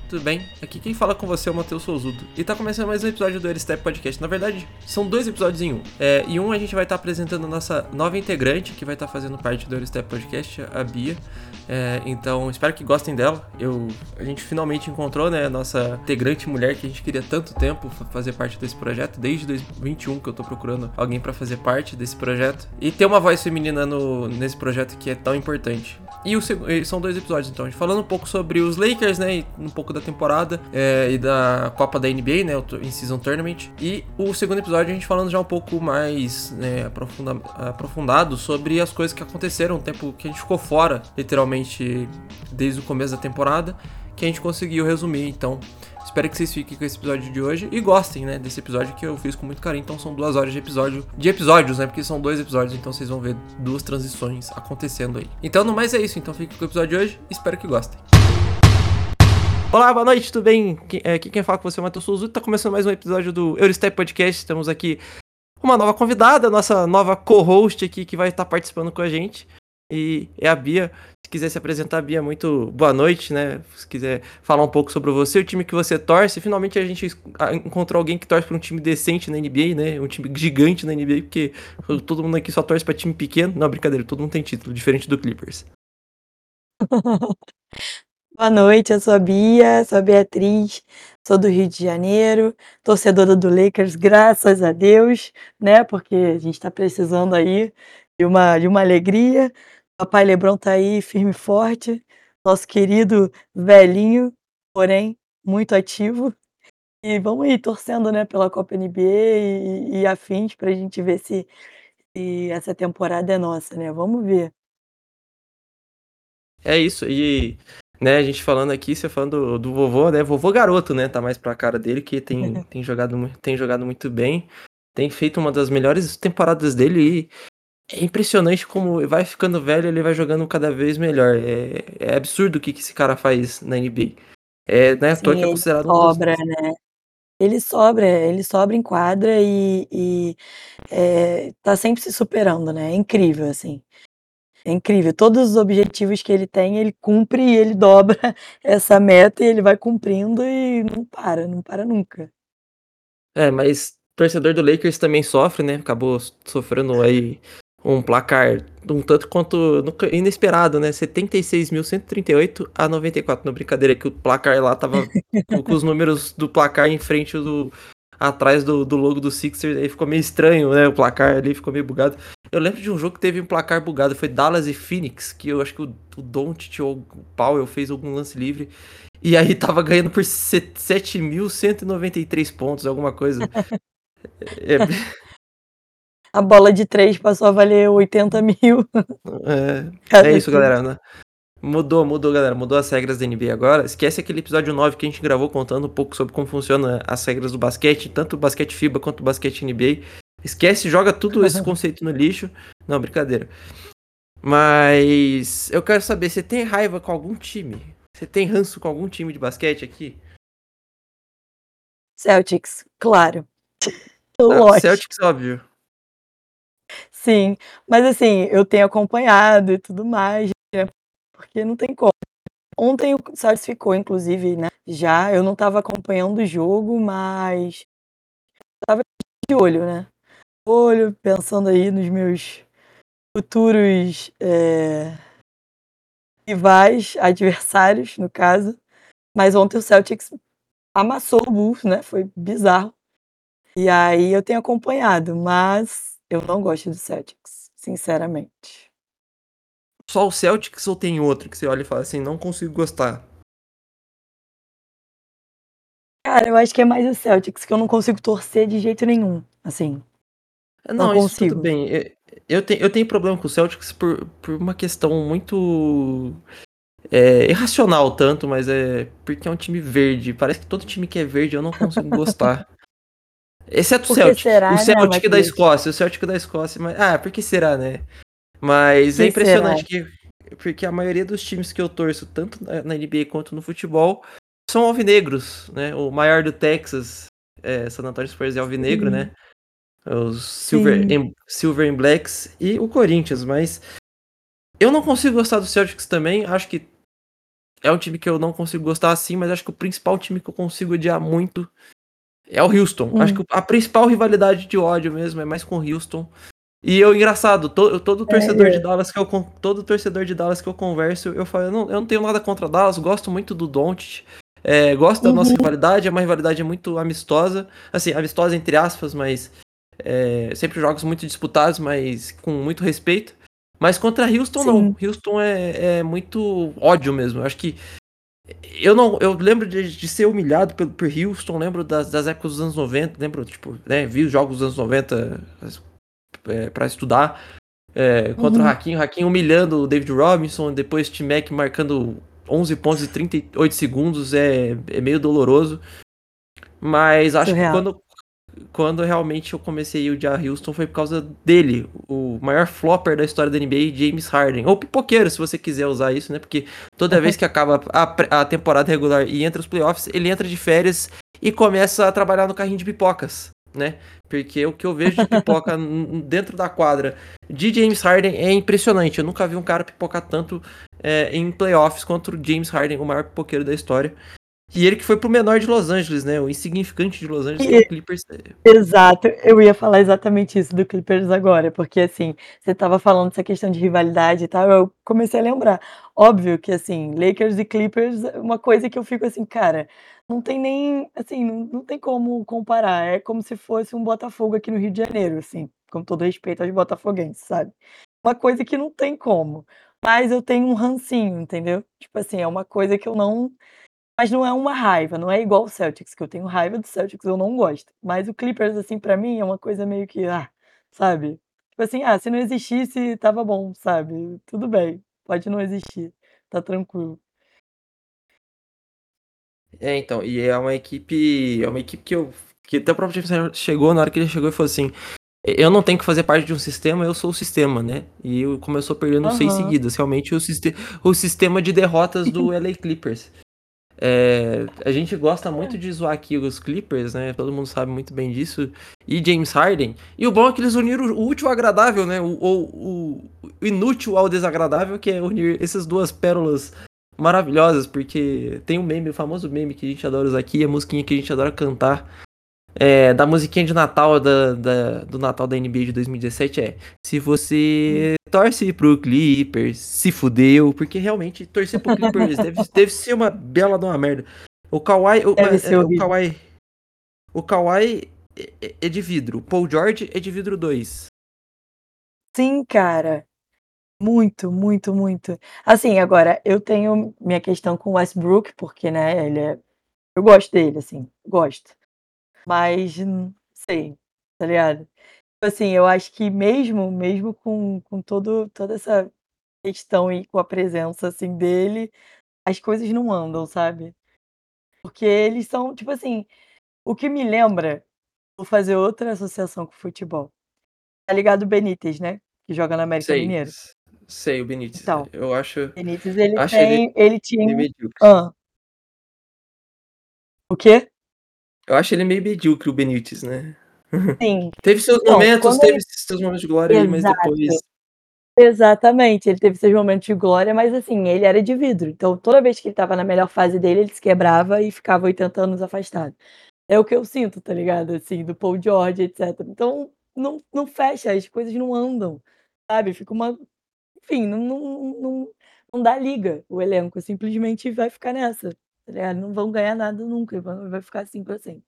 tudo bem? Aqui quem fala com você é o Matheus Souzudo. E tá começando mais um episódio do Eurostep Podcast. Na verdade, são 2 episódios em um. E um a gente vai estar apresentando a nossa nova integrante, que vai estar fazendo parte do Eurostep Podcast, a Bia. Então, espero que gostem dela. A gente finalmente encontrou, né, a nossa integrante mulher que a gente queria tanto tempo fazer parte desse projeto. Desde 2021 que eu tô procurando alguém pra fazer parte desse projeto. E ter uma voz feminina nesse projeto que é tão importante. E são 2 episódios, então, a gente falando um pouco sobre os Lakers, né, e um pouco da temporada e da Copa da NBA, né, em Season Tournament. E o segundo episódio a gente falando já um pouco mais, né, aprofundado sobre as coisas que aconteceram, o tempo que a gente ficou fora, literalmente, desde o começo da temporada, que a gente conseguiu resumir. Então, espero que vocês fiquem com esse episódio de hoje e gostem, né, desse episódio que eu fiz com muito carinho. Então são 2 horas de episódios, né, porque são 2 episódios, então vocês vão ver 2 transições acontecendo aí. Então, no mais é isso, então fiquem com o episódio de hoje, espero que gostem. Olá, boa noite, tudo bem? Aqui quem fala com você é o Matheus Souzudo, tá começando mais um episódio do Eurostep Podcast. Estamos aqui com uma nova convidada, nossa nova co-host aqui que vai estar participando com a gente. E é a Bia. Se quiser se apresentar, Bia, muito boa noite, né? Se quiser falar um pouco sobre você, o time que você torce. Finalmente a gente encontrou alguém que torce para um time decente na NBA, né? Um time gigante na NBA, porque todo mundo aqui só torce para time pequeno. Não, brincadeira, todo mundo tem título, diferente do Clippers. Boa noite, eu sou a Bia, sou a Beatriz, sou do Rio de Janeiro, torcedora do Lakers, graças a Deus, né? Porque a gente está precisando aí de uma alegria. Papai LeBron tá aí firme e forte, nosso querido velhinho, porém muito ativo. E vamos aí torcendo, né, pela Copa NBA e afins para a gente ver se essa temporada é nossa, né? Vamos ver. É isso, e né, a gente falando aqui, você falando do vovô, né? Vovô garoto, né? Tá mais pra cara dele, que tem jogado muito bem. Tem feito uma das melhores temporadas dele e é impressionante como vai ficando velho, ele vai jogando cada vez melhor. É absurdo o que esse cara faz na NBA. Não é à toa Sim, que é ele considerado um dos. sobra, né? Ele sobra em quadra e tá sempre se superando, né? É incrível, assim. É incrível. Todos os objetivos que ele tem, ele cumpre e ele dobra essa meta e ele vai cumprindo e não para nunca. Mas torcedor do Lakers também sofre, né? Acabou sofrendo aí um placar um tanto quanto inesperado, né? 76.138 a 94. Não, brincadeira, que o placar lá tava com os números do placar em frente atrás do logo do Sixers, aí ficou meio estranho, né? O placar ali ficou meio bugado. Eu lembro de um jogo que teve um placar bugado, foi Dallas e Phoenix, que eu acho que o Doncic ou o Powell fez algum lance livre. E aí tava ganhando por 7.193 pontos, alguma coisa. É, A bola de 3 passou a valer 80 mil é cada isso, vez. galera, né? Mudou, galera. Mudou as regras da NBA agora. Esquece aquele episódio 9 que a gente gravou contando um pouco sobre como funciona as regras do basquete, tanto o basquete FIBA quanto o basquete NBA. Esquece, joga tudo esse conceito no lixo. Não, brincadeira. Mas eu quero saber, você tem raiva com algum time? Você tem ranço com algum time de basquete aqui? Celtics, claro. Lógico. Celtics, óbvio. Sim, mas assim, eu tenho acompanhado e tudo mais, né, porque não tem como. Ontem o Celtics ficou, inclusive, né, já, eu não estava acompanhando o jogo, mas estava de olho, né, pensando aí nos meus futuros rivais, adversários, no caso, mas ontem o Celtics amassou o Bulls, né, foi bizarro. E aí eu tenho acompanhado, mas eu não gosto do Celtics, sinceramente. Só o Celtics ou tem outro que você olha e fala assim, não consigo gostar? Cara, eu acho que é mais o Celtics, que eu não consigo torcer de jeito nenhum, assim, não Não, isso tudo consigo. bem. Eu tenho problema com o Celtics por uma questão muito irracional tanto, mas é porque é um time verde. Parece que todo time que é verde eu não consigo gostar. Exceto o Por que Celtic. O será, né, Celtic da Matheus? Escócia. O Celtic da Escócia. Mas, por que será, né? Mas é Que será? impressionante porque a maioria dos times que eu torço, tanto na NBA quanto no futebol, são alvinegros, né? O maior do Texas, San Antonio Spurs é alvinegro, Sim, né? Os sim. Silver and Blacks e o Corinthians, mas eu não consigo gostar do Celtics também. Acho que é um time que eu não consigo gostar assim, mas acho que o principal time que eu consigo odiar muito é o Houston. Acho que a principal rivalidade de ódio mesmo é mais com o Houston. E engraçado, todo torcedor de É. Dallas todo torcedor de Dallas que eu converso, eu falo, eu não tenho nada contra Dallas, gosto muito do Doncic, gosto da nossa Uhum, rivalidade, é uma rivalidade muito amistosa, assim, amistosa entre aspas, mas sempre jogos muito disputados, mas com muito respeito. Mas contra Houston não, sim. Houston é muito ódio mesmo. Eu acho que eu lembro de ser humilhado por Houston, lembro das épocas dos anos 90, lembro, tipo, né, vi os jogos dos anos 90 pra estudar contra o Uhum, Hakim humilhando o David Robinson, depois T-Mac marcando 11 pontos e 38 segundos, é meio doloroso. Mas acho que surreal. quando realmente eu comecei a odiar Houston foi por causa dele, o maior flopper da história da NBA, James Harden. Ou pipoqueiro, se você quiser usar isso, né? Porque toda vez que acaba a temporada regular e entra os playoffs, ele entra de férias e começa a trabalhar no carrinho de pipocas, né? Porque o que eu vejo de pipoca dentro da quadra de James Harden é impressionante. Eu nunca vi um cara pipocar tanto em playoffs quanto o James Harden, o maior pipoqueiro da história. E ele que foi pro menor de Los Angeles, né? O insignificante de Los Angeles, que é o Clippers. Exato, eu ia falar exatamente isso do Clippers agora, porque, assim, você estava falando dessa questão de rivalidade e tal, eu comecei a lembrar. Óbvio que, assim, Lakers e Clippers é uma coisa que eu fico assim: "Cara, não tem nem assim, não tem como comparar, é como se fosse um Botafogo aqui no Rio de Janeiro", assim, com todo respeito aos botafoguenses, sabe. Uma coisa que não tem como, mas eu tenho um rancinho, entendeu. Tipo assim, é uma coisa que eu não, mas não é uma raiva, não é igual o Celtics, que eu tenho raiva do Celtics, eu não gosto. Mas o Clippers, assim, pra mim é uma coisa meio que, sabe. Tipo assim, se não existisse estava bom, sabe. Tudo bem, pode não existir, tá tranquilo. Então, e é uma equipe que até o próprio James chegou, na hora que ele chegou e falou assim, eu não tenho que fazer parte de um sistema, eu sou o sistema, né? E começou perdendo 6 Aham. seguidas, realmente o sistema de derrotas do LA Clippers. A gente gosta muito de zoar aqui os Clippers, né? Todo mundo sabe muito bem disso. E James Harden. E o bom é que eles uniram o útil ao agradável, né? O inútil ao desagradável, que é unir essas duas pérolas maravilhosas, porque tem um meme, o famoso meme que a gente adora usar aqui, a musiquinha que a gente adora cantar, da musiquinha de Natal do Natal da NBA de 2017 se você torce pro Clippers, se fudeu, porque realmente torcer pro Clippers deve ser uma bela de uma merda. O Kawhi, Deve ser o horrível. Kawhi, o Kawhi é de vidro, o Paul George é de vidro 2. Sim, cara, muito, muito, muito. Assim, agora eu tenho minha questão com o Westbrook, porque, né, eu gosto dele, assim, gosto, mas não sei, tá ligado? Tipo assim, eu acho que mesmo com toda essa questão e com a presença, assim, dele, as coisas não andam, sabe. Porque eles são tipo assim, o que me lembra, vou fazer outra associação com o futebol. Tá ligado o Benítez, né, que joga no América Sei, Mineiro? sei o Benítez. Então, Eu Benítez acho ele ele tinha meio medíocre. hã, o quê? Eu acho ele meio medíocre, o Benítez, né? Sim. Teve seus Então, momentos, quando teve ele seus momentos de glória aí, mas depois. exato. Exatamente, ele teve seus momentos de glória, mas assim, ele era de vidro, então toda vez que ele estava na melhor fase dele, ele se quebrava e ficava 80 anos afastado. É o que eu sinto, tá ligado, assim, do Paul George, etcétera. Então, não fecha, as coisas não andam, sabe, fica uma enfim, não dá liga o elenco, simplesmente vai ficar nessa, tá ligado, não vão ganhar nada nunca, e vai ficar assim pra sempre.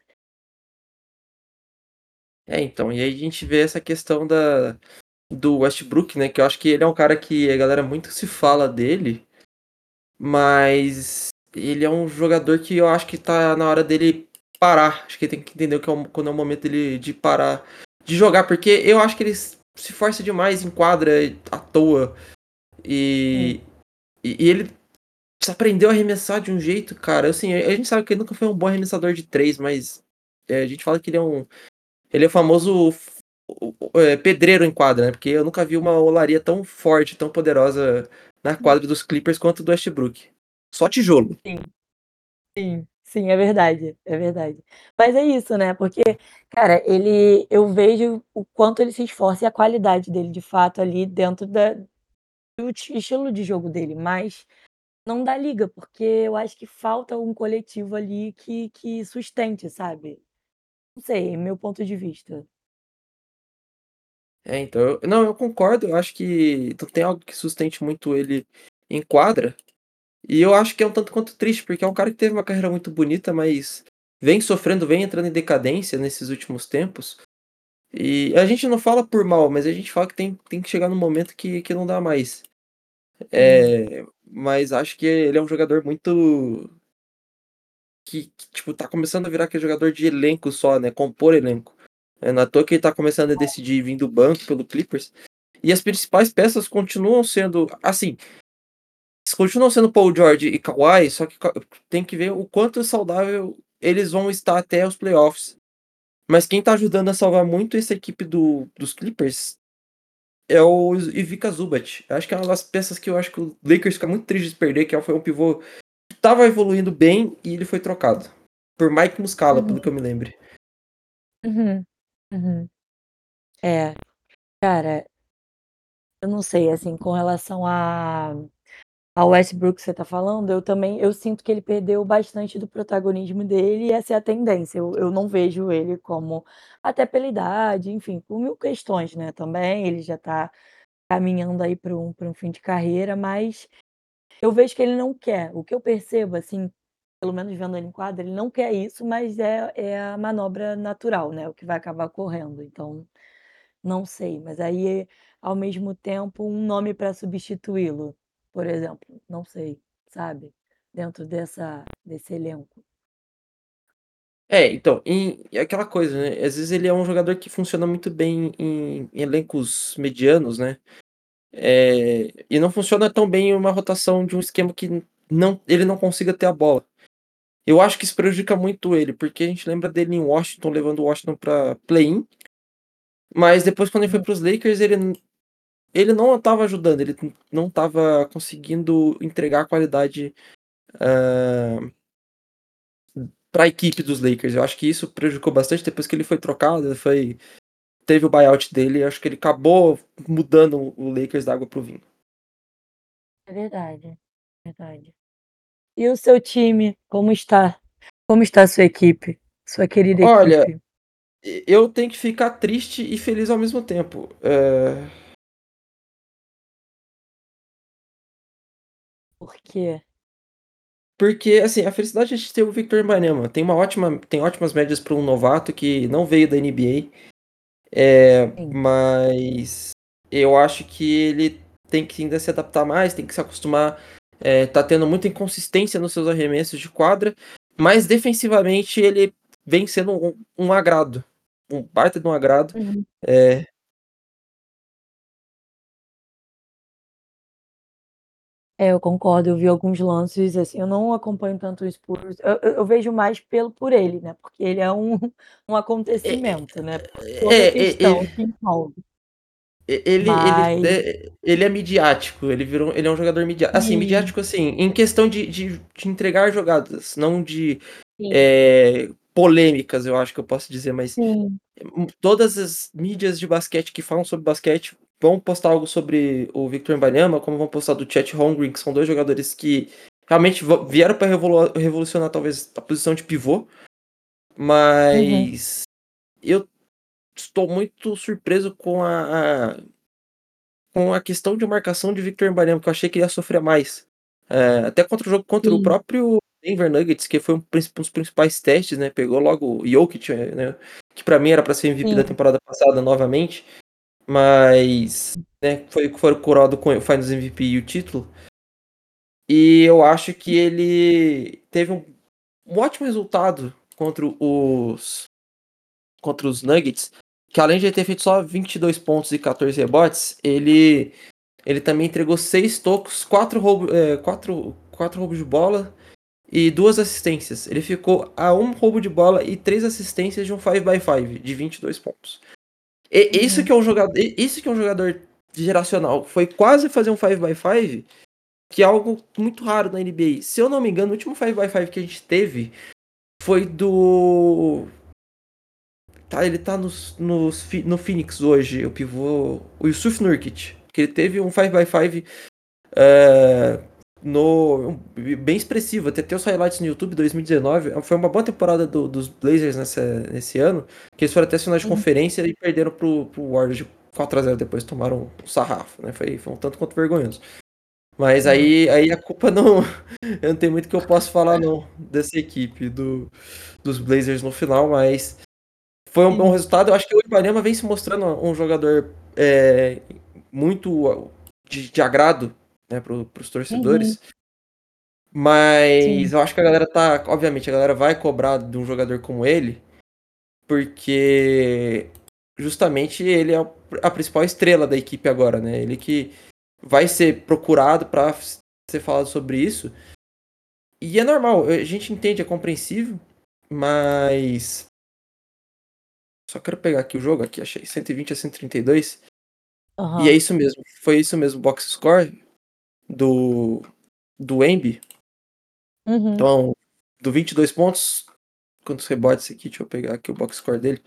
Então, e aí a gente vê essa questão do Westbrook, né? Que eu acho que ele é um cara que a galera muito se fala dele, mas ele é um jogador que eu acho que tá na hora dele parar. Acho que ele tem que entender que quando é o momento dele de parar de jogar, porque eu acho que ele se força demais em quadra à toa. Sim, E, e ele aprendeu a arremessar de um jeito, cara. Assim, a gente sabe que ele nunca foi um bom arremessador de três, mas a gente fala que ele é o famoso pedreiro em quadra, né? Porque eu nunca vi uma olaria tão forte, tão poderosa na quadra dos Clippers quanto do Westbrook. Só tijolo. sim, sim, sim, é verdade, é verdade. Mas é isso, né, porque, cara, eu vejo o quanto ele se esforça e a qualidade dele, de fato, ali dentro do estilo de jogo dele, mas não dá liga, porque eu acho que falta um coletivo ali que sustente, sabe. Não sei, meu ponto de vista. Então, não, eu concordo, eu acho que não tem algo que sustente muito ele em quadra, e eu acho que é um tanto quanto triste, porque é um cara que teve uma carreira muito bonita, mas vem sofrendo, vem entrando em decadência nesses últimos tempos. E a gente não fala por mal, mas a gente fala que tem que chegar num momento que não dá mais. Uhum. Mas acho que ele é um jogador muito tipo, tá começando a virar aquele jogador de elenco só, né, compor elenco. Não é à toa que ele tá começando a decidir vir do banco pelo Clippers. E as principais peças continuam sendo, assim, continuam sendo Paul George e Kawhi, só que tem que ver o quanto saudável eles vão estar até os playoffs. Mas quem tá ajudando a salvar muito essa equipe dos Clippers é o Ivica Zubac. Acho que é uma das peças que eu acho que o Lakers fica muito triste de perder, que foi um pivô que tava evoluindo bem e ele foi trocado. Por Mike Muscala, pelo que Uhum, eu me lembro. uhum, uhum. É, cara, eu não sei, assim, com relação ao Westbrook que você tá falando, eu sinto que ele perdeu bastante do protagonismo dele e essa é a tendência. Eu não vejo ele como, até pela idade, enfim, por mil questões, né, também, ele já tá caminhando aí para um fim de carreira, mas eu vejo que ele não quer. O que eu percebo, assim, pelo menos vendo ele em quadra, ele não quer isso, mas é a manobra natural, né, o que vai acabar ocorrendo. Então, não sei, mas aí, ao mesmo tempo, um nome para substituí-lo, por exemplo, não sei, sabe, dentro desse elenco. Então, é aquela coisa, né? Às vezes ele é um jogador que funciona muito bem em elencos medianos, né? E não funciona tão bem em uma rotação de um esquema que ele não consiga ter a bola. Eu acho que isso prejudica muito ele, porque a gente lembra dele em Washington, levando o Washington para play-in, mas depois quando ele foi Uhum, para os Lakers, ele não estava ajudando, ele não estava conseguindo entregar qualidade para a equipe dos Lakers. Eu acho que isso prejudicou bastante depois que ele foi trocado, teve o buyout dele, eu acho que ele acabou mudando o Lakers da água pro vinho. é verdade, verdade. E o seu time, como está? Como está a sua equipe? Sua querida Olha, equipe? eu tenho que ficar triste e feliz ao mesmo tempo. Por quê? Porque, assim, a felicidade é de ter o Victor Wembanyama. Tem ótimas médias para um novato que não veio da NBA, Sim. mas eu acho que ele tem que ainda se adaptar mais, tem que se acostumar. Tá tendo muita inconsistência nos seus arremessos de quadra, mas defensivamente ele vem sendo um agrado, um baita de um agrado. Uhum. É, É, eu concordo, eu vi alguns lances, assim, eu não acompanho tanto o Spurs, eu vejo mais por ele, né, porque ele é um um é, acontecimento, né, por toda a ele, questão que envolve. Mas ele é midiático, ele é um jogador midiático, assim, sim, midiático assim, em questão de entregar jogadas, não de sim, polêmicas, eu acho que eu posso dizer, mas sim. todas as mídias de basquete que falam sobre basquete vão postar algo sobre o Victor Wembanyama, como vão postar do Chet Holmgren, que são dois jogadores que realmente vieram para revolucionar talvez a posição de pivô, Uhum, mas eu estou muito surpreso com a questão de marcação de Victor Wembanyama, que eu achei que ele ia sofrer mais. Até contra o jogo contra o sim, próprio Denver Nuggets, que foi um dos principais testes, né? Pegou logo o Jokic, né? Que pra mim era pra ser MVP da sim. temporada passada novamente, mas né, foi coroado com o Finals MVP e o título. E eu acho que ele teve um ótimo resultado contra os Nuggets, que além de ele ter feito só 22 pontos e 14 rebotes, ele também entregou 6 tocos, 4 roubos de bola e 2 assistências. Ele ficou a um roubo de bola e 3 assistências de um 5x5 de 22 pontos. Isso Uhum. que é um jogador, isso que é um jogador geracional. Foi quase fazer um 5x5, que é algo muito raro na NBA. Se eu não me engano, o último 5x5 que a gente teve foi do. Tá, ele tá no Phoenix hoje, o pivô. O Yusuf Nurkic. Que ele teve um 5x5 bem expressiva. Tem até os highlights no YouTube 2019. Foi uma boa temporada dos Blazers nesse ano, que eles foram até as finais de Uhum. conferência e perderam pro Warriors de 4-0, depois tomaram um sarrafo, né? Foi um tanto quanto vergonhoso. Mas Uhum. aí a culpa não. Eu não tenho muito que eu posso falar, não, dessa equipe dos Blazers no final, mas foi um bom Sim. resultado. Eu acho que o Ipanema vem se mostrando um jogador muito de agrado, né, pros Uhum. torcedores. Sim. Mas eu acho que a galera tá. Obviamente, a galera vai cobrar de um jogador como ele, porque justamente ele é a principal estrela da equipe agora, né? Ele que vai ser procurado para ser falado sobre isso. E é normal, a gente entende, é compreensível, mas. Só quero pegar aqui o jogo, aqui achei 120-132. E é Aham. isso mesmo, foi isso mesmo, box score do Embi. Uhum. Então, do 22 pontos, quantos rebotes aqui? Deixa eu pegar aqui o box score dele.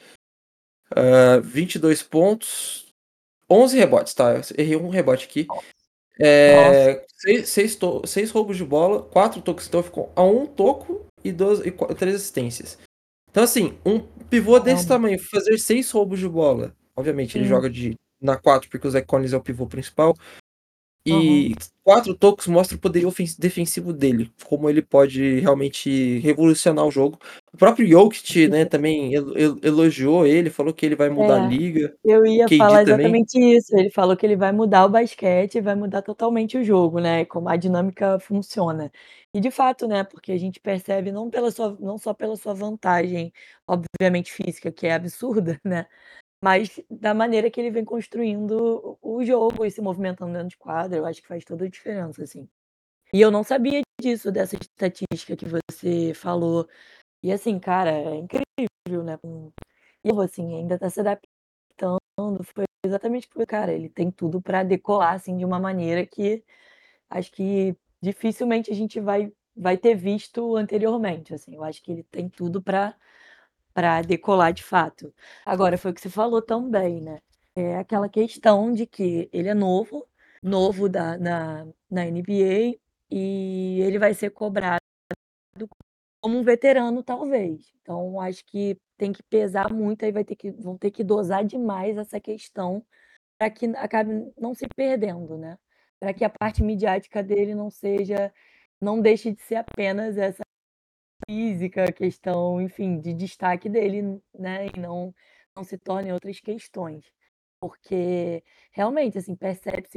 22 pontos, 11 rebotes, tá? Eu errei um rebote aqui. Nossa. 6 roubos de bola, 4 tocos, então ficou a 1 toco e 3 assistências. Então, assim, um pivô desse Caramba. tamanho, fazer 6 roubos de bola. Obviamente, ele Sim. joga na 4, porque o Zach Collins é o pivô principal. Aham. E 4 tocos mostra o poder defensivo dele, como ele pode realmente revolucionar o jogo. O próprio Jokic, né, também elogiou ele, falou que ele vai mudar a É, liga. eu O ia KD falar também. exatamente isso. Ele falou que ele vai mudar o basquete, vai mudar totalmente o jogo, né, como a dinâmica funciona. E de fato, né, porque a gente percebe não só pela sua vantagem, obviamente física, que é absurda, né, mas da maneira que ele vem construindo o jogo e se movimentando dentro de quadra, eu acho que faz toda a diferença, assim. E eu não sabia disso, dessa estatística que você falou. E assim, cara, é incrível, né, e assim, ainda tá se adaptando, foi exatamente porque, cara, ele tem tudo pra decolar, assim, de uma maneira que acho que dificilmente a gente vai ter visto anteriormente, assim. Eu acho que ele tem tudo pra decolar de fato. Agora, foi o que você falou também, né, é aquela questão de que ele é novo na NBA, e ele vai ser cobrado como um veterano, talvez. Então acho que tem que pesar muito, aí vão ter que dosar demais essa questão para que acabe não se perdendo, né. Para que a parte midiática dele não deixe de ser apenas essa física, questão, enfim, de destaque dele, né, e não se torne outras questões. Porque realmente, assim, percebe-se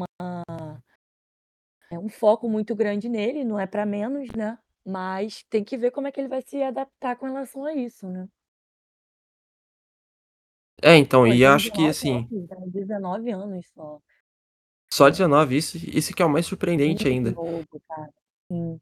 um foco muito grande nele, não é para menos, né, mas tem que ver como é que ele vai se adaptar com relação a isso, né. Então, Pô, ele e tem acho que 19 assim, anos, né, 19 anos só. só É 19, isso que é o mais surpreendente muito ainda. novo, cara. Sim.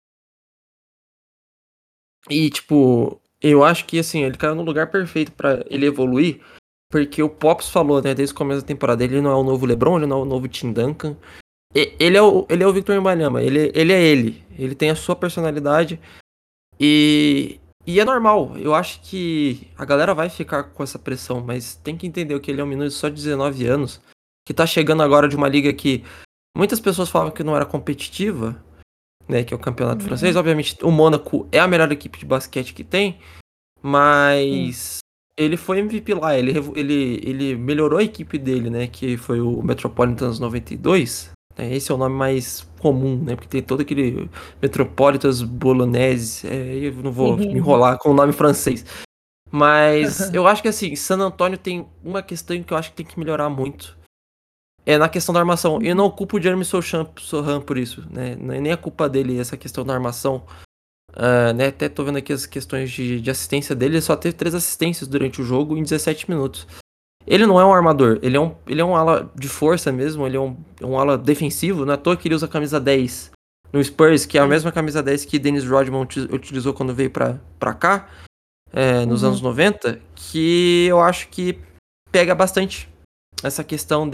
E, tipo, eu acho que assim, ele caiu no lugar perfeito pra ele evoluir, porque o Pops falou, né, desde o começo da temporada, ele não é o novo LeBron, ele não é o novo Tim Duncan. Ele é o Victor Wembanyama, ele é ele. Ele tem a sua personalidade e é normal. Eu acho que a galera vai ficar com essa pressão, mas tem que entender que ele é um menino de só 19 anos, que tá chegando agora de uma liga que muitas pessoas falavam que não era competitiva, né, que é o campeonato francês. Uhum. Obviamente, o Mônaco é a melhor equipe de basquete que tem, Sim. mas ele foi MVP lá, ele melhorou a equipe dele, né? Que foi o Metropolitans 92. Né, esse é o nome mais comum, né? Porque tem todo aquele Metropolitans Bolognese. Eu não vou me enrolar com o nome francês. Mas eu acho que assim, San Antonio tem uma questão que eu acho que tem que melhorar muito. É na questão da armação. Eu Uhum. não culpo o Jeremy Sohan por isso, né? Não é nem a culpa dele essa questão da armação. Né, até tô vendo aqui as questões de assistência dele. Ele só teve 3 assistências durante o jogo em 17 minutos. Ele não é um armador, ele é um ala de força mesmo, ele é um ala defensivo. Não é à toa que ele usa a camisa 10 no Spurs, que é a Sim. mesma camisa 10 que Dennis Rodman utilizou quando veio pra cá, nos anos Uhum. 90. Que eu acho que pega bastante essa questão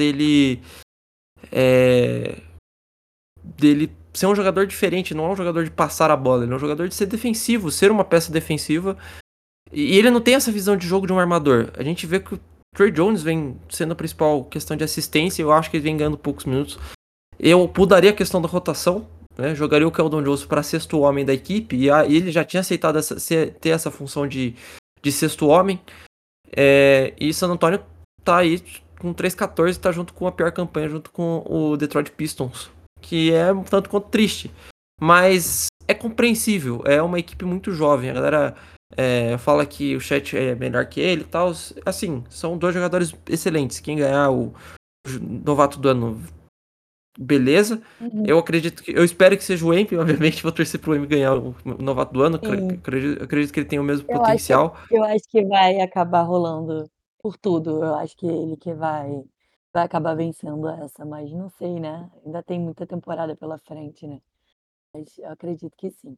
é, dele ser um jogador diferente, não é um jogador de passar a bola, ele é um jogador de ser defensivo, ser uma peça defensiva. E ele não tem essa visão de jogo de um armador. A gente vê que o Trey Jones vem sendo a principal questão de assistência, eu acho que ele vem ganhando poucos minutos. Eu mudaria a questão da rotação, né? Jogaria o Keldon Johnson para sexto homem da equipe, e ele já tinha aceitado ter essa função de sexto homem. E San Antonio tá aí com 3-14, tá junto com a pior campanha, junto com o Detroit Pistons, que é um tanto quanto triste. Mas é compreensível, é uma equipe muito jovem. A galera fala que o Chet é melhor que ele e tal. Assim, são dois jogadores excelentes. Quem ganhar o novato do ano, beleza. Uhum. Eu espero que seja o Embiid, obviamente vou torcer pro Embiid ganhar o novato do ano. Sim. Acredito que ele tem o mesmo Eu acho que potencial. eu acho que vai acabar rolando por tudo. Eu acho que ele que vai acabar vencendo essa, mas não sei, né? Ainda tem muita temporada pela frente, né? Mas eu acredito que sim.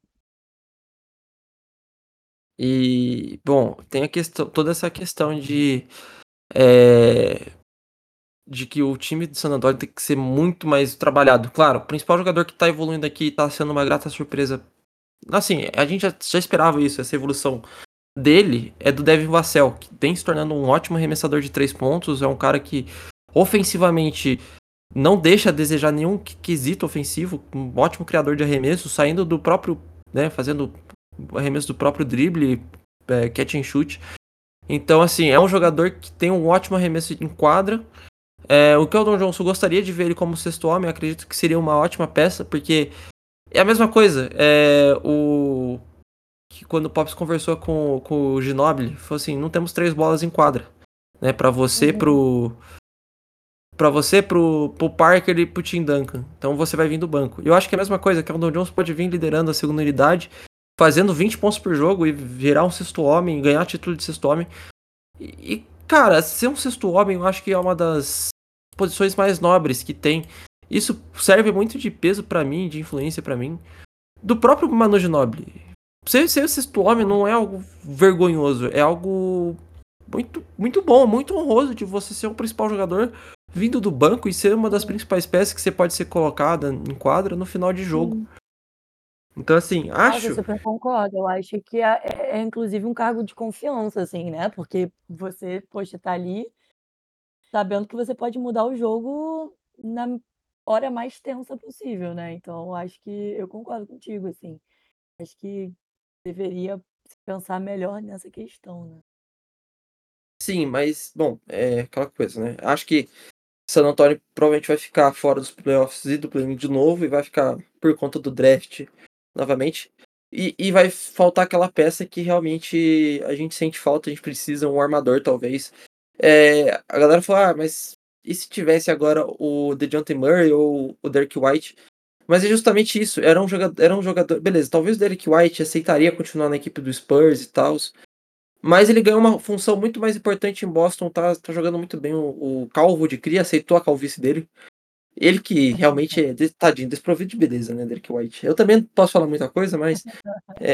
E, bom, tem toda essa questão é, de que o time de San Antonio tem que ser muito mais trabalhado. Claro, o principal jogador que tá evoluindo aqui tá sendo uma grata surpresa. Assim, a gente já esperava isso, essa evolução dele é do Devin Vassell, que vem se tornando um ótimo arremessador de 3 pontos. É um cara que ofensivamente não deixa a desejar nenhum quesito ofensivo, um ótimo criador de arremesso, saindo do próprio, né, fazendo arremesso do próprio drible, catch and shoot. Então, assim, é um jogador que tem um ótimo arremesso em quadra. O Keldon Johnson, gostaria de ver ele como sexto homem, acredito que seria uma ótima peça, porque é a mesma coisa. Que quando o Pops conversou com o Ginobili, falou assim: não temos 3 bolas em quadra, né? Pra você, Uhum. pro Parker e pro Tim Duncan. Então você vai vir do banco. Eu acho que é a mesma coisa, que o Keldon Johnson pode vir liderando a segunda unidade, fazendo 20 pontos por jogo e virar um sexto homem, ganhar título de sexto homem. Cara, ser um sexto homem eu acho que é uma das posições mais nobres que tem. Isso serve muito de peso pra mim, de influência pra mim. Do próprio Manu Ginóbili. Ser o sexto homem não é algo vergonhoso, é algo muito, muito bom, muito honroso de você ser o principal jogador vindo do banco e ser uma das Sim, principais peças que você pode ser colocada em quadra no final de jogo. sim. Então, assim, Nossa, eu acho. super concordo. Eu acho que é inclusive um cargo de confiança, assim, né? Porque você, poxa, tá ali sabendo que você pode mudar o jogo na hora mais tensa possível, né? Então, eu acho que eu concordo contigo, assim. Acho que deveria se pensar melhor nessa questão, né? Sim, mas, bom, é aquela coisa, né? Acho que San Antonio provavelmente vai ficar fora dos playoffs e do play-in de novo, e vai ficar por conta do draft novamente. E vai faltar aquela peça que realmente a gente sente falta, a gente precisa, um armador talvez. A galera falou, mas e se tivesse agora o DeJounte Murray ou o Derrick White? Mas é justamente isso, era um jogador, beleza, talvez o Derrick White aceitaria continuar na equipe do Spurs e tal, mas ele ganhou uma função muito mais importante em Boston, tá jogando muito bem. O calvo de cria aceitou a calvície dele. Ele que realmente é, tadinho, desprovido de beleza, né, Derek White. Eu também não posso falar muita coisa, mas. é,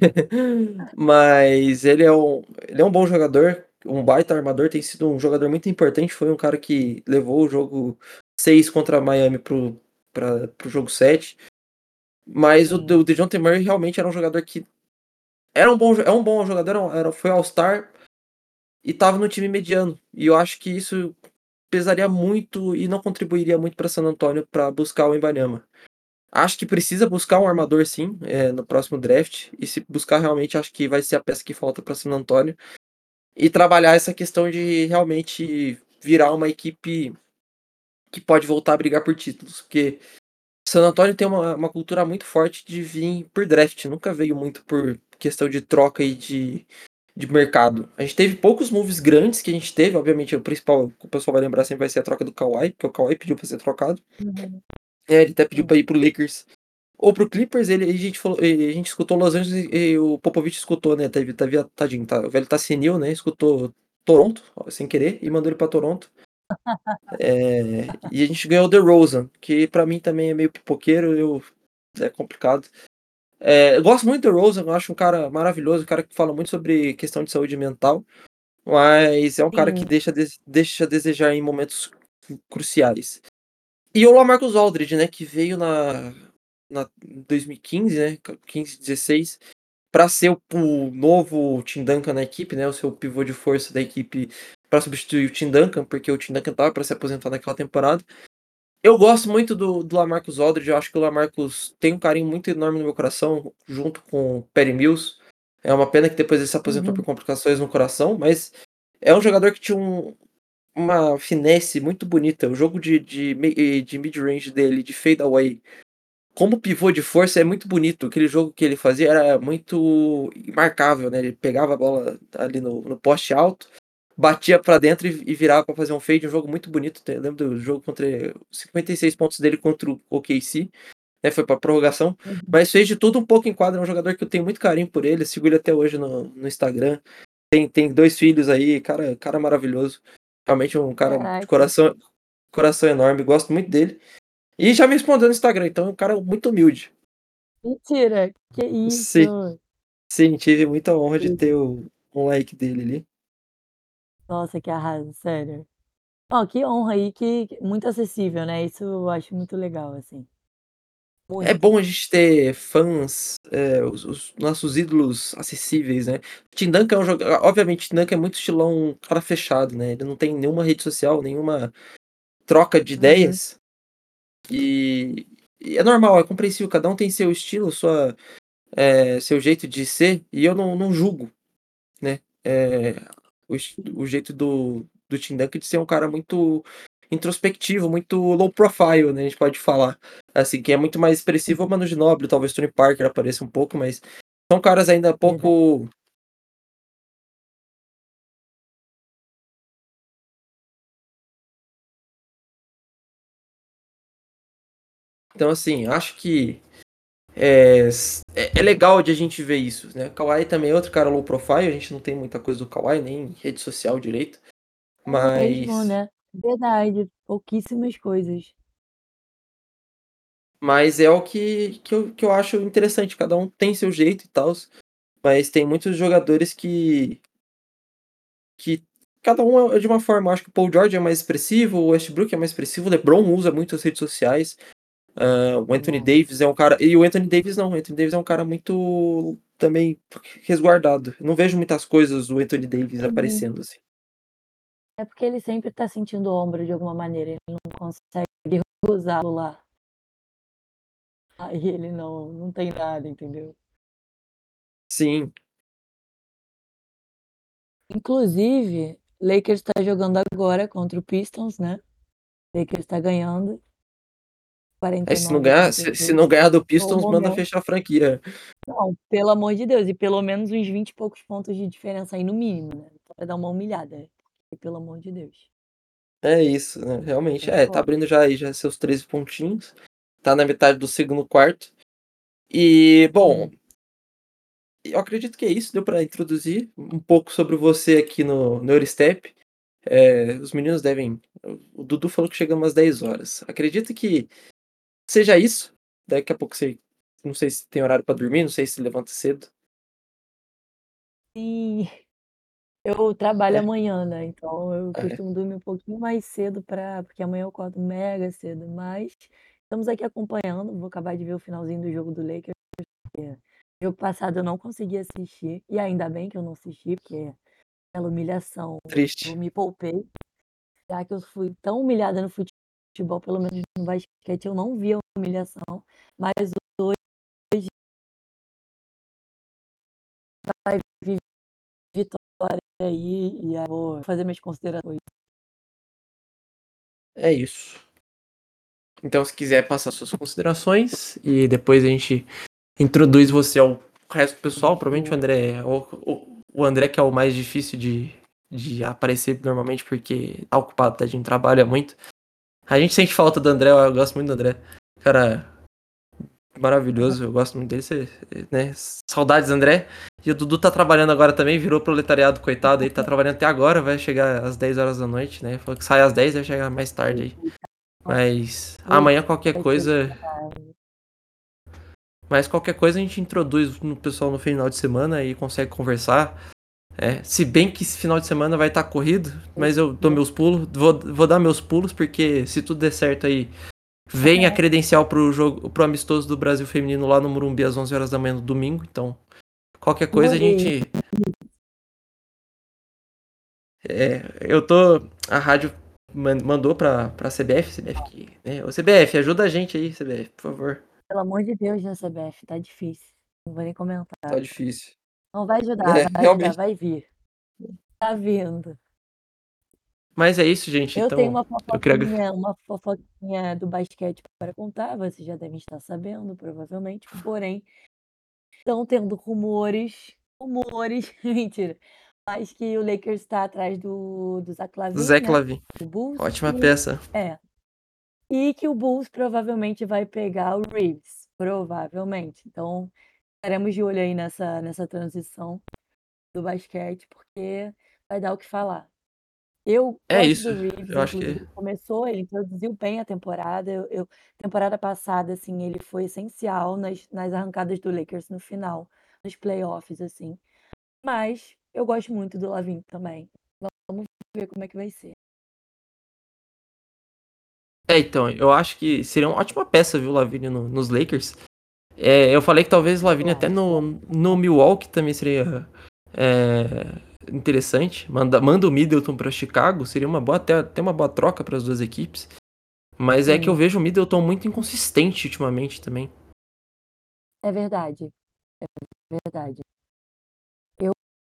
mas ele é um bom jogador, um baita armador, tem sido um jogador muito importante. Foi um cara que levou o jogo 6 contra Miami pro jogo 7. Mas o Sim. DeJounte Murray realmente era um jogador que. É um bom jogador, foi All-Star e tava no time mediano. E eu acho que isso pesaria muito e não contribuiria muito para San Antonio para buscar o Wembanyama. Acho que precisa buscar um armador sim, no próximo draft, e se buscar realmente acho que vai ser a peça que falta para San Antonio, e trabalhar essa questão de realmente virar uma equipe que pode voltar a brigar por títulos, porque San Antonio tem uma cultura muito forte de vir por draft, nunca veio muito por questão de troca e de mercado. A gente teve poucos moves grandes que a gente teve, obviamente o principal, o pessoal vai lembrar sempre vai ser a troca do Kawhi, porque o Kawhi pediu para ser trocado. Uhum. Ele até pediu Sim. para ir pro Lakers ou pro Clippers. A gente falou, a gente escutou Los Angeles e o Popovich escutou, né? Tadinho, tá, o velho tá senil, né? Escutou Toronto, sem querer, e mandou ele para Toronto. E a gente ganhou o DeRozan, que para mim também é meio pipoqueiro, é complicado. Eu gosto muito do DeRozan, eu acho um cara maravilhoso, um cara que fala muito sobre questão de saúde mental, mas é um cara que Sim. deixa a desejar em momentos cruciais. E o LaMarcus Aldridge, né, que veio na 2015, né, 15, 16, para ser o novo Tim Duncan na equipe, né, o seu pivô de força da equipe para substituir o Tim Duncan, porque o Tim Duncan tava para se aposentar naquela temporada. Eu gosto muito do Lamarcus Aldridge, eu acho que o Lamarcus tem um carinho muito enorme no meu coração, junto com o Patty Mills. É uma pena que depois ele se aposentou por Uhum. complicações no coração, mas é um jogador que tinha uma finesse muito bonita. O jogo de mid-range dele, de fadeaway, como pivô de força, é muito bonito. Aquele jogo que ele fazia era muito marcável, né? Ele pegava a bola ali no poste alto, batia pra dentro e virava pra fazer um fade, um jogo muito bonito. Eu lembro do jogo contra os 56 pontos dele contra o OKC, né? Foi pra prorrogação, Uhum. mas fez de tudo um pouco em quadra. É um jogador que eu tenho muito carinho por ele, sigo ele até hoje no Instagram. Tem 2 filhos aí, cara maravilhoso. Realmente um cara de Caraca, coração enorme, gosto muito dele. E já me respondeu no Instagram, então é um cara muito humilde. mentira, que Sim, isso? sim, tive muita honra de ter um like dele ali. Nossa, que arraso, sério. Ó, que honra aí, que muito acessível, né? Isso eu acho muito legal, assim. É Muito. bom a gente ter fãs, os nossos ídolos acessíveis, né. Tim Duncan é um joga obviamente, Tim Duncan é muito estilão cara fechado, né, ele não tem nenhuma rede social, nenhuma troca de Uhum. ideias, e é normal, é compreensível, cada um tem seu estilo, seu jeito de ser, e eu não julgo, né, o jeito do Tim Duncan de ser um cara muito introspectivo, muito low profile, né, a gente pode falar. Assim, quem é muito mais expressivo é o Manu Ginóbili, talvez Tony Parker apareça um pouco, mas são caras ainda Verdade. pouco. Então, assim, acho que é legal de a gente ver isso, né. Kawhi também é outro cara low profile, a gente não tem muita coisa do Kawhi, nem rede social direito, É mesmo, mas né? Verdade, pouquíssimas coisas. mas é o que eu acho interessante, cada um tem seu jeito e tal, mas tem muitos jogadores que cada um é de uma forma. Eu acho que o Paul George é mais expressivo, o Westbrook é mais expressivo, o LeBron usa muito as redes sociais, o Anthony Verdade. Davis é um cara. E o Anthony Davis não, o Anthony Davis é um cara muito também resguardado. Eu não vejo muitas coisas do Anthony Davis Uhum. aparecendo assim. É porque ele sempre tá sentindo o ombro de alguma maneira, ele não consegue usá-lo lá. Aí ele não tem nada, entendeu? Sim, Inclusive, Lakers tá jogando agora contra o Pistons, né? Lakers tá ganhando, aí se não 49 a ganhar, se 36. não ganhar do É o Pistons, manda momento. fechar a franquia. Não, pelo amor de Deus, e pelo menos uns 20 e poucos pontos de diferença aí no mínimo, né? Pra dar uma humilhada. E pelo amor de Deus. É isso, né? Realmente. É Tá foda. abrindo já aí já seus 13 pontinhos. Tá na metade do segundo quarto. E, bom, Uhum. eu acredito que é isso, deu para introduzir um pouco sobre você aqui no Eurostep. Os meninos devem. O Dudu falou que chega umas 10 horas. Acredito que seja isso. Daqui a pouco você. Não sei se tem horário para dormir, não sei se levanta cedo. Sim, eu trabalho É, amanhã, né? Então eu é, costumo dormir um pouquinho mais cedo porque amanhã eu acordo mega cedo, mas estamos aqui acompanhando, vou acabar de ver o finalzinho do jogo do Lakers. Jogo passado eu não consegui assistir, e ainda bem que eu não assisti, porque aquela humilhação eu triste. me poupei, já que eu fui tão humilhada no futebol, pelo menos no basquete eu não vi a humilhação, mas hoje vai vir vitória aí e aí vou fazer minhas considerações. É isso. Então, se quiser passar suas considerações e depois a gente introduz você ao resto do pessoal, provavelmente o Boa. André. O André que é o mais difícil de aparecer normalmente porque tá ocupado, tá? A gente trabalha muito. A gente sente falta do André, eu gosto muito do André. Cara, maravilhoso, eu gosto muito dele, né? Saudades, André. E o Dudu tá trabalhando agora também, virou proletariado, coitado, aí tá trabalhando até agora, vai chegar às 10 horas da noite, né? Falou que sai às 10, vai chegar mais tarde aí. Mas amanhã qualquer Vai ser coisa. Mas qualquer coisa a gente introduz no pessoal no final de semana e consegue conversar. Se bem que esse final de semana vai estar corrido, mas eu dou meus pulos, vou dar meus pulos, porque se tudo der certo aí, vem a credencial pro jogo, pro amistoso do Brasil Feminino lá no Morumbi às 11 horas da manhã no domingo. Então, qualquer coisa a Adorei. gente. Eu tô. A rádio. mandou pra CBF, CBF, né? Ô, CBF, ajuda a gente aí, CBF, por favor. Pelo amor de Deus, né, CBF, tá difícil. Não vou nem Tá comentar. difícil. Não, vai ajudar, vai ajudar, Realmente. vai vir. Tá vindo. Mas é isso, gente. Eu tenho Então, eu queria. uma fofoquinha do basquete para contar, vocês já devem estar sabendo, provavelmente. Porém, estão tendo rumores, mentira, mas que o Lakers está atrás do Zach LaVine, Zach né? Lavine. Do Bulls. Ótima peça. E que o Bulls provavelmente vai pegar o Reeves, provavelmente. Então, estaremos de olho aí nessa transição do basquete, porque vai dar o que falar. Eu É gosto isso. do Reeves, Eu acho que. inclusive começou, ele introduziu bem a temporada. Temporada passada, assim, ele foi essencial nas arrancadas do Lakers no final, nos playoffs, assim. Mas eu gosto muito do LaVine também. Vamos ver como é que vai ser. Então, eu acho que seria uma ótima peça, viu, Lavine nos Lakers. Eu falei que talvez o Eu Lavine até acho. no Milwaukee também seria interessante. Manda o Middleton para Chicago, seria uma boa até uma boa troca para as duas equipes. Mas é que eu Sim, vejo o Middleton muito inconsistente ultimamente também. é verdade. É verdade. Eu,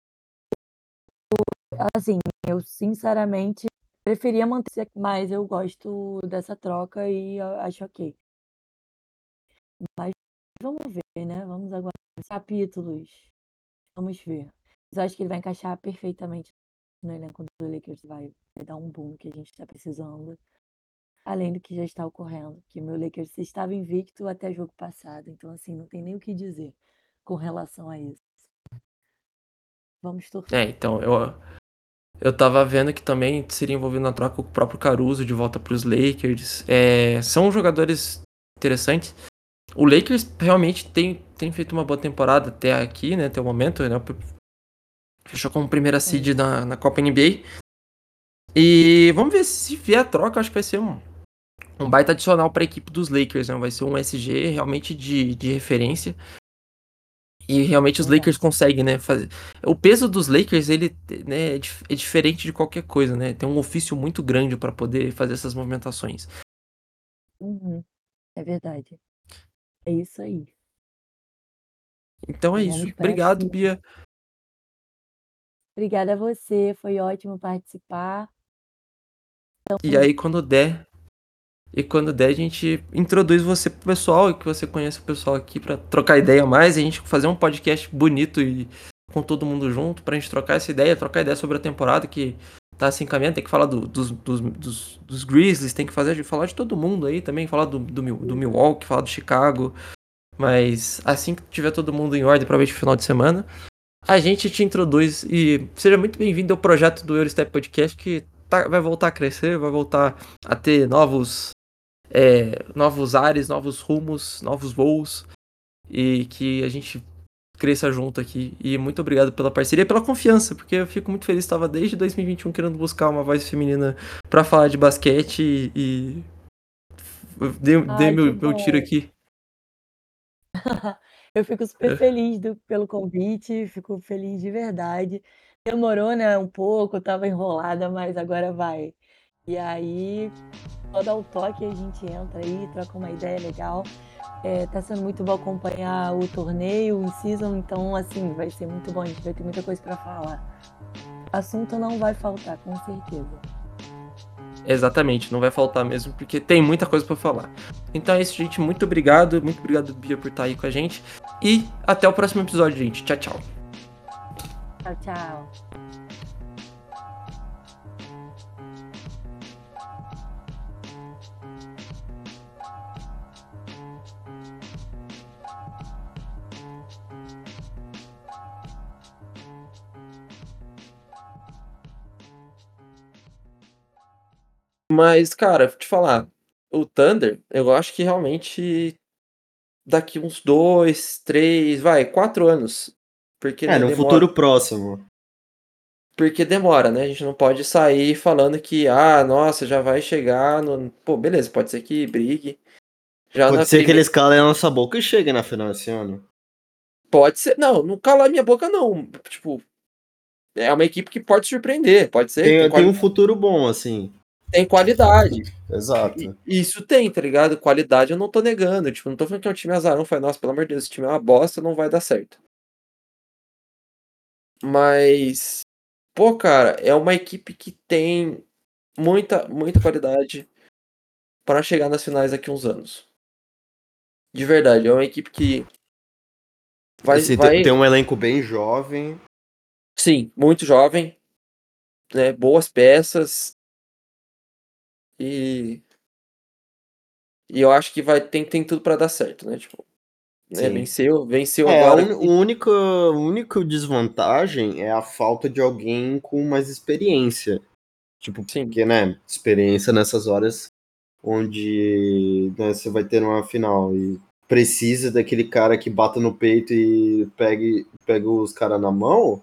assim, eu sinceramente preferia manter, mas eu gosto dessa troca e eu acho ok. Mas vamos ver, né? Vamos aguardar os capítulos. Vamos ver. Mas eu acho que ele vai encaixar perfeitamente no elenco do Lakers. Vai dar um boom que a gente está precisando. Além do que já está ocorrendo. Que o meu Lakers estava invicto até jogo passado. Então, assim, não tem nem o que dizer com relação a isso. Vamos torcer. Então, eu tava vendo que também seria envolvido na troca o próprio Caruso de volta para os Lakers. São jogadores interessantes. O Lakers realmente tem feito uma boa temporada até aqui, né? Até o momento, né? Fechou como primeira seed Sim. na Copa NBA. E vamos ver se vier a troca, acho que vai ser um baita adicional para a equipe dos Lakers, né? Vai ser um SG realmente de referência. E realmente os Lakers Verdade. conseguem, né? Fazer. O peso dos Lakers, ele, né, é diferente de qualquer coisa, né? Tem um ofício muito grande para poder fazer essas movimentações. Uhum. É verdade. É isso aí. Então é Então vamos isso. para Obrigado, cima. Bia. Obrigada a você. Foi ótimo participar. E aí, quando der, a gente introduz você pro pessoal e que você conhece o pessoal aqui pra trocar ideia mais, e a gente fazer um podcast bonito e com todo mundo junto pra gente trocar essa ideia, trocar ideia sobre a temporada que tá assim caminhando, tem que falar dos Grizzlies, tem que falar de todo mundo aí também, falar do Milwaukee, falar do Chicago, mas assim que tiver todo mundo em ordem, provavelmente no final de semana, a gente te introduz e seja muito bem-vindo ao projeto do Eurostep Podcast que vai voltar a crescer, vai voltar a ter novos ares, novos rumos, novos voos e que a gente cresça junto aqui. E muito obrigado pela parceria e pela confiança, porque eu fico muito feliz. Estava desde 2021 querendo buscar uma voz feminina para falar de basquete e dei Ai, que meu tiro bom. aqui. Eu fico super feliz pelo convite, fico feliz de verdade. Demorou, né, um pouco, eu tava enrolada, mas agora vai. E aí, só dá o toque, a gente entra aí, troca uma ideia legal. Tá sendo muito bom acompanhar o torneio, o season, então, assim, vai ser muito bom, a gente vai ter muita coisa para falar. Assunto não vai faltar, com certeza. Exatamente, não vai faltar mesmo, porque tem muita coisa para falar. Então é isso, gente. Muito obrigado, Bia, por estar aí com a gente. E até o próximo episódio, gente. Tchau, tchau. Tchau, tchau. Mas, cara, te falar, o Thunder, eu acho que realmente daqui uns 4 anos. Porque, né, No demora. futuro próximo. Porque demora, né? A gente não pode sair falando que, nossa, já vai chegar no. Pô, beleza, pode ser que brigue. Já na Pode ser que primeira. eles calem a nossa boca e cheguem na final esse ano. Pode ser. Não, não calar minha boca, não. Tipo, é uma equipe que pode surpreender. Pode ser, tem Tem um qualidade. futuro bom, assim. tem qualidade. Exato. Isso tem, tá ligado? Qualidade eu não tô negando. Tipo, não tô falando que é um time azarão. Falei, nossa, pelo amor de Deus, esse time é uma bosta, não vai dar certo. Mas, pô, cara, é uma equipe que tem muita qualidade pra chegar nas finais daqui uns anos. De verdade, é uma equipe que Assim, vai, tem um elenco bem jovem. sim, muito jovem, né? Boas peças e, e eu acho que tem tudo pra dar certo, né? Tipo, né? Sim. Venceu A agora aqui. única desvantagem é a falta de alguém com mais experiência. Tipo, Sim, porque, né, experiência nessas horas onde, né, você vai ter uma final e precisa daquele cara que bata no peito e pega os caras na mão,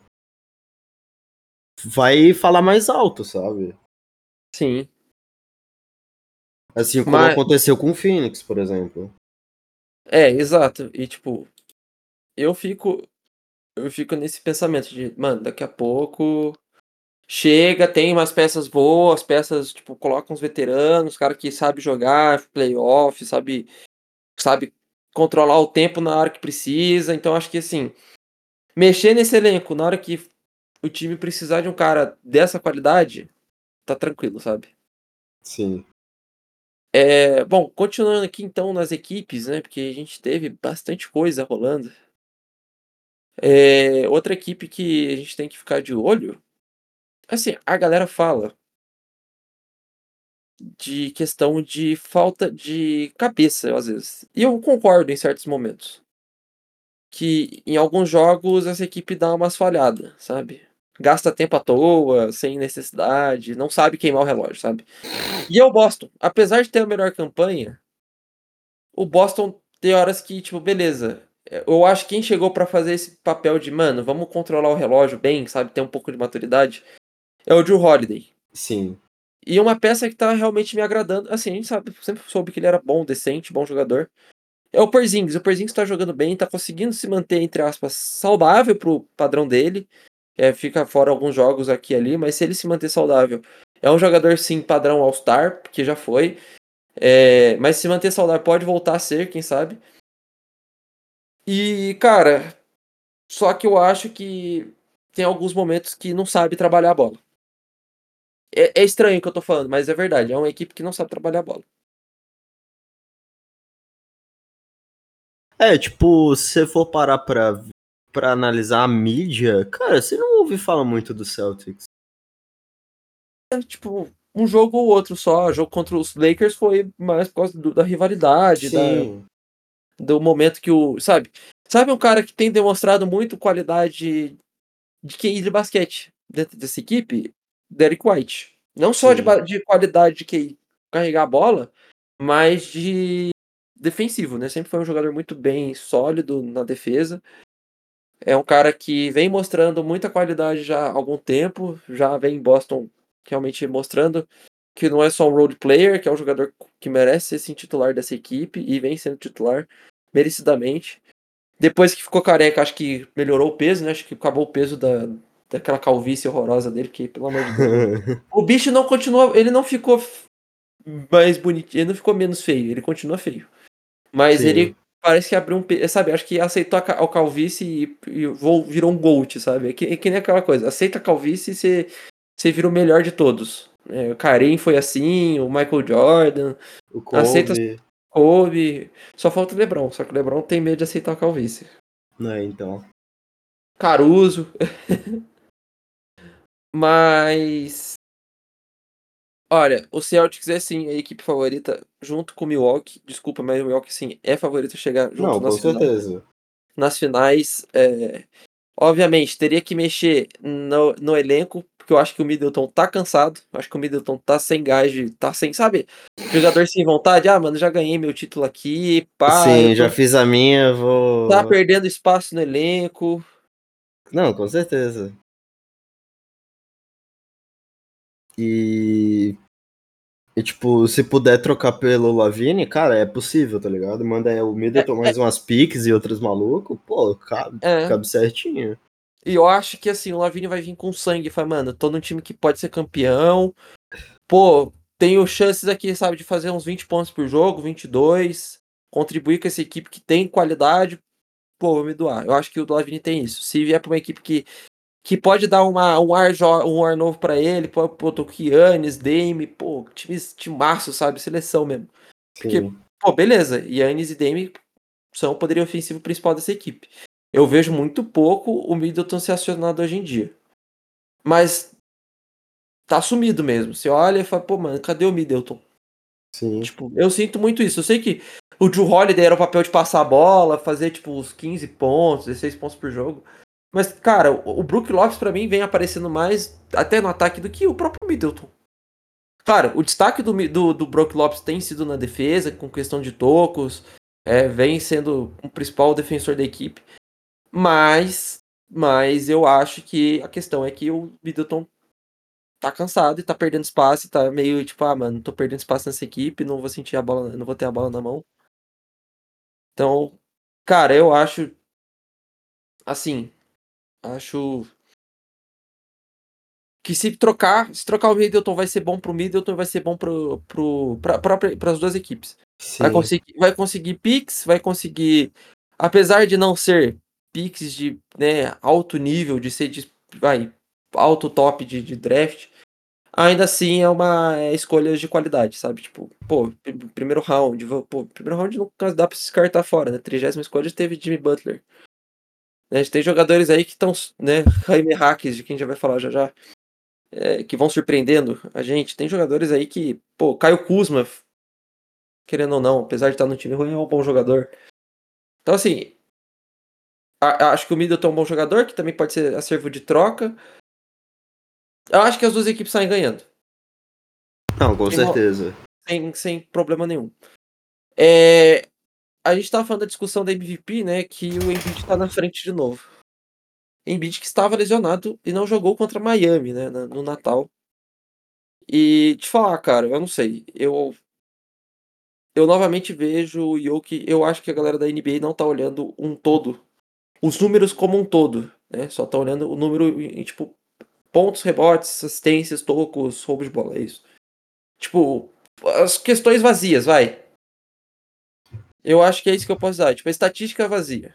vai falar mais alto, sabe? sim. Assim como Mas aconteceu com o Phoenix, por exemplo. exato. E tipo, eu fico eu fico nesse pensamento de, mano, daqui a pouco chega, tem umas peças boas, peças, tipo, coloca uns veteranos, cara que sabe jogar, playoff, sabe controlar o tempo na hora que precisa. Então acho que assim, mexer nesse elenco na hora que o time precisar de um cara dessa qualidade, tá tranquilo, sabe? Sim. Bom, continuando aqui então nas equipes, né? Porque a gente teve bastante coisa rolando. Outra equipe que a gente tem que ficar de olho, assim, a galera fala de questão de falta de cabeça, às vezes. E eu concordo em certos momentos. Que em alguns jogos essa equipe dá umas falhadas, sabe? Gasta tempo à toa, sem necessidade, não sabe queimar o relógio, sabe? E é o Boston, apesar de ter a melhor campanha, o Boston tem horas que, tipo, beleza. Eu acho que quem chegou pra fazer esse papel de, mano, vamos controlar o relógio bem, sabe? Ter um pouco de maturidade, é o Drew Holiday. Sim. E uma peça que tá realmente me agradando, assim, a gente sabe, sempre soube que ele era bom, decente, bom jogador. É o Porzingis. O Porzingis tá jogando bem, tá conseguindo se manter, entre aspas, saudável pro padrão dele. Fica fora alguns jogos aqui e ali, mas se ele se manter saudável, é um jogador sim padrão All-Star, porque já foi. Mas se manter saudável pode voltar a ser, quem sabe. E, cara, só que eu acho que tem alguns momentos que não sabe trabalhar a bola. É estranho o que eu tô falando, mas é verdade. É uma equipe que não sabe trabalhar a bola. Tipo, se você for parar pra analisar a mídia, cara, você não ouve falar muito do Celtics. Tipo, um jogo ou outro só. O jogo contra os Lakers foi mais por causa da rivalidade, Sim, do momento que o. Sabe um cara que tem demonstrado muito qualidade de QI de basquete dentro dessa equipe? Derek White. Não só sim. de qualidade de QI carregar a bola, mas de defensivo, né? Sempre foi um jogador muito bem sólido na defesa. É um cara que vem mostrando muita qualidade já há algum tempo, já vem em Boston realmente mostrando que não é só um role player, que é um jogador que merece ser sim, titular dessa equipe e vem sendo titular merecidamente. Depois que ficou careca, acho que melhorou o peso, né? Acho que acabou o peso daquela calvície horrorosa dele, que, pelo amor de Deus. O bicho não continua, ele não ficou mais bonitinho, ele não ficou menos feio, ele continua feio. Mas Sim. ele parece que abriu sabe? Acho que aceitou a calvície e virou um GOAT, sabe? É que nem aquela coisa, aceita a calvície e você vira o melhor de todos. O Kareem foi assim, o Michael Jordan, O aceita Kobe, Kobe, só falta o LeBron, só que o LeBron tem medo de aceitar a calvície. né, então. Caruso, mas olha, o Celtics é sim a equipe favorita junto com o Milwaukee. Desculpa, mas o Milwaukee sim é favorito a chegar junto Não, com certeza. nas finais. Obviamente, teria que mexer no elenco, porque eu acho que o Middleton tá cansado. Acho que o Middleton tá sem gás, tá sem, sabe? Jogador sem vontade. Ah, mano, já ganhei meu título aqui, pá, Sim, já fiz a minha, tá vou. perdendo espaço no elenco. Não, com certeza. E, tipo, se puder trocar pelo Lavigne, cara, é possível, tá ligado? Manda aí o É, Middleton é, mais umas piques e outros malucos, pô, é. cabe certinho. E eu acho que assim, o Lavine vai vir com sangue. Fala, mano, tô num time que pode ser campeão. Pô, tenho chances aqui, sabe, de fazer uns 20 pontos por jogo, 22, contribuir com essa equipe que tem qualidade, pô, vou me doar. Eu acho que o Lavine tem isso. Se vier pra uma equipe que pode dar um ar novo pra ele, pô, tô com Giannis, Dame, pô, timaço, sabe, seleção mesmo. Porque, Sim. pô, beleza, Giannis e Dame são o poderio ofensivo principal dessa equipe. Eu vejo muito pouco o Middleton ser acionado hoje em dia. Mas tá sumido mesmo. Você olha e fala, pô, mano, cadê o Middleton? Sim. Tipo, eu sinto muito isso. Eu sei que o Drew Holiday era o papel de passar a bola, fazer, tipo, uns 15 pontos, 16 pontos por jogo. Mas, cara, o Brook Lopes, pra mim, vem aparecendo mais até no ataque do que o próprio Middleton. Claro, o destaque do Brook Lopes tem sido na defesa, com questão de tocos, vem sendo o principal defensor da equipe. Mas eu acho que a questão é que o Middleton tá cansado e tá perdendo espaço, e tá meio tipo, mano, tô perdendo espaço nessa equipe, não vou sentir a bola, não vou ter a bola na mão. Então, cara, eu acho assim, acho que se trocar o Middleton vai ser bom pro Middleton, vai ser bom para as duas equipes. Sim. Vai conseguir picks, vai conseguir, apesar de não ser picks de, né, alto nível, de ser alto top de draft, ainda assim é uma escolha de qualidade, sabe? Tipo, pô, primeiro round, primeiro round nunca dá pra se descartar fora, né? 30ª escolha teve Jimmy Butler. Né? Tem jogadores aí que estão, né, Jaime Hacks, de quem a gente já vai falar já já, que vão surpreendendo a gente. Tem jogadores aí que, pô, Caio Kuzma, querendo ou não, apesar de estar no time ruim, é um bom jogador. Então, assim, acho que o Middleton é um bom jogador, que também pode ser acervo de troca. Eu acho que as duas equipes saem ganhando. Não, com certeza. Sem problema nenhum. A gente tava falando da discussão da MVP, né, que o Embiid tá na frente de novo. Embiid que estava lesionado e não jogou contra Miami, né, no Natal. E te falar, cara, eu não sei. Eu novamente vejo o Jokic. Eu acho que a galera da NBA não tá olhando um todo, os números como um todo, né? Só tá olhando o número em tipo pontos, rebotes, assistências, tocos, roubos de bola, é isso. Tipo, as questões vazias, vai. Eu acho que é isso que eu posso dar, tipo, a estatística vazia.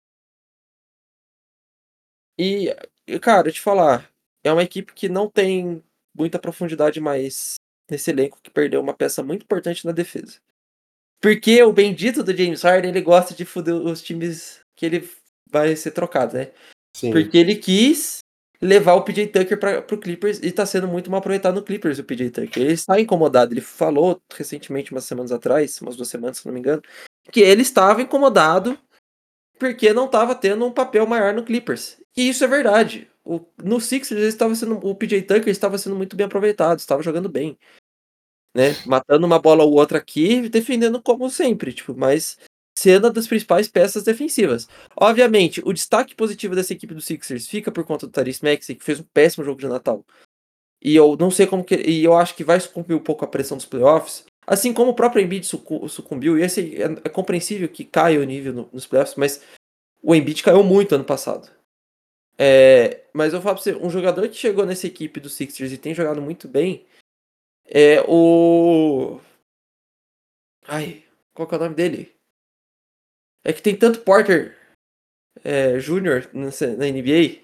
E, cara, te falar, é uma equipe que não tem muita profundidade mais nesse elenco, que perdeu uma peça muito importante na defesa. Porque o bendito do James Harden, ele gosta de foder os times que ele vai ser trocado, né? Sim. Porque ele quis levar o PJ Tucker pro Clippers e tá sendo muito mal aproveitado no Clippers, o PJ Tucker. Ele está incomodado. Ele falou recentemente, umas semanas atrás, umas 2 semanas, se não me engano, que ele estava incomodado porque não estava tendo um papel maior no Clippers. E isso é verdade. No Sixers, o PJ Tucker estava sendo muito bem aproveitado, estava jogando bem. Né? Matando uma bola ou outra aqui, defendendo como sempre, tipo, mas sendo uma das principais peças defensivas. Obviamente, o destaque positivo dessa equipe do Sixers fica por conta do Tyrese Maxey, que fez um péssimo jogo de Natal. E eu não sei como que. E eu acho que vai sucumbir um pouco a pressão dos playoffs. Assim como o próprio Embiid sucumbiu. E esse é compreensível que caia o nível nos playoffs, mas o Embiid caiu muito ano passado. Mas eu falo pra você, um jogador que chegou nessa equipe do Sixers e tem jogado muito bem é o. Ai, qual que é o nome dele? É que tem tanto Porter Júnior na NBA.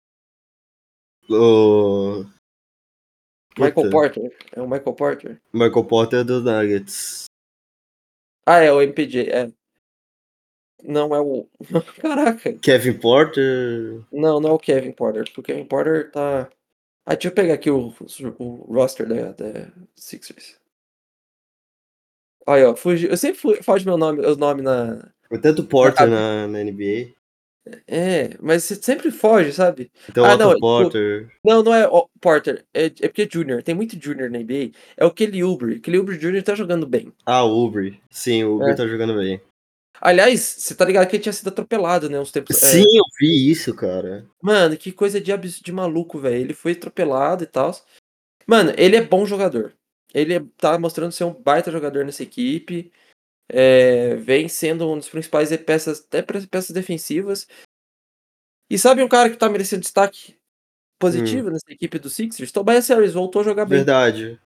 O... Michael Puta. Porter. É o Michael Porter. Michael Porter do Nuggets. Ah, é o MPJ. Não é o. Caraca. Kevin Porter. Não é o Kevin Porter. Porque o Kevin Porter tá. Deixa eu pegar aqui o roster da Sixers. Aí, ó. Fugi. Eu sempre foge o nome na. Tem tanto Na Porter cabeça. na NBA. Mas você sempre foge, sabe? Então Otto Não. Porter. Não é o Porter. É porque é Junior. Tem muito Junior na NBA. É o Kelly Oubre. Kelly Oubre Jr. tá jogando bem. Ah, o Oubre. Sim, o Oubre É. tá jogando bem. Aliás, você tá ligado que ele tinha sido atropelado, né? Uns tempos. Sim, eu vi isso, cara. Mano, que coisa de maluco, velho. Ele foi atropelado e tal. Mano, ele é bom jogador. Tá mostrando ser um baita jogador nessa equipe. Vem sendo um dos principais peças, até peças defensivas. E sabe um cara que tá merecendo destaque positivo nessa equipe do Sixers? Tobias Harris voltou a jogar bem. Verdade.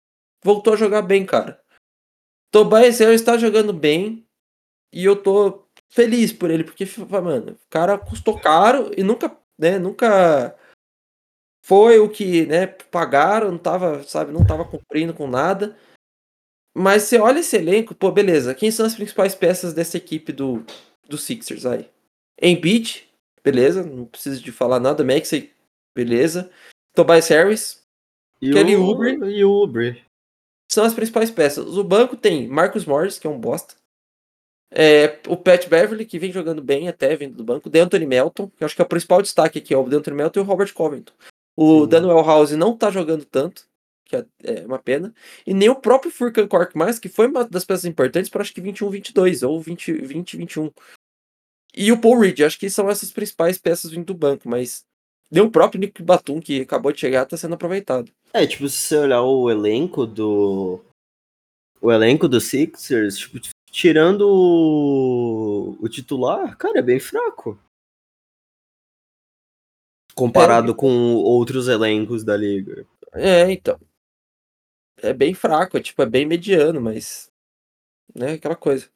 voltou a jogar bem, cara. Tobias Harris tá jogando bem e eu tô feliz por ele, porque, mano, o cara custou caro e nunca foi o que, né, pagaram, não tava cumprindo com nada. Mas você olha esse elenco, pô, beleza. Quem são as principais peças dessa equipe do Sixers aí? Embiid, beleza, não preciso de falar nada. Maxey, beleza. Tobias Harris, Kelly Oubre E o Oubre. são as principais peças. O banco tem Marcus Morris, que é um bosta. O Pat Beverly, que vem jogando bem até, vindo do banco. DeAnthony Melton, que eu acho que é o principal destaque aqui, é o DeAnthony Melton e o Robert Covington. O Sim. Daniel House não tá jogando tanto, que é uma pena. E nem o próprio Furkan Korkmaz, que foi uma das peças importantes para acho que 21-22 ou 20-21. E o Paul Reed, acho que são essas principais peças vindo do banco, mas nem o próprio Nick Batum, que acabou de chegar, tá sendo aproveitado. Tipo, se você olhar o elenco do Sixers, tipo, tirando o titular, cara, é bem fraco. Comparado com outros elencos da liga. Então. É bem fraco, é bem mediano, mas. Né, aquela coisa.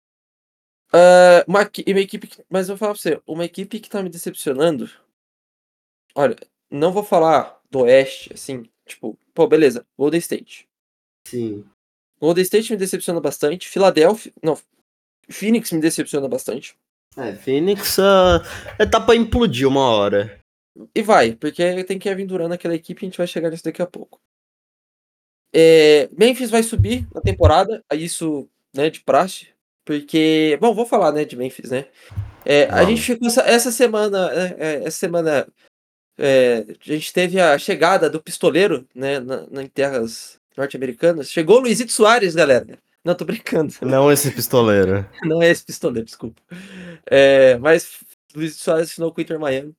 Uma equipe. Mas eu vou falar pra você, uma equipe que tá me decepcionando. Olha, não vou falar do Oeste, assim, tipo, pô, beleza, Golden State. Sim. Golden State me decepciona bastante. Philadelphia. Não, Phoenix me decepciona bastante. Phoenix tá pra implodir uma hora. E vai, porque tem que ir aventurando aquela equipe e a gente vai chegar nisso daqui a pouco. Memphis vai subir na temporada, isso, né, de praxe. Porque. Bom, vou falar, né, de Memphis, né? A gente ficou essa semana. A gente teve a chegada do pistoleiro, né, em terras norte-americanas. Chegou o Luizito Soares, galera. Não, tô brincando. Não esse pistoleiro. Não é esse pistoleiro, desculpa. Mas Luizito Soares assinou com o Inter Miami.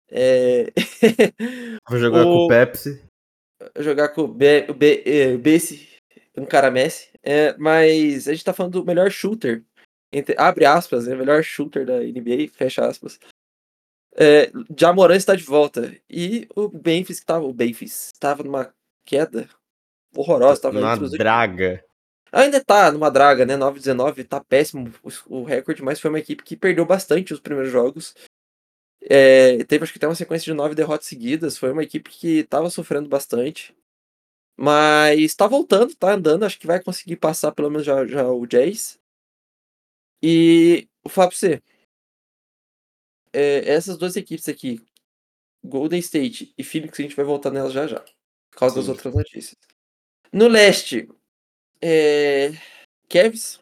Vou jogar com o Pepsi. Jogar com o Bessi, um cara Messi. Mas a gente tá falando do melhor shooter. Abre aspas, né? Melhor shooter da NBA, fecha aspas. Ja Morant está de volta. E o Memphis estava numa queda horrorosa. Estava Na entre os draga. Ainda tá numa draga, né? 9-19, tá péssimo o recorde, mas foi uma equipe que perdeu bastante os primeiros jogos. Teve acho que até uma sequência de 9 derrotas seguidas. Foi uma equipe que tava sofrendo bastante. Mas tá voltando, tá andando. Acho que vai conseguir passar pelo menos já o Jazz. E vou falar pra você. Essas duas equipes aqui, Golden State e Phoenix, a gente vai voltar nelas já. Por causa das outras notícias. No leste, Cavs.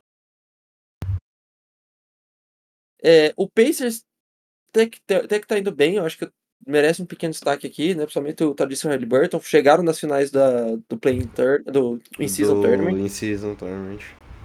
O Pacers até que tá indo bem. Eu acho que merece um pequeno destaque aqui, né? Principalmente o Tyrese Haliburton. Chegaram nas finais do do In-Season Tournament. In-Season Tournament.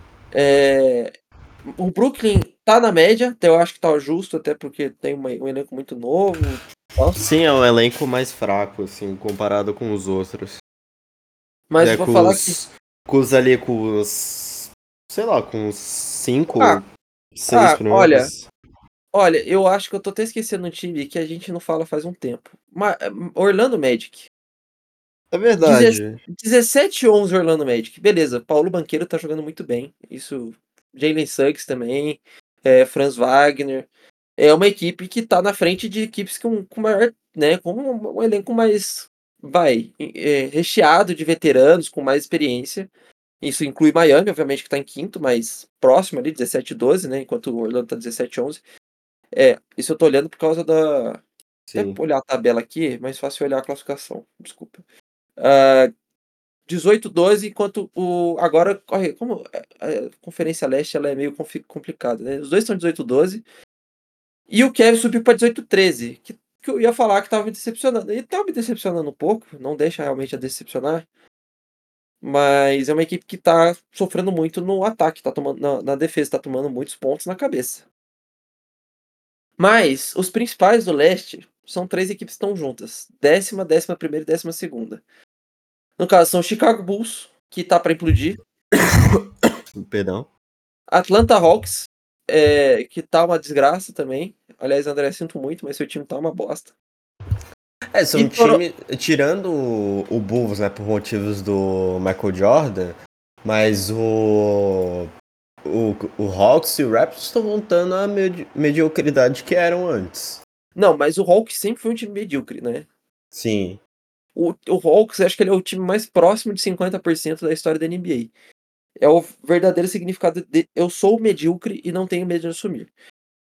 O Brooklyn tá na média, até eu acho que tá justo, até porque tem um elenco muito novo. Sim, é um elenco mais fraco, assim, comparado com os outros. Mas eu vou falar que. Com os. Sei lá, com os 5 ou 6 primeiros. Olha, eu acho que eu tô até esquecendo um time que a gente não fala faz um tempo. Orlando Magic. É verdade. 17-11 Orlando Magic. Beleza, Paulo Banqueiro tá jogando muito bem. Isso. Jalen Suggs também. Franz Wagner. É uma equipe que tá na frente de equipes com maior, né, com um elenco mais, recheado de veteranos com mais experiência. Isso inclui Miami, obviamente, que tá em quinto, mas próximo ali, 17-12, né, enquanto o Orlando tá 17-11. Isso eu tô olhando por causa da... Até olhar a tabela aqui, é mais fácil olhar a classificação, desculpa. 18-12, enquanto agora, como a Conferência Leste ela é meio complicada, né? Os dois estão 18-12, e o Cavs subiu para 18-13, que eu ia falar que tava me decepcionando. Ele tava me decepcionando um pouco, não deixa realmente a decepcionar, mas é uma equipe que tá sofrendo muito no ataque, tá tomando na defesa, tá tomando muitos pontos na cabeça. Mas os principais do leste são três equipes que estão juntas: 10ª, 11ª e 12ª. No caso, são o Chicago Bulls, que tá para implodir. Perdão. Atlanta Hawks, que tá uma desgraça também. Aliás, André, sinto muito, mas seu time tá uma bosta. São E time, tirando o Bulls, né, por motivos do Michael Jordan, mas o Hawks e o Raptors estão voltando à mediocridade que eram antes. Não, mas o Hawks sempre foi um time medíocre, né? Sim. O Hawks, acho que ele é o time mais próximo de 50% da história da NBA. É o verdadeiro significado de eu sou medíocre e não tenho medo de assumir.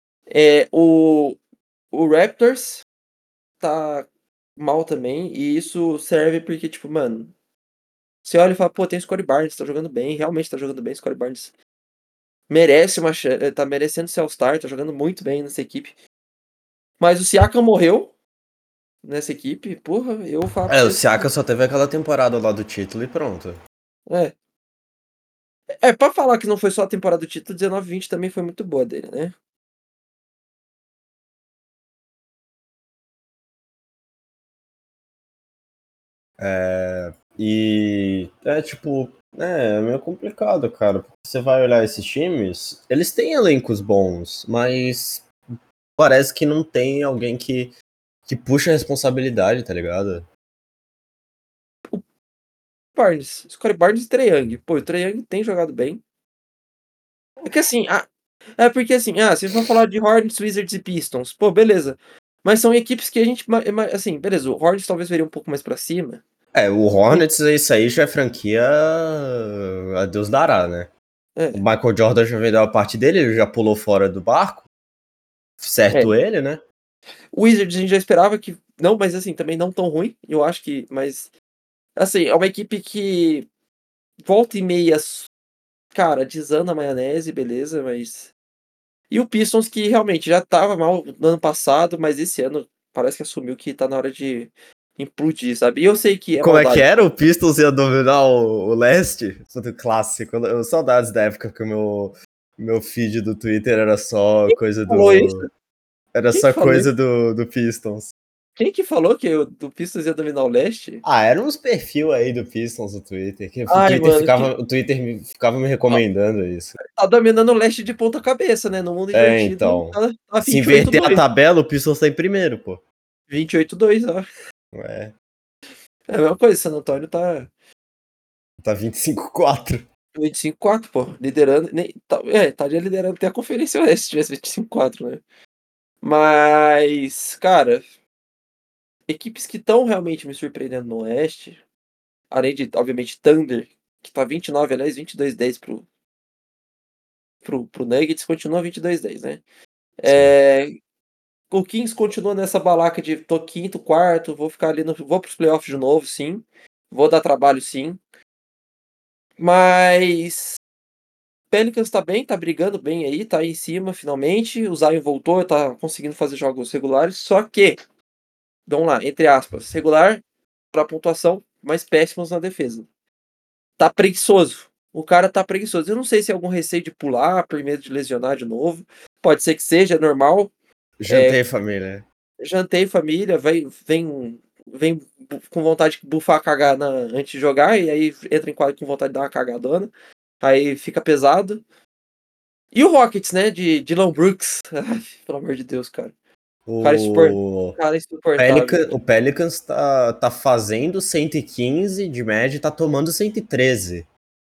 O Raptors tá mal também, e isso serve porque, tipo, mano, você olha e fala, pô, tem o Scottie Barnes, tá jogando bem, realmente tá jogando bem, o Scottie Barnes merece tá merecendo ser All-Star, tá jogando muito bem nessa equipe. Mas o Siakam morreu nessa equipe, porra, eu falo pra O vocês que, Siaka só teve aquela temporada lá do título e pronto. é, pra falar que não foi só a temporada do título, 19-20 também foi muito boa dele, né? É meio complicado, cara. Porque você vai olhar esses times, eles têm elencos bons, mas parece que não tem alguém que puxa a responsabilidade, tá ligado? Barnes, Scottie Barnes e Trae Young. Pô, o Trae Young tem jogado bem. É que assim, porque assim, se for falar de Hornets, Wizards e Pistons, pô, beleza. Mas são equipes que a gente, assim, beleza, o Hornets talvez veria um pouco mais pra cima. O Hornets, isso aí já é franquia a Deus dará, né? O É, Michael Jordan já vendeu a parte dele, ele já pulou fora do barco, é. certo ele, né? O Wizards a gente já esperava que, não, mas assim, também não tão ruim, eu acho que, mas, assim, é uma equipe que volta e meia, cara, desanda a maionese, beleza, mas... E o Pistons que realmente já tava mal no ano passado, mas esse ano parece que assumiu que tá na hora de implodir, sabe? E eu sei que é Como é que maldade. era? O Pistons ia dominar o leste? Tudo clássico. Saudades da época que o meu feed do Twitter era só Quem que coisa falou isso? do. Era Quem que só falou isso? coisa do Pistons. Quem que falou que o do Pistons ia dominar o leste? Eram uns perfil aí do Pistons no Twitter. Que Ai, mano, o Twitter ficava me recomendando isso. tá dominando o leste de ponta cabeça, né? No mundo invertido, Então. tá Se inverter a 28-2. tabela, o Pistons tá em primeiro, pô. 28-2, ó. Ué, É a mesma coisa, San Antonio tá tá 25-4. 25-4, pô. Liderando. Estaria liderando até a Conferência Oeste se tivesse 25-4, né? Mas, cara, equipes que estão realmente me surpreendendo no Oeste, além de, obviamente, Thunder, que tá 29, aliás, 22-10 pro Nuggets, continua 22-10, né? Sim. O Kings continua nessa balaca de tô quinto, quarto, vou ficar ali no. Vou pros playoffs de novo, sim. Vou dar trabalho, sim. Mas. Pelicans tá bem, tá brigando bem aí, tá aí em cima, finalmente. O Zion voltou, tá conseguindo fazer jogos regulares. Só que, vamos lá, entre aspas, regular pra pontuação, mas péssimos na defesa. Tá preguiçoso. O cara tá preguiçoso. Eu não sei se é algum receio de pular, por medo de lesionar de novo. Pode ser que seja, é normal. Jantei, família. Jantei família, vem com vontade de bufar, cagar antes de jogar, e aí entra em quadro com vontade de dar uma cagadona, aí fica pesado. E o Rockets, né, de Dylan Brooks. Ai, pelo amor de Deus, cara. O Cara insuportável. O Pelicans tá fazendo 115 de média e tá tomando 113.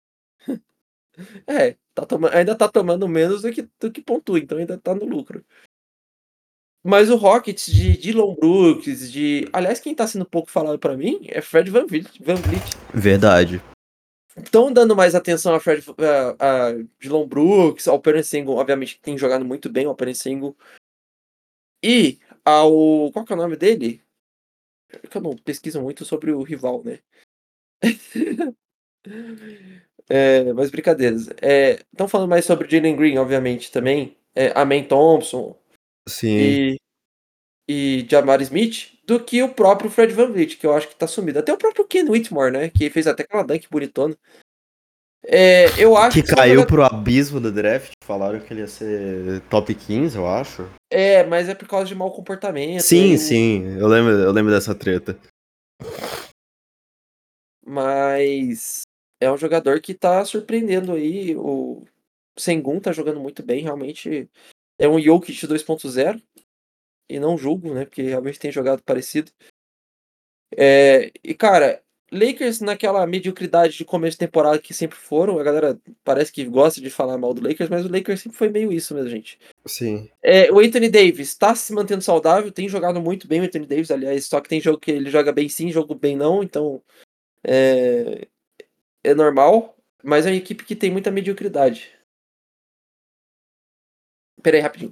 Ainda tá tomando menos do que pontua, então ainda tá no lucro. Mas o Rockets de Dylan Brooks, aliás, quem tá sendo pouco falado pra mim é Fred VanVleet. Verdade. Estão dando mais atenção a Dylan Brooks, ao Alperen Sengun, obviamente que tem jogado muito bem o Alperen Sengun, e ao... Qual que é o nome dele? É que eu não pesquiso muito sobre o rival, né? Mas brincadeiras. Estão falando mais sobre o Jalen Green, obviamente, também. Amen Thompson Sim. e, e Jamar Smith, do que o próprio Fred VanVleet, que eu acho que tá sumido. Até o próprio Ken Whitmore, né? Que fez até aquela dunk bonitona. Eu acho Que que são caiu jogadores. pro abismo do draft. Falaram que ele ia ser top 15, eu acho. Mas é por causa de mau comportamento. E Sim, aí sim. Eu lembro dessa treta. Mas é um jogador que tá surpreendendo aí. O Sengun tá jogando muito bem, realmente. É um Jokic 2.0. E não julgo, né? Porque realmente tem jogado parecido. E, cara, Lakers naquela mediocridade de começo de temporada que sempre foram, a galera parece que gosta de falar mal do Lakers, mas o Lakers sempre foi meio isso mesmo, gente. Sim. O Anthony Davis tá se mantendo saudável, tem jogado muito bem o Anthony Davis, aliás, só que tem jogo que ele joga bem sim, jogo bem não, então é normal, mas é uma equipe que tem muita mediocridade. Pera aí, rapidinho.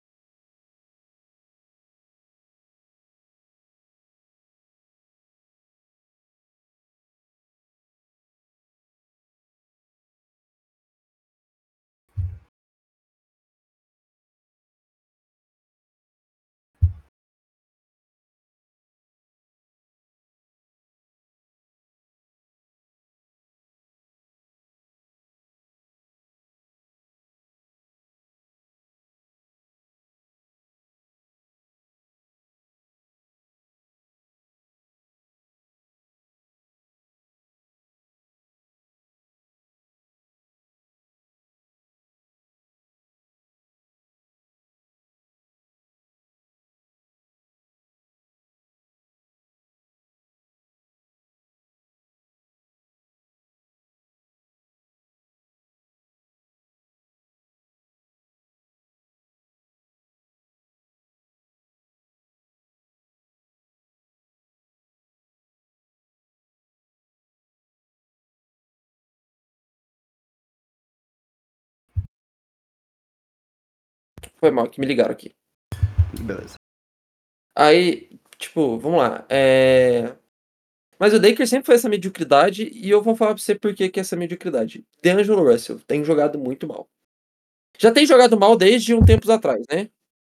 Foi mal que me ligaram aqui. Beleza. Aí, tipo, vamos lá. Mas o Lakers sempre foi essa mediocridade, e eu vou falar pra você por que que é essa mediocridade. D'Angelo Russell tem jogado muito mal. Já tem jogado mal desde um tempos atrás, né?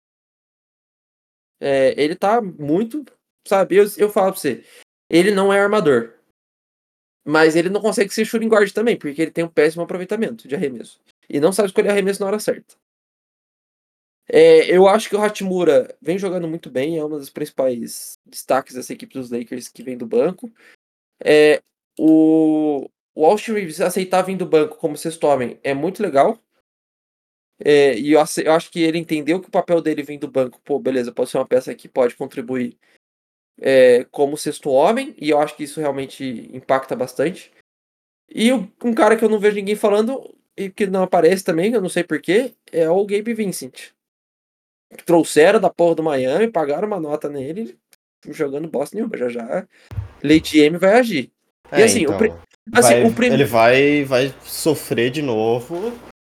Ele tá muito, sabe? Eu falo pra você, ele não é armador, mas ele não consegue ser shooting guard também, porque ele tem um péssimo aproveitamento de arremesso. E não sabe escolher arremesso na hora certa. Eu acho que o Hachimura vem jogando muito bem, é um dos principais destaques dessa equipe dos Lakers que vem do banco. O Austin Reeves aceitar vir do banco como sexto homem é muito legal. E eu acho que ele entendeu que o papel dele vir do banco, pô, beleza, pode ser uma peça que pode contribuir como sexto homem, e eu acho que isso realmente impacta bastante. E um cara que eu não vejo ninguém falando, e que não aparece também, eu não sei porquê, é o Gabe Vincent. Trouxeram da porra do Miami, pagaram uma nota nele, jogando bosta nenhuma. Já Lady M vai agir. E assim, Então. Ele vai sofrer de novo.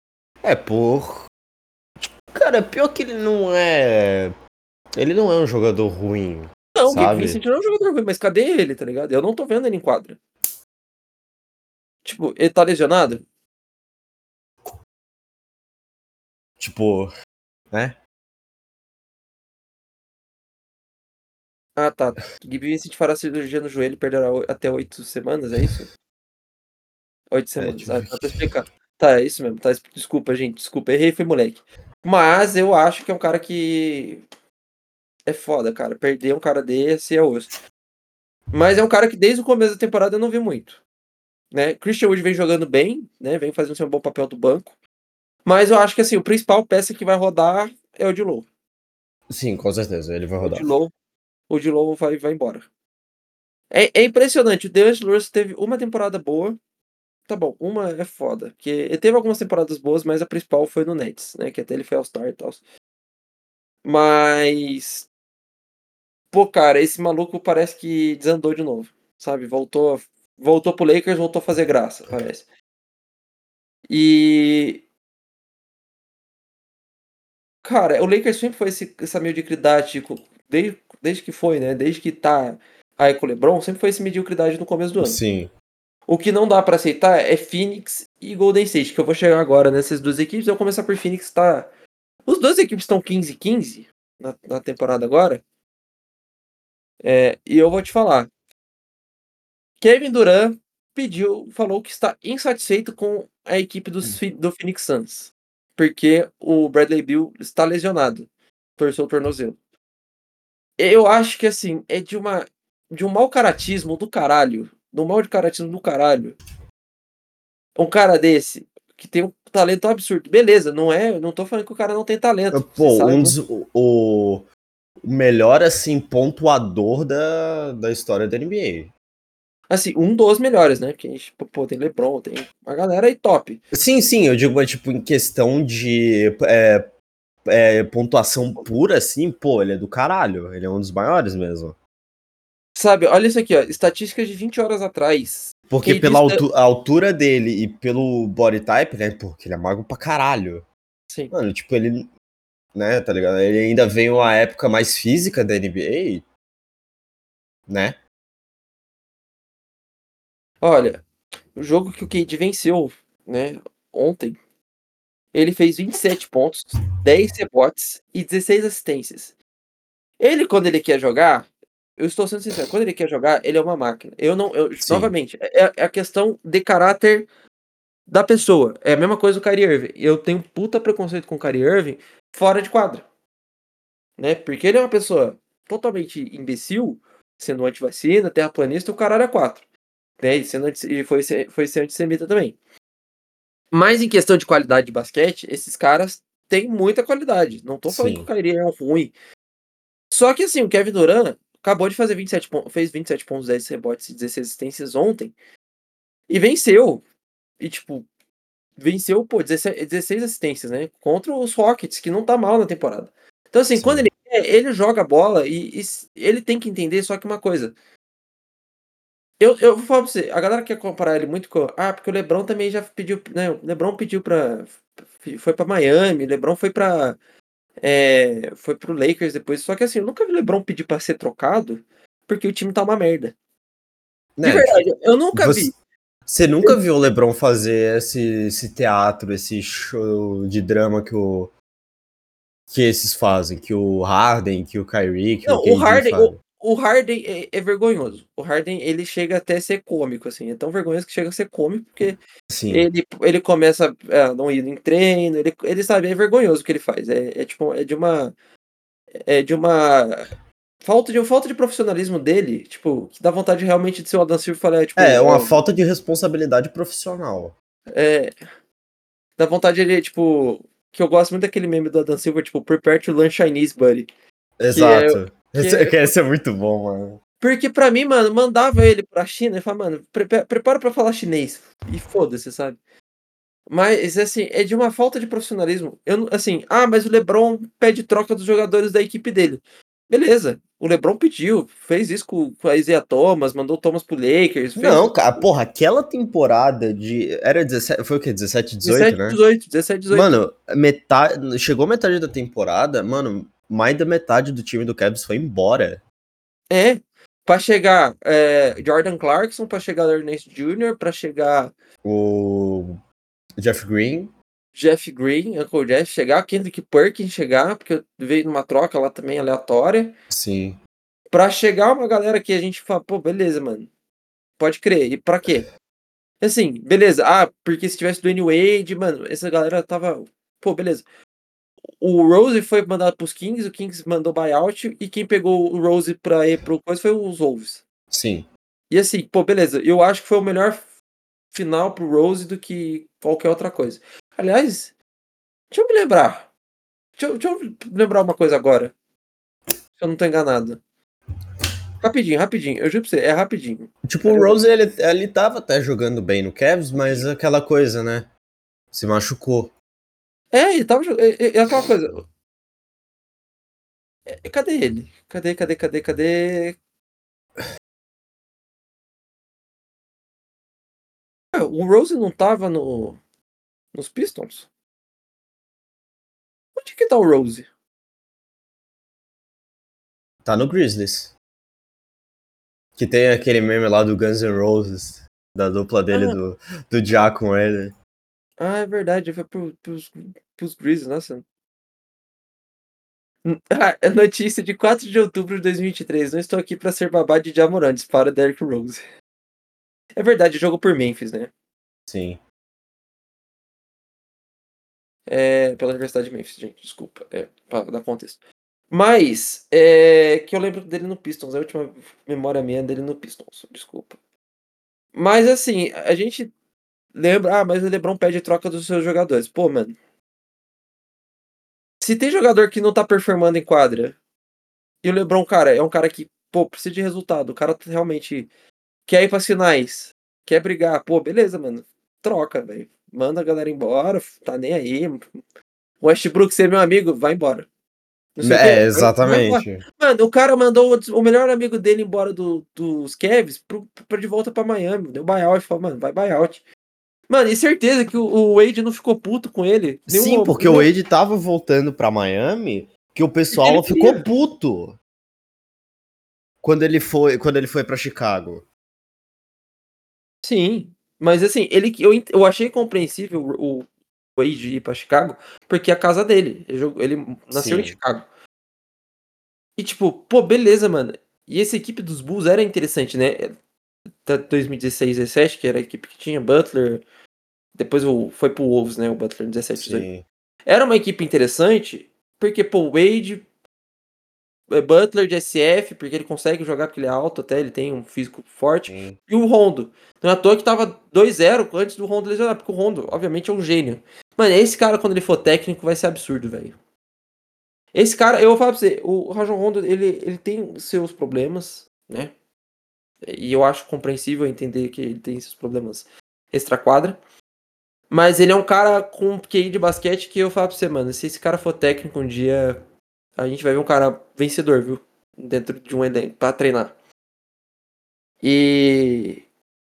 Cara, pior que ele não é. Ele não é um jogador ruim. Não, o Gabe Sabe? Vincent não é um jogador ruim, mas cadê ele, tá ligado? Eu não tô vendo ele em quadra. Tipo, ele tá lesionado? Tipo, né? Ah, tá. Gabe Vincent fará cirurgia no joelho e perderá até 8 semanas, é isso? 8 semanas. Tipo, Ah, dá pra explicar. Tá, é isso mesmo. Tá, desculpa, gente. Desculpa, errei, foi moleque. Mas eu acho que é um cara que é foda, cara. Perder um cara desse é osso. Mas é um cara que desde o começo da temporada eu não vi muito. Né? Christian Wood vem jogando bem, né? Vem fazendo seu bom papel do banco. Mas eu acho que assim, o principal peça que vai rodar é o D'Lo. sim, com certeza, ele vai O rodar. D'Lo, o D'Lo vai embora. É impressionante. O D'Angelo Russell teve uma temporada boa. Tá bom, uma é foda. Porque ele teve algumas temporadas boas, mas a principal foi no Nets, né? Que até ele foi All-Star e tal. Mas, pô, cara, esse maluco parece que desandou de novo. Sabe? Voltou pro Lakers, voltou a fazer graça, parece. E, cara, o Lakers sempre foi essa mediocridade, desde que foi, né? Desde que tá aí com o LeBron, sempre foi essa mediocridade no começo do ano. Sim. O que não dá pra aceitar é Phoenix e Golden State, que eu vou chegar agora nessas duas equipes. Eu vou começar por Phoenix, tá? Os dois equipes estão 15-15 na temporada agora. E eu vou te falar. Kevin Durant falou que está insatisfeito com a equipe do Phoenix Suns. Porque o Bradley Beal está lesionado. Torceu o tornozelo. Eu acho que assim, é de um mau caratismo do caralho. De um mau de caratismo do caralho. Um cara desse, que tem um talento absurdo. Beleza, não tô falando que o cara não tem talento. Você Pô, sabe? o o melhor, assim, pontuador da história da NBA. Assim, um dos melhores, né? Porque a gente, pô, tem LeBron, tem uma galera aí top. Sim, eu digo, tipo, em questão de pontuação pura, assim, pô, ele é do caralho. Ele é um dos maiores mesmo. Sabe, olha isso aqui, ó. Estatísticas de 20 horas atrás. Porque KD pela altura dele e pelo body type, né? Porque ele é magro pra caralho. Sim. Mano, tipo, ele, né, tá ligado? Ele ainda veio a época mais física da NBA, né? Olha, o jogo que o KD venceu, né, ontem, ele fez 27 pontos, 10 rebotes e 16 assistências. Ele, quando ele quer jogar, eu estou sendo sincero, quando ele quer jogar, ele é uma máquina. Eu não, Sim. novamente, é a questão de caráter da pessoa. É a mesma coisa do Kyrie Irving. Eu tenho puta preconceito com o Kyrie Irving fora de quadra, né? Porque ele é uma pessoa totalmente imbecil, sendo antivacina, terraplanista, o caralho é quatro. Né? E foi ser antissemita também. Mas em questão de qualidade de basquete, esses caras têm muita qualidade. Não tô falando que o Sim. Kyrie é um ruim. Só que assim, o Kevin Durant acabou de fazer 27 pontos, fez 27 pontos, 10 rebotes e 16 assistências ontem. E venceu. E tipo, venceu, pô, 16 assistências, né? Contra os Rockets, que não tá mal na temporada. Então assim, quando Sim. ele quer, ele joga a bola e ele tem que entender só que uma coisa. Eu vou falar pra você, a galera quer comparar ele muito com. Ah, porque o LeBron também já pediu. Né, o LeBron pediu pra. Foi pra Miami, o LeBron foi pra. Foi pro Lakers depois. Só que assim, eu nunca vi o LeBron pedir pra ser trocado porque o time tá uma merda. De Né, tipo, verdade, eu nunca vi. você nunca viu o LeBron fazer esse teatro, esse show de drama que esses fazem, que o Harden, que o Kyrie, que Não, o KD fazem. o Harden é vergonhoso. O Harden, ele chega até a ser cômico, assim. É tão vergonhoso que chega a ser cômico, porque Sim. ele começa a não ir em treino, ele sabe, é vergonhoso o que ele faz. Tipo, é de uma falta de profissionalismo dele, tipo, que dá vontade realmente de ser o Adam Silver e falar, tipo, É uma falta de responsabilidade profissional. é, dá vontade de, tipo, que eu gosto muito daquele meme do Adam Silver, tipo, prepare to learn Chinese, buddy. Que é, Exato. que é Esse é muito bom, mano. Porque pra mim, mano, mandava ele pra China e falava, mano, prepara pra falar chinês. E foda-se, sabe? Mas, assim, é de uma falta de profissionalismo. Eu, assim, mas o LeBron pede troca dos jogadores da equipe dele. Beleza, o LeBron pediu, fez isso com a Isaiah Thomas, mandou o Thomas pro Lakers, fez Não, cara, porra, aquela temporada de. Era 17. Foi o quê? 17, 18, 17, né? 18, 17, 18. Mano, metade. Chegou metade da temporada, mano, mais da metade do time do Cavs foi embora. É, pra chegar Jordan Clarkson, pra chegar Ernest Jr., pra chegar O Jeff Green. Jeff Green, Uncle Jeff chegar, Kendrick Perkins chegar, porque veio numa troca lá também aleatória, Sim. pra chegar uma galera que a gente fala, pô, beleza, mano, pode crer, e pra quê? Assim, beleza, porque se tivesse Dwayne Wade, mano, essa galera tava, pô, beleza. O Rose foi mandado pros Kings, o Kings mandou buyout, e quem pegou o Rose pra ir pro coisa foi os Wolves. Sim. E assim, pô, beleza, eu acho que foi o melhor final pro Rose do que qualquer outra coisa. Aliás, deixa eu me lembrar. Deixa eu lembrar uma coisa agora. Se eu não tô enganado. Rapidinho. Eu juro pra você, é rapidinho. Tipo, o Rose, ele tava até jogando bem no Cavs, mas aquela coisa, né? Se machucou. Ele tava jogando. É aquela coisa. Cadê ele? Cadê? O Rose não tava nos Pistons? Onde que tá o Rose? Tá no Grizzlies. Que tem aquele meme lá do Guns N' Roses, da dupla dele, Ah, do Ja com ele. é verdade. Foi pros Grizzlies, nossa. É notícia de 4 de outubro de 2023. Não estou aqui pra ser babá de Ja Morant. Para Derrick Rose. É verdade, jogo por Memphis, né? Sim. Pela Universidade de Memphis, gente, desculpa, pra dar contexto. Mas, que eu lembro dele no Pistons, a última memória minha dele no Pistons, desculpa. Mas assim, a gente lembra, mas o LeBron pede troca dos seus jogadores. Pô, mano, se tem jogador que não tá performando em quadra, E o LeBron, cara, é um cara que, pô, precisa de resultado. O cara realmente quer ir pras finais, quer brigar. Pô, beleza, mano. Troca, velho. Manda a galera embora, tá nem aí. O Westbrook, ser meu amigo, vai embora. Não sei o que. Vai embora. Exatamente. Mano, o cara mandou o melhor amigo dele embora dos Cavs de volta pra Miami. Deu buyout e falou, mano, vai buyout. Mano, e certeza que o Wade não ficou puto com ele. Sim, porque o Wade tava voltando pra Miami, que o pessoal ele ficou queria. puto quando ele foi para Chicago. Sim. Mas assim, eu achei compreensível o Wade ir pra Chicago, porque é a casa dele. Ele nasceu em Sim, Chicago. E tipo, pô, beleza, mano. E essa equipe dos Bulls era interessante, né? Da 2016, 17, que era a equipe que tinha Butler. Depois foi pro Wolves, né? O Butler em 17, 18. sim, Era uma equipe interessante, porque, pô, Wade, Butler de SF, porque ele consegue jogar, porque ele é alto até, ele tem um físico forte. sim. E o Rondo. Não é à toa que tava 2-0 antes do Rondo lesionar, porque o Rondo, obviamente, é um gênio. Mano, esse cara, quando ele for técnico, vai ser absurdo, velho. Esse cara, eu vou falar pra você, o Rajon Rondo, ele tem seus problemas, né? E eu acho compreensível entender que ele tem seus problemas extra-quadra. Mas ele é um cara com QI de basquete que eu falo pra você, mano, se esse cara for técnico um dia, a gente vai ver um cara vencedor, viu? Dentro de um elenco, pra treinar. E...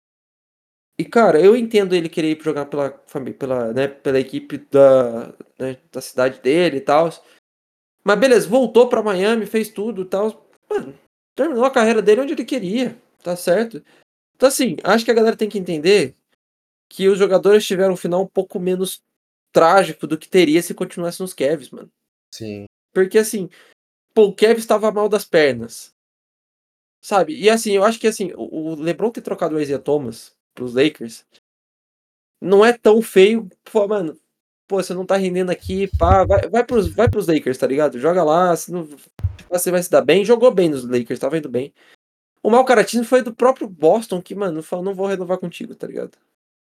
E, cara, eu entendo ele querer ir jogar pela equipe da cidade dele e tal. Mas beleza, voltou pra Miami, fez tudo e tal. Mano, terminou a carreira dele onde ele queria, tá certo? Então, assim, acho que a galera tem que entender que os jogadores tiveram um final um pouco menos trágico do que teria se continuasse nos Cavs, mano. Sim. Porque, assim, pô, o Cavs estava mal das pernas, sabe? E, assim, eu acho que, assim, o LeBron ter trocado o Isaiah Thomas pros Lakers não é tão feio. Pô, mano, pô, você não tá rendendo aqui, pá, vai pros Lakers, tá ligado? Joga lá, você vai se dar bem. Jogou bem nos Lakers, tava indo bem. O mau caratismo foi do próprio Boston, que, mano, falou, não vou renovar contigo, tá ligado?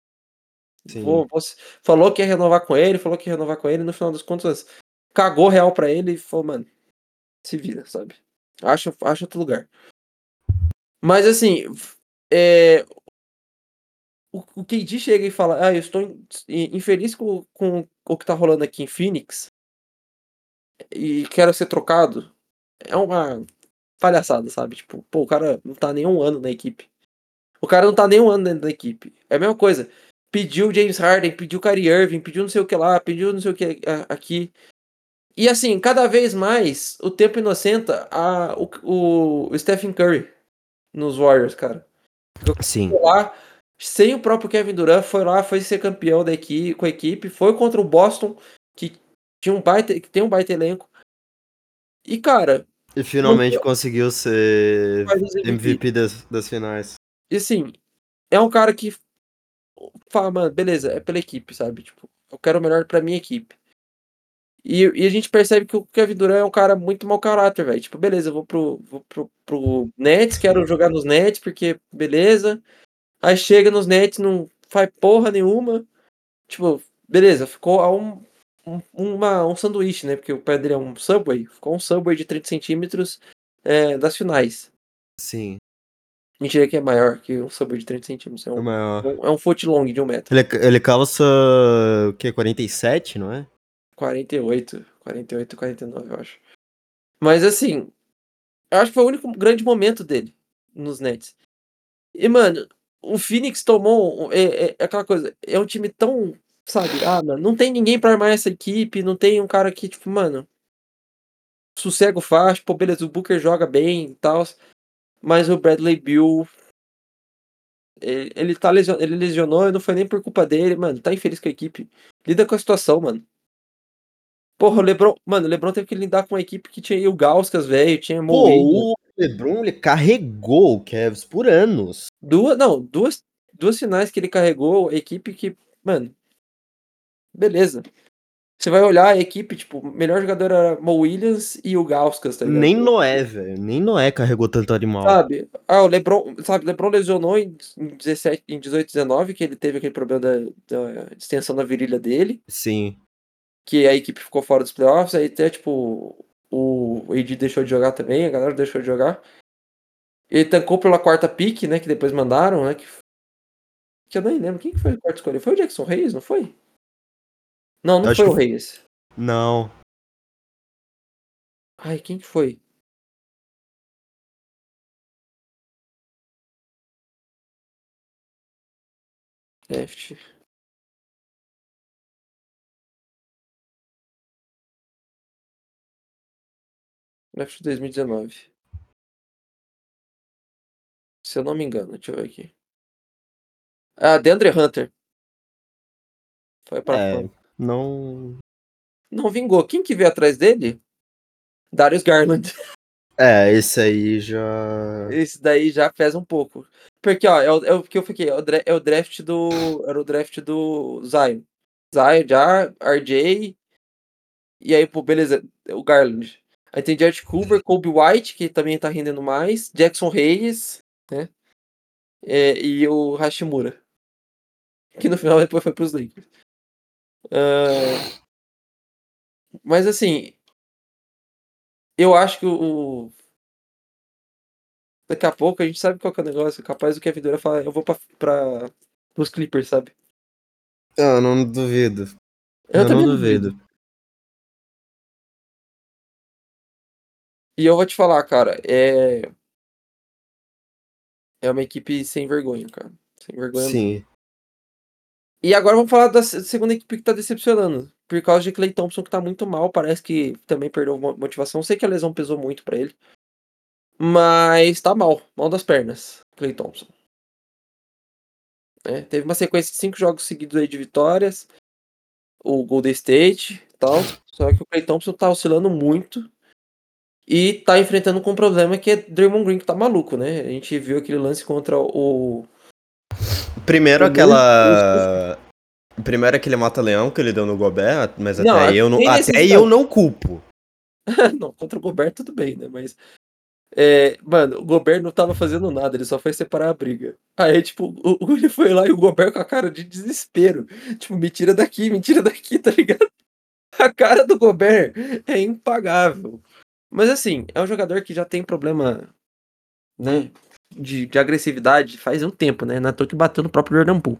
Sim. Falou que ia renovar com ele, no final das contas, cagou real pra ele e falou, mano, se vira, sabe? Acha outro lugar. Mas assim, é, o KD chega e fala, eu estou infeliz com o que tá rolando aqui em Phoenix e quero ser trocado. É uma palhaçada, sabe? Tipo, pô, o cara não tá nem um ano na equipe. O cara não tá nem um ano dentro da equipe. É a mesma coisa. Pediu James Harden, pediu Kyrie Irving, pediu não sei o que lá, pediu não sei o que aqui. E assim, cada vez mais o tempo inocenta o Stephen Curry nos Warriors, cara. Sim. Foi lá, sem o próprio Kevin Durant, foi lá, foi ser campeão com a equipe, foi contra o Boston, que que tem um baita elenco. E, cara, E não finalmente conseguiu ser faz os MVP. MVP das finais. E assim, é um cara que fala, mano, beleza, é pela equipe, sabe? Tipo, eu quero o melhor pra minha equipe. E a gente percebe que o Kevin Durant é um cara muito mau caráter, velho. Tipo, beleza, eu vou pro Nets, quero jogar nos Nets, porque beleza. Aí chega nos Nets, não faz porra nenhuma. Tipo, beleza, ficou um sanduíche, né? Porque o pé dele é um Subway. Ficou um Subway de 30 centímetros das finais. Sim. Mentira que é maior que um Subway de 30 centímetros. É o maior. É um foot long de 1 metro. Ele calça o quê? 47, não é? 48, 49, eu acho. Mas assim, eu acho que foi o único grande momento dele nos Nets. E, mano, o Phoenix tomou. É aquela coisa. É um time tão. Sabe? Mano, não tem ninguém pra armar essa equipe. Não tem um cara que, tipo, mano. Sossego faz. Pô, beleza, o Booker joga bem e tal. Mas o Bradley Beal. Ele lesionou e não foi nem por culpa dele, mano. Tá infeliz com a equipe. Lida com a situação, mano. Porra, o LeBron. Mano, o LeBron teve que lidar com uma equipe que tinha o Gauskas, velho. Tinha Mo Williams. Pô, o LeBron, ele carregou o Cavs por anos. Duas finais que ele carregou, a equipe que, mano, beleza. Você vai olhar a equipe, tipo, o melhor jogador era Mo Williams e o Gauskas, tá ligado? Nem Noé, velho. Nem Noé carregou tanto animal. Sabe? O LeBron, sabe, LeBron lesionou em 18, 19, que ele teve aquele problema da extensão da virilha dele, Sim. que a equipe ficou fora dos playoffs, aí até, tipo, o AD deixou de jogar também, a galera deixou de jogar. Ele tancou pela quarta pick, né? Que depois mandaram, né? Que eu nem lembro. Quem que foi o quarto escolha? Foi o Jackson Reyes, não foi? Não Acho foi o que Reyes. não. Ai, quem que foi? Draft. Draft 2019. Se eu não me engano, deixa eu ver aqui. Ah, DeAndre Hunter. Foi pra É, fã. não. Não vingou. Quem que veio atrás dele? Darius Garland. É, esse aí já. Esse daí já pesa um pouco. Porque, ó, é o que eu fiquei. É o draft do. Era o draft do Zion. Zion, já, RJ. E aí, pô, beleza. O Garland. Aí tem Jared Culver, Kobe White, que também tá rendendo mais. Jackson Reyes, né? E o Hashimura. Que no final depois foi pros Lakers. Ah, mas assim, eu acho que daqui a pouco a gente sabe qual que é o negócio. Capaz do Kevin Durant falar, eu vou pros Clippers, sabe? Ah, não duvido. Eu Eu não também não duvido. duvido. E eu vou te falar, cara, é uma equipe sem vergonha, cara. Sem vergonha mesmo. Sim. E agora vamos falar da segunda equipe que tá decepcionando. Por causa de Klay Thompson, que tá muito mal. Parece que também perdeu motivação. Sei que a lesão pesou muito pra ele. Mas tá mal. Mal das pernas. Klay Thompson. Né? Teve uma sequência de 5 jogos seguidos aí de vitórias. O Golden State e tal. Só que o Klay Thompson tá oscilando muito. E tá enfrentando com um problema que é Draymond Green, que tá maluco, né? A gente viu aquele lance contra Primeiro o aquela. Primeiro aquele mata-leão que ele deu no Gobert, mas Não, tem até eu necessidade. não culpo. Não, contra o Gobert tudo bem, né? Mas, mano, o Gobert não tava fazendo nada, ele só foi separar a briga. Aí, tipo, ele foi lá e o Gobert com a cara de desespero. Tipo, me tira daqui, tá ligado? A cara do Gobert é impagável. Mas assim, é um jogador que já tem problema, né? De agressividade faz um tempo, né? Não é à toa que bateu no próprio Jordan Poole.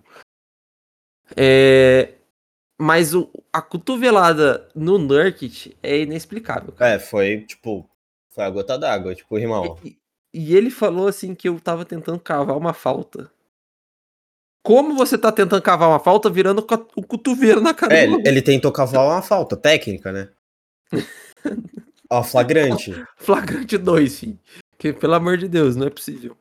Mas a cotovelada no Nurkic é inexplicável, cara. É, foi, tipo, foi a gota d'água, tipo, irmão. E ele falou assim que eu tava tentando cavar uma falta. Como você tá tentando cavar uma falta virando o cotovelo na cara É, do ele, maluco? ele tentou cavar uma falta técnica, né? Ó, flagrante. Flagrante 2, filho. Que, pelo amor de Deus, não é possível.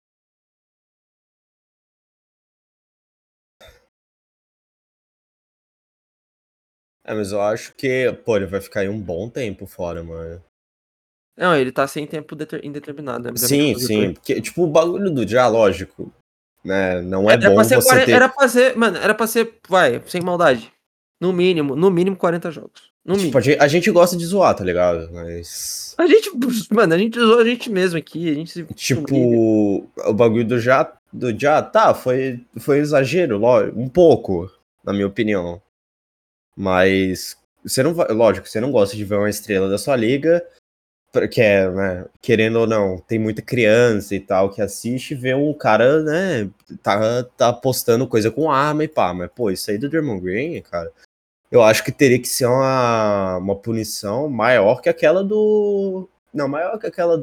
É, mas eu acho que, pô, ele vai ficar aí um bom tempo fora, mano. Não, ele tá sem tempo indeterminado, né? Também Sim, como sim, replay. porque, tipo, o bagulho do Já, lógico, né? Não é Era pra bom ser você 40, ter. era pra ser, mano, era pra ser, vai, sem maldade. No mínimo 40 jogos. No Tipo, a mínimo. gente, a gente gosta de zoar, tá ligado? Mas. A gente, mano, a gente usou a gente mesmo aqui, a gente se humilha. Tipo, o bagulho do Já, tá, foi exagero, um pouco, na minha opinião. Mas você não vai, lógico, você não gosta de ver uma estrela da sua liga, que é, né, querendo ou não, tem muita criança e tal que assiste e vê um cara, né, tá postando coisa com arma e pá, mas pô, isso aí do Draymond Green, cara, eu acho que teria que ser uma punição maior que aquela do. Não, maior que aquela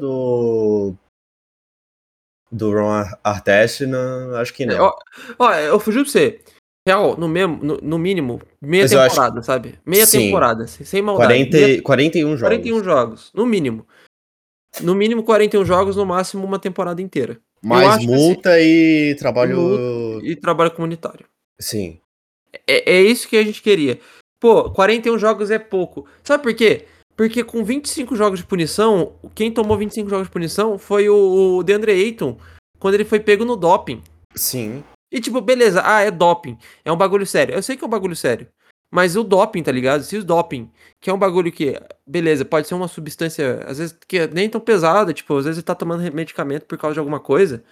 do Ron Artest, não, acho que não. Ó, eu fugi pra você. Real, no mínimo, meia Mas eu acho que temporada, sabe? Meia sim, temporada, sem maldade. 40, 41 41 jogos. jogos, no mínimo. No mínimo 41 jogos, no máximo uma temporada inteira. Eu Mais acho que assim, multa e trabalho. e trabalho comunitário. Sim. É isso que a gente queria. Pô, 41 jogos é pouco. Sabe por quê? Porque com 25 jogos de punição, quem tomou 25 jogos de punição foi o DeAndre Ayton, quando ele foi pego no doping. Sim. E tipo, beleza, é doping. É um bagulho sério. Eu sei que é um bagulho sério. Mas o doping, tá ligado? Se o doping, que é um bagulho que, beleza, pode ser uma substância, às vezes, que é nem tão pesada, tipo, às vezes ele tá tomando medicamento por causa de alguma coisa.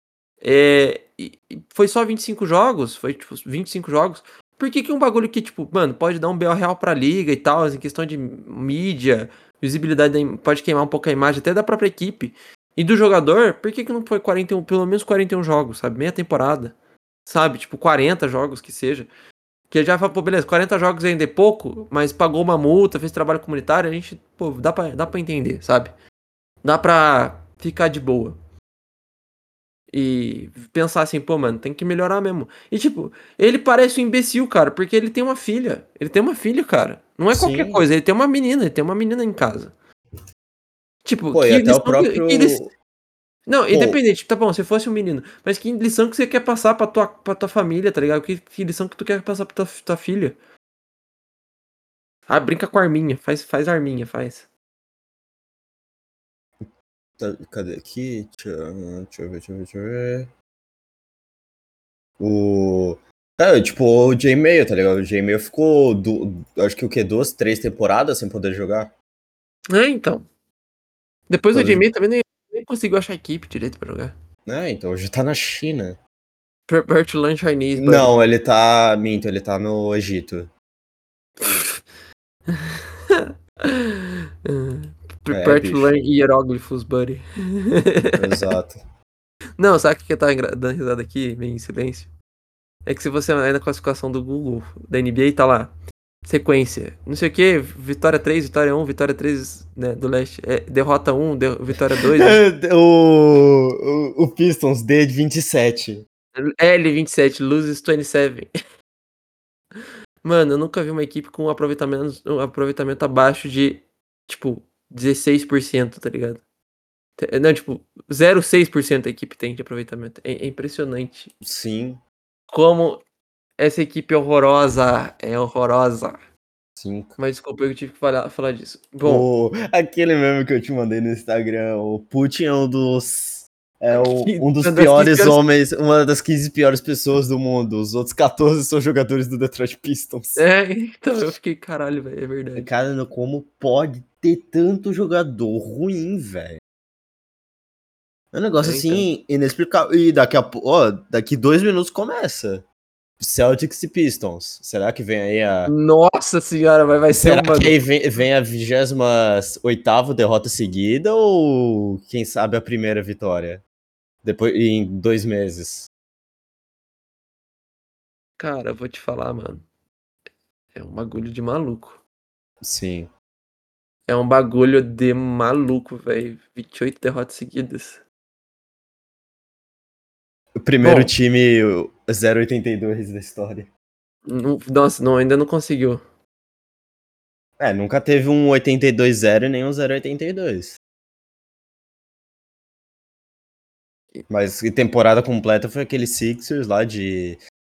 E foi só 25 jogos, foi tipo 25 jogos. Por que um bagulho que, tipo, mano, pode dar um BO real pra liga e tal, em questão de mídia, visibilidade pode queimar um pouco a imagem até da própria equipe. E do jogador, por que não foi 41, pelo menos 41 jogos, sabe? Meia temporada, sabe? Tipo, 40 jogos que seja. Que já fala, pô, beleza, 40 jogos ainda é pouco, mas pagou uma multa, fez trabalho comunitário, a gente, pô, dá pra entender, sabe? Dá pra ficar de boa. E pensar assim, pô, mano, tem que melhorar mesmo. E tipo, ele parece um imbecil, cara, porque ele tem uma filha. Ele tem uma filha, cara. Não é qualquer Sim. coisa, ele tem uma menina em casa. Tipo, Pô, e que até o lição próprio. Não, Pô, independente, tá bom, se fosse um menino. Mas que lição que você quer passar pra tua família, tá ligado? Que lição que tu quer passar pra tua filha? Ah, brinca com a arminha, faz arminha, faz. cadê aqui? Deixa eu ver. O. Tipo, o J-Mail, tá ligado? O J-Mail ficou, acho que o quê? 2, 3 temporadas sem poder jogar? É, então. Depois do Então, Jimmy também nem conseguiu achar equipe direito pra jogar. então hoje tá na China. Prepare to learn Chinese, buddy. Não, ele tá. Minto, ele tá no Egito. Prepare to Bicho. learn hieróglifos, buddy. Exato. Não, sabe o que eu tava dando risada aqui, meio em silêncio? É que se você vai na classificação do Google, da NBA, tá lá. Sequência. Não sei o que, vitória 3, vitória 1, vitória 3, né, do leste. Derrota 1, vitória 2. o Pistons D de 27. L27, loses 27. Mano, eu nunca vi uma equipe com um aproveitamento abaixo de, tipo, 16%, tá ligado? Não, tipo, 0,6% a equipe tem de aproveitamento. É impressionante. Sim, Como essa equipe é horrorosa. É horrorosa. 5. Mas desculpa, eu tive que falar disso. Bom, Aquele meme que eu te mandei no Instagram, o Putin é um dos. Um dos uma das 15 piores piores- homens, uma das 15 piores pessoas do mundo. Os outros 14 são jogadores do Detroit Pistons. Então eu fiquei, caralho, velho, é verdade. Cara, como pode ter tanto jogador ruim, velho? É um negócio Então. assim, inexplicável. E daqui 2 minutos começa. Celtics e Pistons. Será que vem aí a. Nossa senhora, vai ser Será uma. que aí vem a 28ª derrota seguida ou quem sabe a primeira vitória? Depois, em 2 meses. Cara, eu vou te falar, mano. É um bagulho de maluco. Sim. É um bagulho de maluco, velho. 28 derrotas seguidas. O primeiro Bom, time 0,82 da história. nossa, não, ainda não conseguiu. Nunca teve um 82-0 e nem um 0,82. Mas temporada completa foi aquele Sixers lá de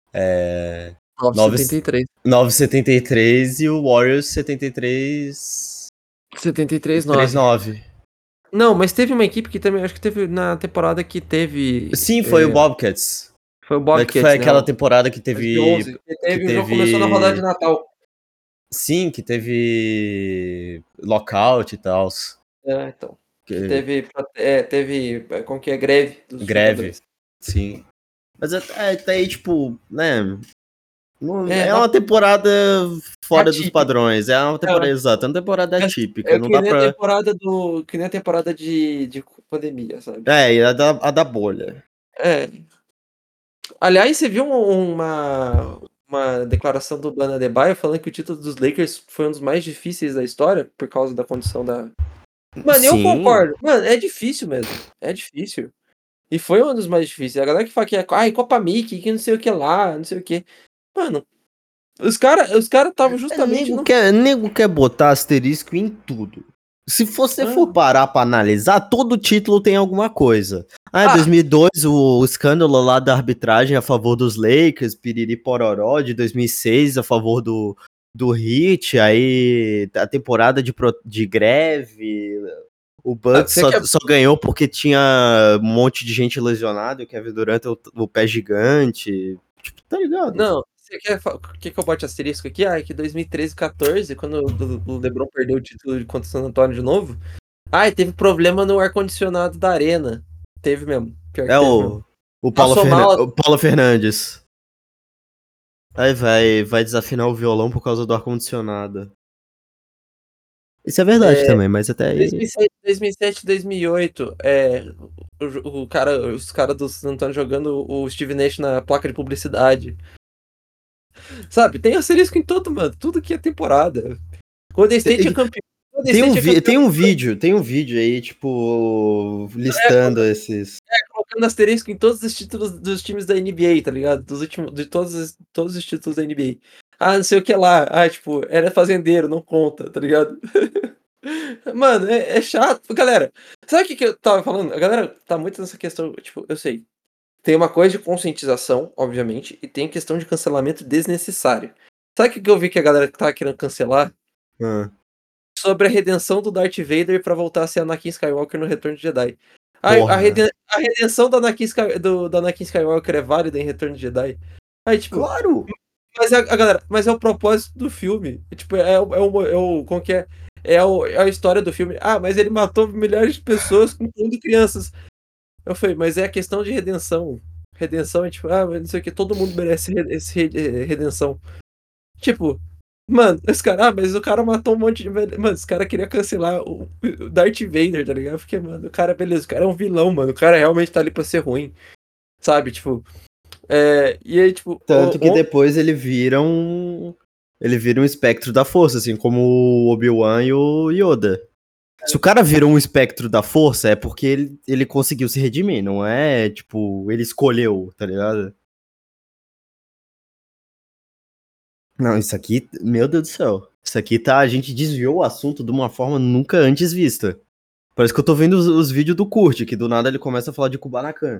9,73. 9,73 e o Warriors 73. 73, 9. 3,9. Não, mas teve uma equipe que também, acho que teve na temporada que teve. Sim, foi o Bobcats. Foi o Que foi Bobcats, né? aquela temporada que Mas de teve. 11. O jogo começou na rodada de Natal. Sim, que teve lockout e tal. Então. Que teve. Como que é? Greve dos Greve. jogadores. Sim. Mas até aí, tipo, né? É Dá uma temporada fora dos atípica. padrões. É uma temporada exata, é uma temporada atípica. Não que dá nem a pra. temporada que nem a temporada de pandemia, sabe? E a da bolha. É. Aliás, você viu uma declaração do Bana Adebayo falando que o título dos Lakers foi um dos mais difíceis da história por causa da condição da. Mano, eu Sim. concordo. Mano, é difícil mesmo. É difícil. E foi um dos mais difíceis. A galera que fala que é Copa Mickey, que não sei o que lá, não sei o que. Mano, os cara estavam justamente no. Nego quer botar asterisco em tudo. Se você Ah. for parar pra analisar, todo título tem alguma coisa. Ah. 2002, o escândalo lá da arbitragem a favor dos Lakers, piriri pororó, de 2006 a favor do Heat, aí a temporada de greve, o Bucks só ganhou porque tinha um monte de gente lesionada, o Kevin Durant o pé gigante, tipo, tá ligado? Não, você quer que eu bote asterisco aqui? Que 2013, 14, quando o LeBron perdeu o título contra o San Antonio de novo. Teve problema no ar-condicionado da arena. Teve mesmo. Pior que teve mesmo. O Paulo Fernandes. Aí vai desafinar o violão por causa do ar-condicionado. Isso é verdade também, mas até aí... 2007, 2008, os caras do San Antonio jogando o Steve Nash na placa de publicidade. Sabe, tem asterisco em todo, mano, tudo que é temporada. Golden State é campeão. Tem um vídeo aí, tipo, listando esses... Colocando asterisco em todos os títulos dos times da NBA, tá ligado? De todos os títulos da NBA. Ah, não sei o que lá. Ah, tipo, era fazendeiro, não conta, tá ligado? Mano, é chato. Galera, sabe o que eu tava falando? A galera tá muito nessa questão, tipo, eu sei. Tem uma coisa de conscientização, obviamente, e tem questão de cancelamento desnecessário. Sabe o que eu vi que a galera tava querendo cancelar? Ah, Sobre a redenção do Darth Vader pra voltar a ser Anakin Skywalker no Retorno de Jedi. porra. A redenção do do Anakin Skywalker é válida em Retorno de Jedi. Aí, tipo, Claro! mas a galera, mas é o propósito do filme. Tipo, como que é? É a história do filme. Ah, mas ele matou milhares de pessoas, incluindo crianças. Eu falei, mas é a questão de redenção. Redenção é tipo, ah, mas não sei o que, todo mundo merece redenção. Tipo, mano, esse cara, mas o cara matou um monte de. Mano, esse cara queria cancelar o Darth Vader, tá ligado? Porque, mano, o cara, beleza, o cara é um vilão, mano. O cara realmente tá ali pra ser ruim. Sabe, tipo. E aí, tipo. Tanto que depois ele vira um espectro da força, assim, como o Obi-Wan e o Yoda. Se o cara virou um espectro da força, é porque ele conseguiu se redimir, não é, tipo, ele escolheu, tá ligado? Não, isso aqui, meu Deus do céu. Isso aqui tá, a gente desviou o assunto de uma forma nunca antes vista. Parece que eu tô vendo os vídeos do Kurt, que do nada ele começa a falar de Kubanacan.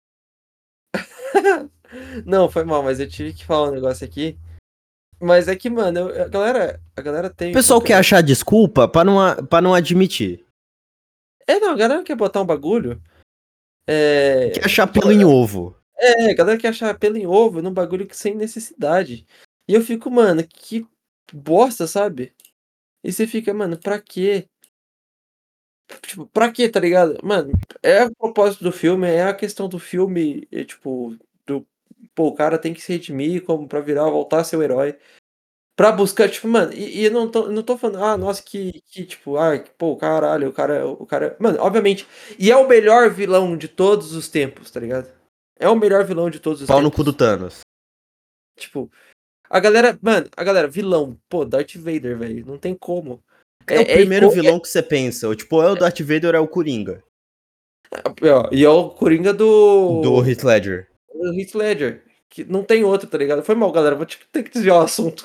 Não, foi mal, mas eu tive que falar um negócio aqui. Mas é que, mano, a galera O tem. Qual pessoal que é o quer negócio? achar desculpa pra não admitir. Não, a galera quer botar um bagulho. Quer achar Tipo, pelo em ovo. a galera quer achar pelo em ovo num bagulho que sem necessidade. E eu fico, mano, que bosta, sabe? E você fica, mano, pra quê? Tipo, pra quê, tá ligado? Mano, é o propósito do filme, é a questão do filme, tipo, pô, o cara tem que se redimir como pra voltar a ser o herói. Pra buscar, tipo, mano, e eu não tô falando, nossa, tipo, pô, caralho, o cara. Mano, obviamente. E é o melhor vilão de todos os tempos, tá ligado? É o melhor vilão de todos os Pau no cu do tempos. Thanos. Tipo, a galera, vilão, pô, Darth Vader, velho, não tem como. É o É primeiro icônico. vilão que você pensa. Ou, tipo, é o Darth Vader ou é o Coringa. E é o Coringa Do Heath Ledger. do Heath Ledger. Que não tem outro, tá ligado? Foi mal, galera. Vou ter que desviar o assunto.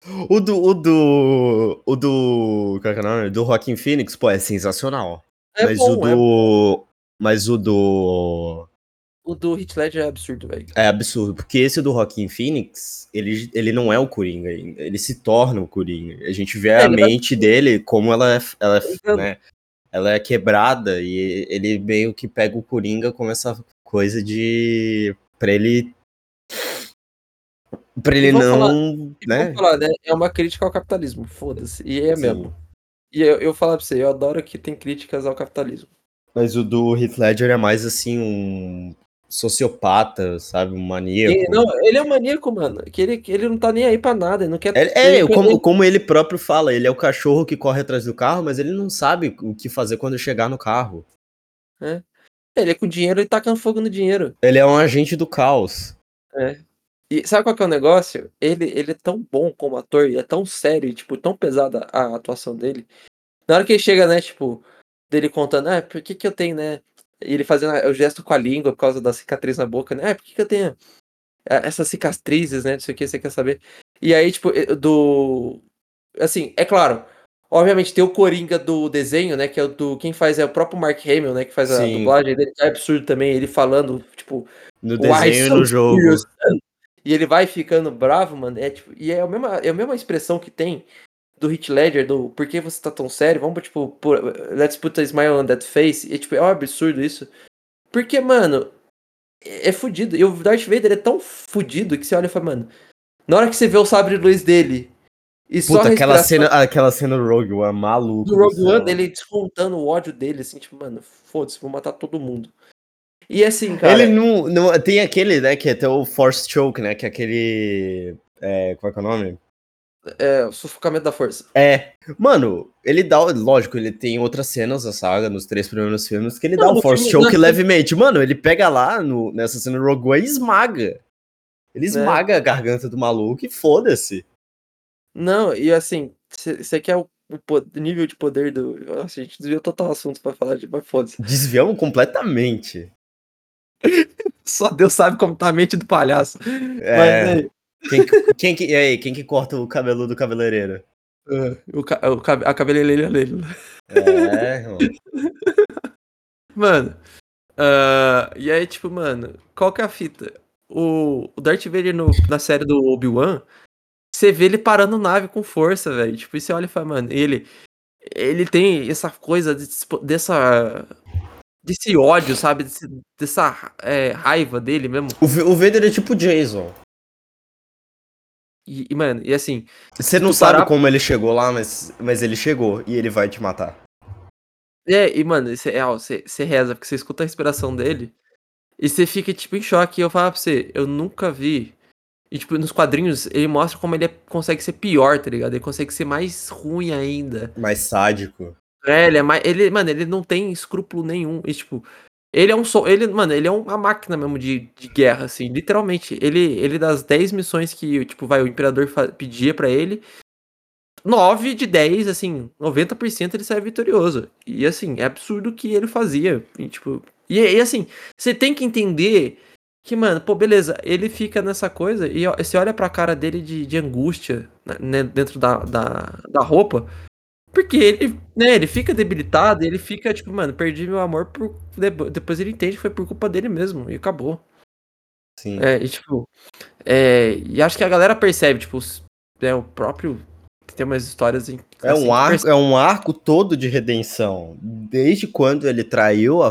Qual é que é o nome? Do Joaquin Phoenix, pô, é sensacional. É bom, é bom. Mas o do. O do Heath Ledger é absurdo, velho. É absurdo, porque esse do Joaquin Phoenix, ele não é o Coringa ainda. Ele se torna o Coringa. A gente vê a Ele vai mente dele como ficando. né, ela é quebrada e ele meio que pega o Coringa como essa coisa de. Pra E ele vamos falar, não. Né? né? É uma crítica ao capitalismo, foda-se. E é Sim. mesmo. E eu falar pra você, eu adoro que tem críticas ao capitalismo. Mas o do Heath Ledger é mais assim um sociopata, sabe? Um E, maníaco. não, ele é um maníaco, mano. Que ele não tá nem aí pra nada. Ele não quer. Como ele próprio fala, ele é o cachorro que corre atrás do carro, mas ele não sabe o que fazer quando chegar no carro. É. Ele é com dinheiro e tacando fogo no dinheiro. Ele é um agente do caos. É. E sabe qual que é o negócio? Ele é tão bom como ator e é tão sério, e, tipo, tão pesada a atuação dele. Na hora que ele chega, né, tipo, dele contando, por que eu tenho, né? E ele fazendo o gesto com a língua por causa da cicatriz na boca, né? Por que eu tenho essas cicatrizes, né? Não sei o que, você quer saber. E aí, tipo, Assim, é claro. Obviamente tem o Coringa do desenho, né? Que é o do. Quem faz é o próprio Mark Hamill, né? Que faz a Sim, dublagem dele. É absurdo também. Ele falando, tipo, no Why desenho e so no serious? jogo. E ele vai ficando bravo, mano. E é a mesma expressão que tem do Heath Ledger, do por que você tá tão sério? Vamos, tipo, let's put a smile on that face. E, tipo, é um absurdo isso. Porque, mano, é fudido. E o Darth Vader é tão fudido que você olha e fala, mano, na hora que você vê o sabre de luz dele e só a Puta, respiração aquela cena do Rogue One, do maluco do Rogue One, céu. ele descontando o ódio dele, assim, tipo, mano, foda-se, vou matar todo mundo. E assim, Ele cara. não. Tem aquele, né, que é até o Force Choke, né? Que é aquele. Qual é que é o nome? O sufocamento da força. Mano, ele dá. Lógico, ele tem outras cenas da saga, nos 3 primeiros filmes, que ele dá Não, o no Force filme- Choke no- levemente. Mano, ele pega lá nessa cena do Rogue One e esmaga. Ele É. esmaga a garganta do maluco e foda-se. Não, e assim, você quer o nível de poder do. Nossa, a gente desviou total assunto pra falar de. Mas foda-se. Desviamos completamente. Só Deus sabe como tá a mente do palhaço. Mas É. aí. E aí, quem que corta o cabelo do cabeleireiro? A cabeleireira dele. Irmão. Mano, e aí, tipo, mano, qual que é a fita? O Darth Vader na série do Obi-Wan, você vê ele parando nave com força, velho. Tipo, e você olha e fala, mano, ele tem essa coisa desse ódio, sabe? Dessa raiva dele mesmo. O Vader é tipo Jason. Mano, e assim. Você se não tu sabe parar- como ele chegou lá, mas ele chegou e ele vai te matar. Mano, você reza, porque você escuta a respiração dele e você fica, tipo, em choque. E eu falo pra você, eu nunca vi. E, tipo, nos quadrinhos, ele mostra como ele consegue ser pior, tá ligado? Ele consegue ser mais ruim ainda. Mais sádico. Ele é mais. Mano, ele não tem escrúpulo nenhum. E, tipo, mano, ele é uma máquina mesmo de guerra, assim, literalmente. Ele das 10 missões que, tipo, o Imperador pedia pra ele, 9 de 10, assim, 90% ele sai vitorioso. E, assim, é absurdo o que ele fazia. E, tipo, assim, você tem que entender que, mano, pô, beleza, ele fica nessa coisa e você olha pra cara dele de angústia, né, dentro da roupa, porque ele, né, ele fica debilitado, ele fica, tipo, mano, perdi meu amor depois ele entende que foi por culpa dele mesmo, e acabou. Sim. E tipo, e acho que a galera percebe, tipo, o próprio, tem umas histórias assim, É um que arco, é um arco todo de redenção. Desde quando ele traiu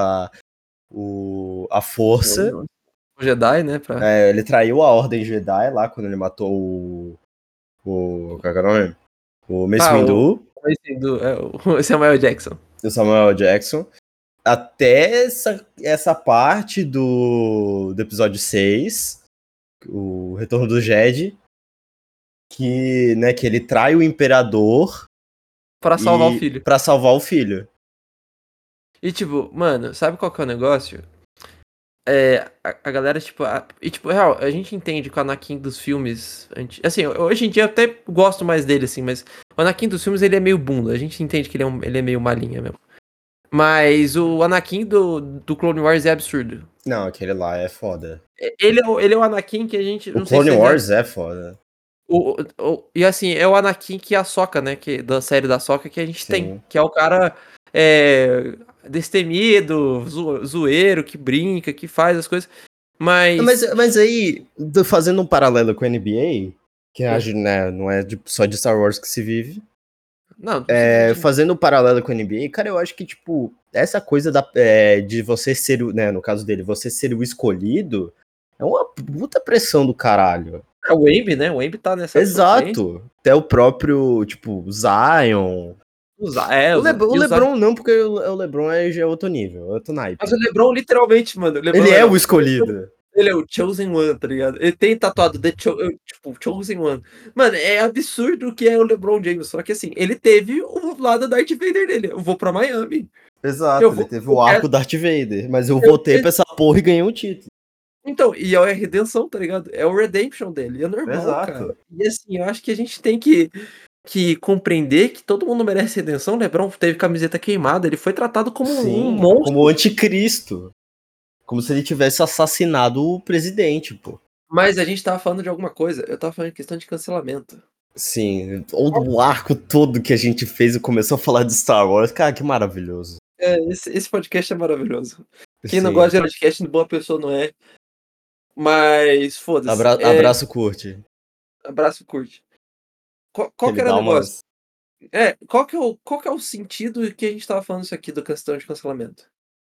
a força. o Jedi, né, Ele traiu a Ordem Jedi lá quando ele matou qual é o nome? O Mace Windu. o Samuel Jackson. O Samuel Jackson. Até essa parte do episódio 6, o Retorno do Jedi, que ele trai o Imperador Pra salvar o filho. Pra salvar o filho. E tipo, mano, sabe qual que é o negócio? A galera, tipo, real, a gente entende que o Anakin dos filmes, assim, hoje em dia eu até gosto mais dele, assim, mas o Anakin dos filmes, ele é meio bunda, a gente entende que ele é meio malinha mesmo. Mas o Anakin do Clone Wars é absurdo. Não, aquele lá é foda. Ele é o Anakin que a gente, O não sei Clone se Wars é foda. E assim, é o Anakin que a Ahsoka, né, da série da Ahsoka que a gente Sim. tem, que é o cara destemido, zoeiro, que brinca, que faz as coisas, Mas aí, fazendo um paralelo com a NBA, que né, não é só de Star Wars que se vive, não, fazendo um paralelo com a NBA, cara, eu acho que, tipo, essa coisa de você ser, né, no caso dele, você ser o escolhido, é uma puta pressão do caralho. É o Wemby, né? O Wemby tá nessa. Exato. Até o próprio, tipo, Zion. O LeBron não, porque o LeBron já é outro nível, outro naipe. Mas o LeBron, literalmente, mano. Ele é o escolhido. Ele é o Chosen One, tá ligado? Ele tem tatuado Chosen One. Mano, é absurdo o que é o LeBron James. Só que assim, ele teve o lado da Darth Vader dele. Eu vou pra Miami. Exato, ele teve o arco Darth Vader. Mas eu voltei pra essa porra e ganhei um título. Então, e é a redenção, tá ligado? É o redemption dele. É normal, exato, cara. E assim, eu acho que a gente tem que compreender que todo mundo merece redenção. O LeBron teve camiseta queimada. Ele foi tratado como um monstro. Como anticristo. Como se ele tivesse assassinado o presidente, pô. Mas a gente tava falando de alguma coisa. Eu tava falando de questão de cancelamento. Sim, o arco todo que a gente fez e começou a falar de Star Wars. Cara, que maravilhoso. Esse podcast é maravilhoso. Quem não gosta de podcast, boa pessoa não é. Mas, foda-se. Abraço, curte. Abraço, curte. Qual que era o negócio? Qual que é o sentido que a gente tava falando isso aqui da questão de cancelamento?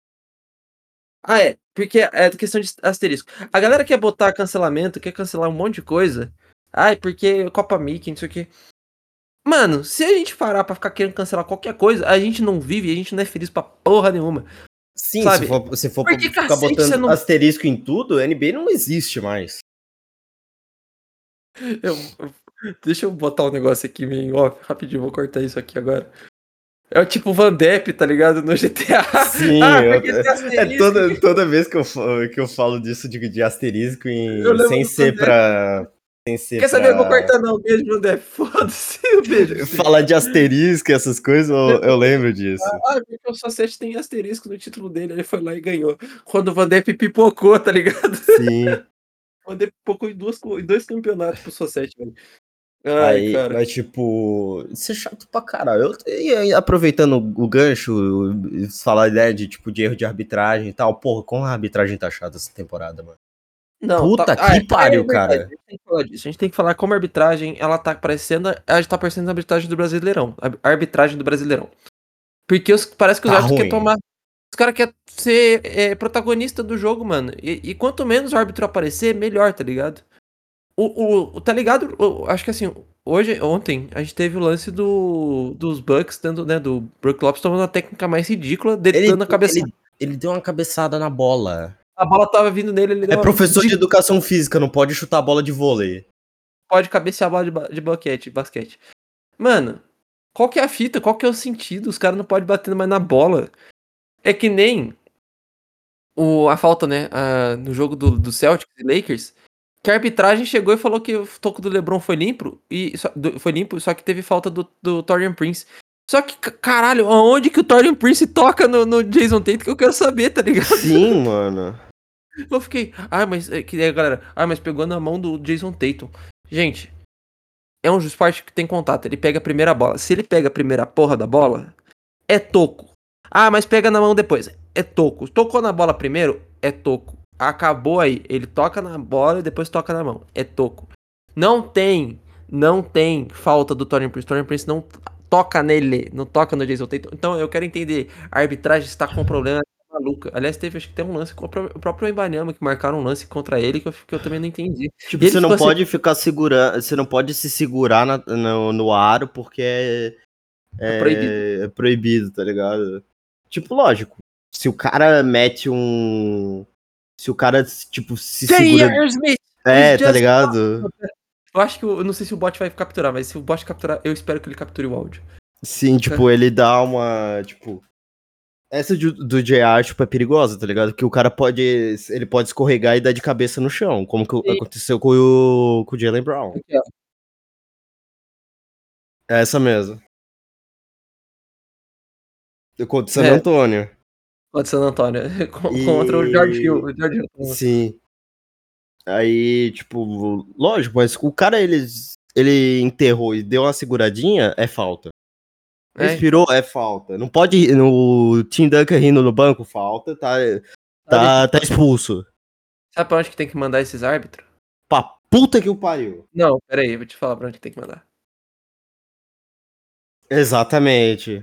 Porque é da questão de asterisco. A galera quer botar cancelamento, quer cancelar um monte de coisa. Porque Copa Mickey, não sei o quê. Mano, se a gente parar pra ficar querendo cancelar qualquer coisa, a gente não vive, a gente não é feliz pra porra nenhuma. Sim, sabe? se for ficar botando asterisco em tudo, a NBA não existe mais. Deixa eu botar um negócio aqui em off, rapidinho, vou cortar isso aqui agora. É o tipo Van Depp, tá ligado? No GTA. Sim, Porque tem asterisco. toda vez que eu falo disso de asterisco Eu lembro sem do Van ser Depp. pra. Sem ser Quer saber? Eu vou pra. cortar não, beijo, Van Depp. Foda-se, beijo pra você. Falar de asterisco e essas coisas, eu lembro disso. Porque o Society tem asterisco no título dele, ele foi lá e ganhou. Quando o Van Depp pipocou, tá ligado? Sim. O Van Depp pipocou em dois campeonatos pro Society, velho. Ai, Aí, cara. mas tipo, isso é chato pra caralho. E aí, aproveitando o gancho, falar ideia de tipo de erro de arbitragem e tal. Porra, como a arbitragem tá chata essa temporada, mano. Não, Puta que pariu, verdade, cara. a gente tem que falar disso. A gente tem que falar como a arbitragem, ela tá parecendo a arbitragem do Brasileirão. A arbitragem do Brasileirão. Porque parece que os Tá árbitros querem ruim. tomar. Os caras querem ser protagonista do jogo, mano. E quanto menos o árbitro aparecer, melhor, tá ligado? Tá ligado? Acho que assim, ontem, a gente teve o lance dos Bucks, né? Do Brook Lopes tomando a técnica mais ridícula, dele Ele, dando a cabeça. ele deu uma cabeçada na bola. A bola tava vindo nele, ele É deu uma. professor de educação física, não pode chutar a bola de vôlei. Pode cabecear a bola de basquete. Mano, qual que é a fita? Qual que é o sentido? Os caras não podem bater mais na bola. É que nem a falta, né? No jogo do Celtics e Lakers. Que a arbitragem chegou e falou que o toco do LeBron foi limpo. Foi limpo, só que teve falta do Taurean Prince. Só que, caralho, aonde que o Taurean Prince toca no Jason Tatum que eu quero saber, tá ligado? Sim, mano. Eu fiquei, mas que aí, galera, mas pegou na mão do Jason Tatum. Gente, é um esporte que tem contato, ele pega a primeira bola. Se ele pega a primeira porra da bola, é toco. Mas pega na mão depois. É toco. Tocou na bola primeiro, é toco. Acabou aí. Ele toca na bola e depois toca na mão. É toco. Não tem falta do Taurean Prince. Taurean Prince não toca nele, não toca no Jason Tatum. Então eu quero entender, a arbitragem está com problema maluca. Aliás, acho que tem um lance com o próprio Embanyama, que marcaram um lance contra ele que eu também não entendi. Tipo, Ele você não ficou pode ficar segurando, você não pode se segurar no aro porque é proibido. é proibido, tá ligado? Tipo, lógico, se o cara mete um... Se o cara, tipo, se segura... Smith, tá ligado? eu acho que eu não sei se o bot vai capturar, mas se o bot capturar, eu espero que ele capture o áudio. Sim, tipo, ele dá uma, tipo... Essa do JR, tipo, é perigosa, tá ligado? Que o cara ele pode escorregar e dar de cabeça no chão, como que aconteceu com o Jaylen Brown. Aqui, ó. É essa mesmo. Contra o San Antônio. Contra o San Antônio. Contra o George Hill. Sim. Aí, tipo, lógico, mas o cara, ele enterrou e deu uma seguradinha, é falta. Respirou, é falta. Não pode. No Tim Duncan rindo no banco, falta, tá expulso. Sabe pra onde que tem que mandar esses árbitros? Pra puta que o pariu. Não, pera aí, eu vou te falar pra onde que tem que mandar. Exatamente.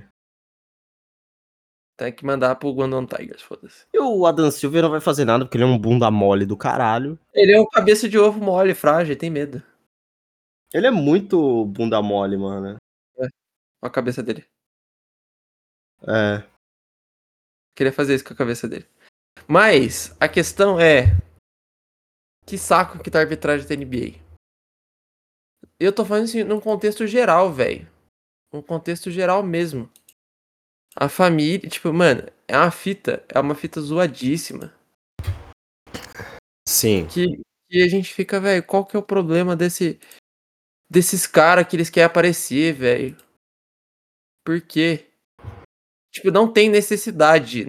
Tem que mandar pro Guangdong Tigers, foda-se. E o Adam Silver não vai fazer nada, porque ele é um bunda mole do caralho. Ele é um cabeça de ovo mole, frágil, tem medo. Ele é muito bunda mole, mano. Olha a cabeça dele. É. Queria fazer isso com a cabeça dele. Mas, a questão é... Que saco que tá a arbitragem da NBA. Eu tô falando assim num contexto geral, velho. Um contexto geral mesmo. A família, tipo, mano, é uma fita zoadíssima. Sim. Que a gente fica, velho, qual que é o problema desses caras que eles querem aparecer, velho? Por quê? Tipo, não tem necessidade.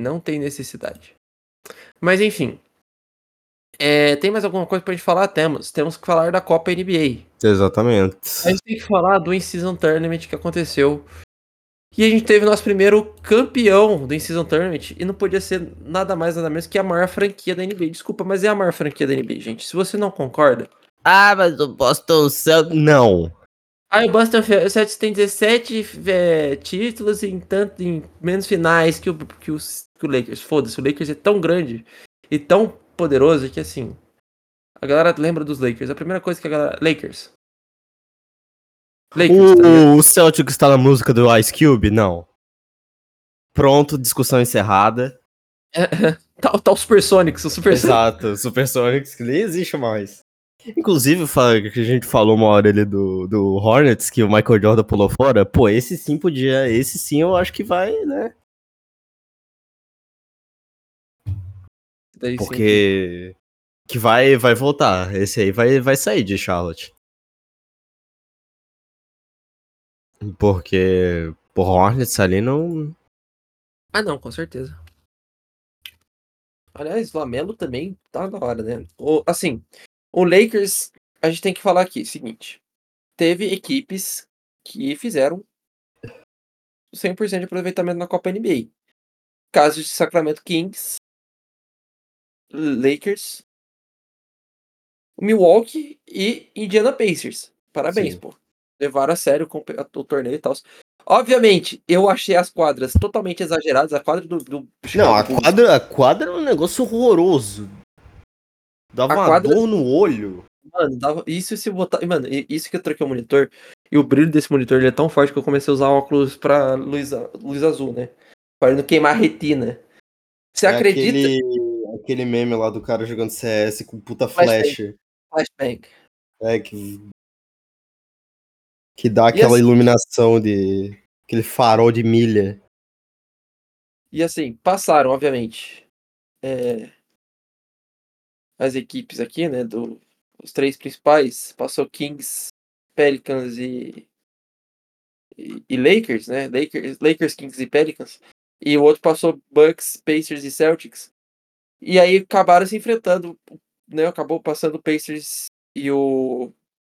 Mas enfim. Tem mais alguma coisa pra gente falar? Temos que falar da Copa NBA. Exatamente. A gente tem que falar do In-Season Tournament que aconteceu. E a gente teve nosso primeiro campeão do In-Season Tournament. E não podia ser nada mais, nada menos que a maior franquia da NBA. Desculpa, mas é a maior franquia da NBA, gente. Se você não concorda... Mas o Boston Celtics... Não. O Boston Celtics tem 17 títulos em menos finais que o Lakers. Foda-se, o Lakers é tão grande e tão poderoso que, assim... A galera lembra dos Lakers. A primeira coisa que a galera... Lakers, tá ligado? O Celtics tá na música do Ice Cube? Não. Pronto, discussão encerrada. Tá o Supersonics, Exato, Supersonics que nem existe mais. Inclusive, que a gente falou uma hora ali do Hornets, que o Michael Jordan pulou fora. Pô, esse sim podia. Esse sim eu acho que vai, né? Daí sim. Porque. Que vai voltar. Esse aí vai sair de Charlotte. Porque. Por Hornets ali não. Ah, não, com certeza. Aliás, o Lamelo também tá na hora, né? Assim, o Lakers, a gente tem que falar aqui, seguinte. Teve equipes que fizeram 100% de aproveitamento na Copa NBA. Casos de Sacramento Kings, Lakers, Milwaukee e Indiana Pacers. Parabéns, Sim. pô. Levaram a sério o torneio e tal. Obviamente, eu achei as quadras totalmente exageradas. A quadra do Não, Chicago Bulls. a quadra é um negócio horroroso. Dava A uma quadra, dor no olho. mano, dava, isso se botar. Mano, isso que eu troquei o monitor. E o brilho desse monitor ele é tão forte que eu comecei a usar óculos pra luz azul, né? Para não queimar a retina. Você É acredita? aquele meme lá do cara jogando CS com puta Flashbang. flash. Flashbang. É, que dá E aquela assim, iluminação de. Aquele farol de milha. passaram, obviamente. As equipes aqui, né? Os três principais. Passou Kings, Pelicans e Lakers, né? Lakers, Kings e Pelicans. E o outro passou Bucks, Pacers e Celtics. E aí acabaram se enfrentando, né? Acabou passando o Pacers e o.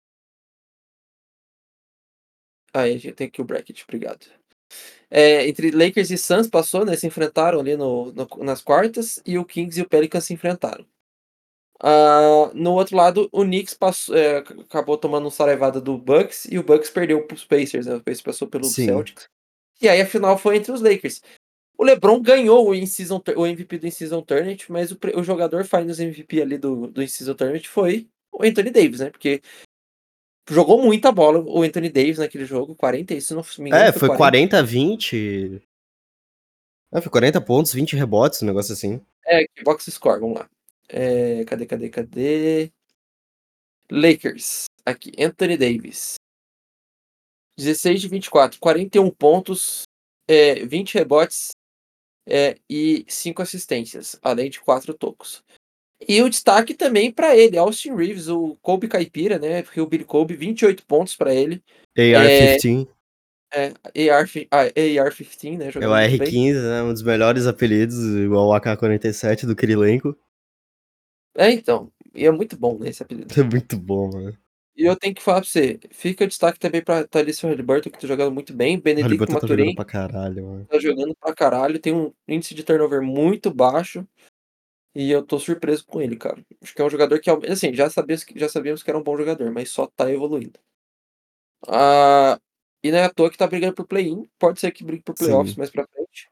Aí a gente tem aqui o bracket, obrigado. Entre Lakers e Suns passou, né? Se enfrentaram ali nas quartas. E o Kings e o Pelicans se enfrentaram. No outro lado, o Knicks acabou tomando um saraivada do Bucks e o Bucks perdeu para os Pacers, né? O Pacers passou pelo Sim. Celtics. E aí a final foi entre os Lakers. O LeBron ganhou o MVP do In-Season Tournament, mas o jogador Finals MVP ali do In-Season Tournament foi o Anthony Davis, né? Porque jogou muita bola o Anthony Davis naquele jogo, 40, se não me engano, foi Foi 40. 40-20. Foi 40 pontos, 20 rebotes, um negócio assim. Box score, vamos lá. Cadê? Lakers. Aqui, Anthony Davis. 16 de 24, 41 pontos, 20 rebotes e 5 assistências, além de 4 tocos. E o destaque também para ele, Austin Reeves, o Kobe Caipira, né? Porque o Billy Kobe, 28 pontos para ele. AR-15. AR-15, né? É o Jogando muito bem. AR-15, né? Um dos melhores apelidos, igual o AK-47 do Kirilenko. Então, e é muito bom, né, esse apelido. É muito bom, mano. E eu tenho que falar pra você, fica o destaque também pra Thalissa Haliburton, que tá jogando muito bem. O Benedicto Haliburton tá jogando Maturin pra caralho, mano. tá jogando pra caralho, tem um índice de turnover muito baixo. E eu tô surpreso com ele, cara. Acho que é um jogador que, assim, já sabíamos que era um bom jogador, mas só tá evoluindo. E não é à toa que tá brigando por play-in. Pode ser que brigue por playoffs Sim. mais pra frente.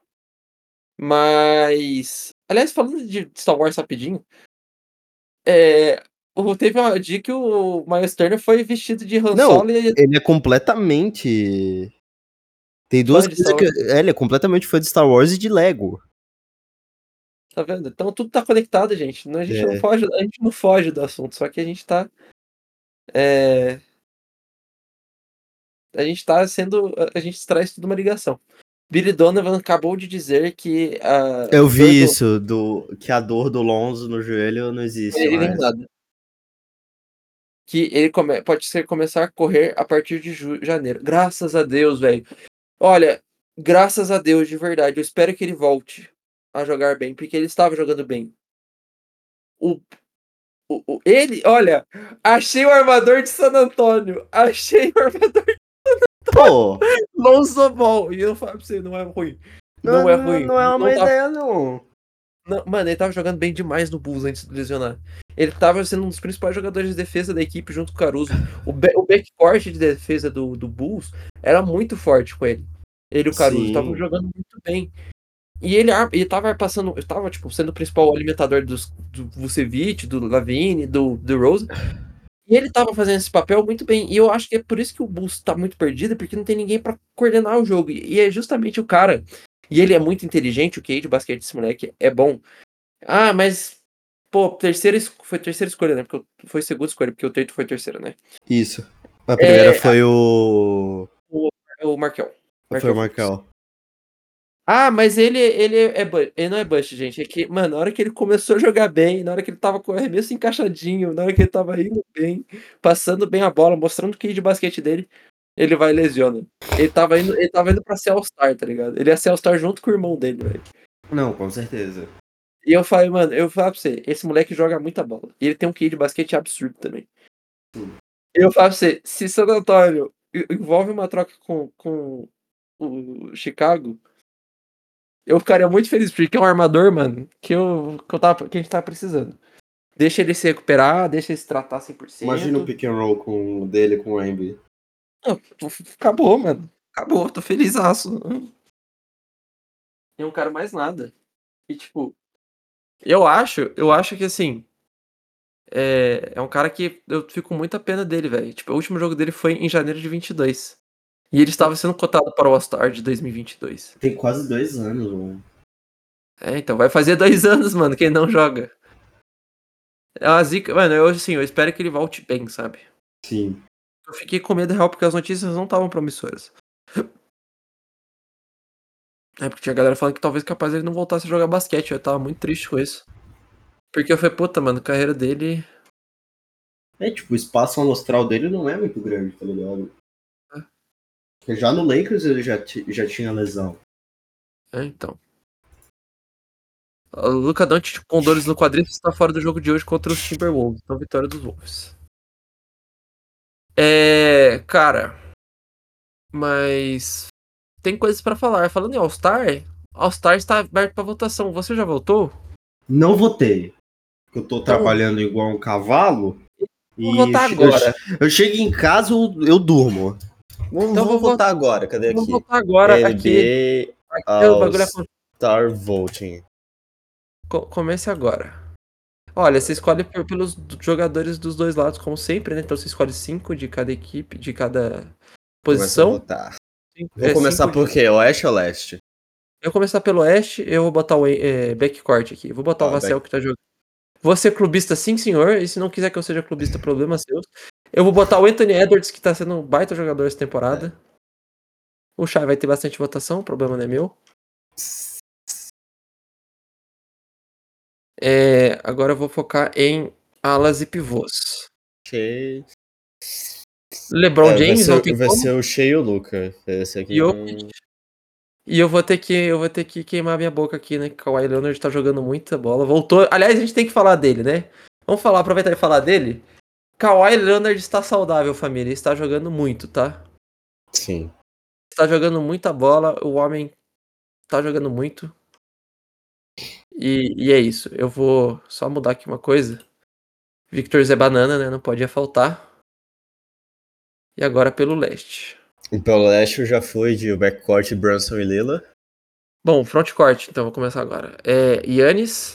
Mas. Aliás, falando de Star Wars rapidinho. Teve uma dia que o Miles Turner foi vestido de Han Não, Solo e ele é completamente. Tem duas fã de coisas Star que. Wars. Ele é completamente fã de Star Wars e de Lego. Tá vendo? Então tudo tá conectado, gente. A gente não É. foge, a gente não foge do assunto, só que a gente tá. é, a gente tá sendo. A gente traz tudo uma ligação. Billy Donovan acabou de dizer que Eu a dor vi do. isso, que a dor do Lonzo no joelho não existe Ele nem mais. nada. Que ele pode ser começar a correr a partir de janeiro. Graças a Deus, velho. Olha, graças a Deus, de verdade. Eu espero que ele volte a jogar bem, porque ele estava jogando bem. O, ele, olha, achei o armador de San Antônio. Achei o armador de Pô, Lonzo Ball. E eu falo pra você, não é ruim. Não é ruim. não é uma má Não tá. ideia, não. Não, mano, ele tava jogando bem demais no Bulls antes de lesionar. Ele tava sendo um dos principais jogadores de defesa da equipe junto com o Caruso. O backcourt de defesa do Bulls era muito forte com ele. Ele e o Caruso estavam Sim. jogando muito bem. E ele tava passando, tava tipo, sendo o principal alimentador do Vucevic, do Lavine, do Rose. E ele tava fazendo esse papel muito bem. E eu acho que é por isso que o Bulls tá muito perdido, porque não tem ninguém pra coordenar o jogo. E é justamente o cara. E ele é muito inteligente, o Cade, o basquete desse moleque é bom. Mas Pô, foi terceira escolha, né? Porque foi segunda escolha, porque o Tatum foi terceira, né? Isso. A primeira É, foi o. o Markel. Foi o Fultz. Markel. Ah, mas ele não é bust, gente. É que, mano, na hora que ele começou a jogar bem, na hora que ele tava com o arremesso encaixadinho, na hora que ele tava indo bem, passando bem a bola, mostrando o que de basquete dele, ele vai e lesiona. Ele tava indo pra ser All-Star, tá ligado? Ele ia ser All-Star junto com o irmão dele, velho. Não, com certeza. E eu falei, mano, eu vou falar pra você, esse moleque joga muita bola. E ele tem um QI de basquete absurdo também. E eu falo pra você, se San Antonio envolve uma troca com o Chicago, eu ficaria muito feliz, porque é um armador, mano, que a gente tava precisando. Deixa ele se recuperar, deixa ele se tratar 100%. Imagina o pick and roll dele com o Embiid. Não, acabou, mano. Acabou, tô felizaço. Eu não quero mais nada. E, tipo, eu acho que, assim, é um cara que eu fico com muita pena dele, velho. Tipo, o último jogo dele foi em janeiro de 22. E ele estava sendo cotado para o All-Star de 2022. Tem quase 2 anos, mano. Então vai fazer 2 anos, mano, que ele não joga. É uma zica. Mano, eu espero que ele volte bem, sabe? Sim. Eu fiquei com medo real porque as notícias não estavam promissoras. Porque tinha galera falando que talvez capaz ele não voltasse a jogar basquete. Eu tava muito triste com isso. Porque eu falei, puta, mano, a carreira dele. Tipo, o espaço amostral dele não é muito grande, tá ligado? É. Porque já no Lakers ele já tinha lesão. Então. O Luka Doncic com dores no quadríceps está fora do jogo de hoje contra os Timberwolves. Então, vitória dos Wolves. Cara. Mas. Tem coisas pra falar. Falando em All-Star está aberto pra votação. Você já votou? Não votei. Porque eu tô Então, trabalhando igual um cavalo. vou E votar agora. eu chego em casa, eu durmo. Então, Vamos votar agora. Cadê vou aqui? votar agora aqui. NBA O bagulho All-Star Voting. comece agora. Olha, você escolhe pelos jogadores dos dois lados, como sempre, né? Então você escolhe 5 de cada equipe, de cada Começa a posição. votar. Vou começar Cinco por quê? Oeste ou leste? Eu vou começar pelo Oeste, eu vou botar o backcourt aqui. Vou botar o Ó, Vassell que tá jogando. Vou ser clubista, sim, senhor. E se não quiser que eu seja clubista, problema seu. Eu vou botar o Anthony Edwards, que tá sendo um baita jogador essa temporada. O Shai vai ter bastante votação, o problema não é meu. Agora eu vou focar em alas e pivôs. Ok. LeBron James, não tem Vai como. ser o Cheio Luca. Esse aqui Jokic. não. E eu vou ter que queimar minha boca aqui, né? Que o Kawhi Leonard tá jogando muita bola. Voltou. Aliás, a gente tem que falar dele, né? Vamos falar, aproveitar e falar dele. Kawhi Leonard está saudável, família. Está jogando muito, tá? Sim. Está jogando muita bola. O homem tá jogando muito. E é isso. Eu vou só mudar aqui uma coisa. Victor Zé Banana, né? Não podia faltar. E agora pelo leste. E pelo leste eu já fui de backcourt Brunson e Lila. Bom, frontcourt, então vou começar agora. Giannis.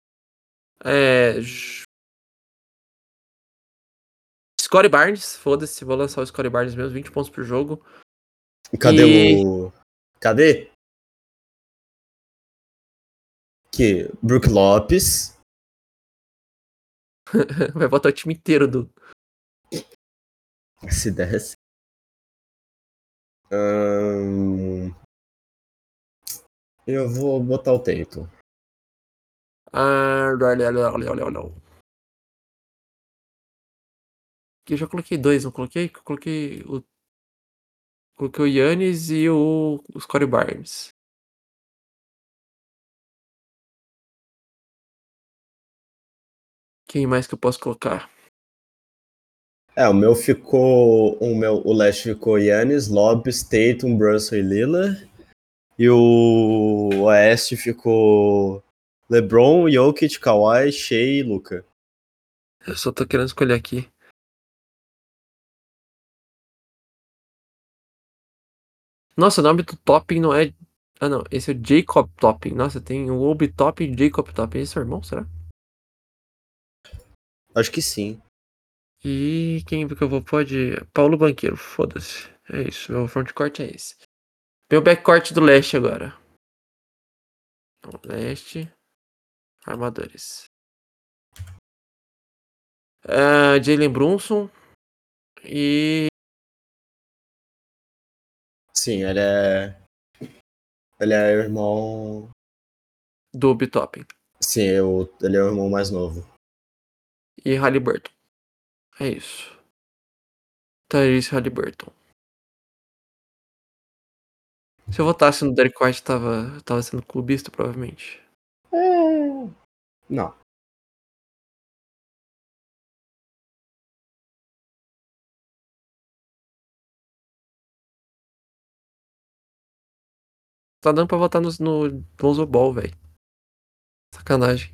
Scottie Barnes, foda-se, vou lançar o Scottie Barnes mesmo, 20 pontos por jogo. Cadê E o. Cadê? Que? Brook Lopes. vai botar o time inteiro do. Se desce. Eu vou botar o Tatum. Não. Eu já coloquei dois, não coloquei? Coloquei o Yannis e o Scottie Barnes. Quem mais que eu posso colocar? O meu ficou. O leste ficou Yannis, Lopes, Tatum, Brunson e Lila. E o oeste ficou LeBron, Jokic, Kawhi, Shea e Luka. Eu só tô querendo escolher aqui. Nossa, o nome do Topping não é. Ah, não. Esse é o Jacob Topping. Nossa, tem o Obi Topping e Jacob Topping. Esse é o irmão, será? Acho que sim. E quem que eu vou pode. Paulo Banqueiro, foda-se. É isso, meu frontcourt é esse. Meu backcourt do leste agora. Então, leste. Armadores. Jalen Brunson e... Sim, ele é o irmão... do Obi Toppin. Sim, ele é o irmão mais novo. E Haliburton. É isso. Tyrese Haliburton. Se eu votasse no Derek White, tava sendo clubista, provavelmente. Não. Tá dando pra votar no Lonzo Ball, velho. Sacanagem.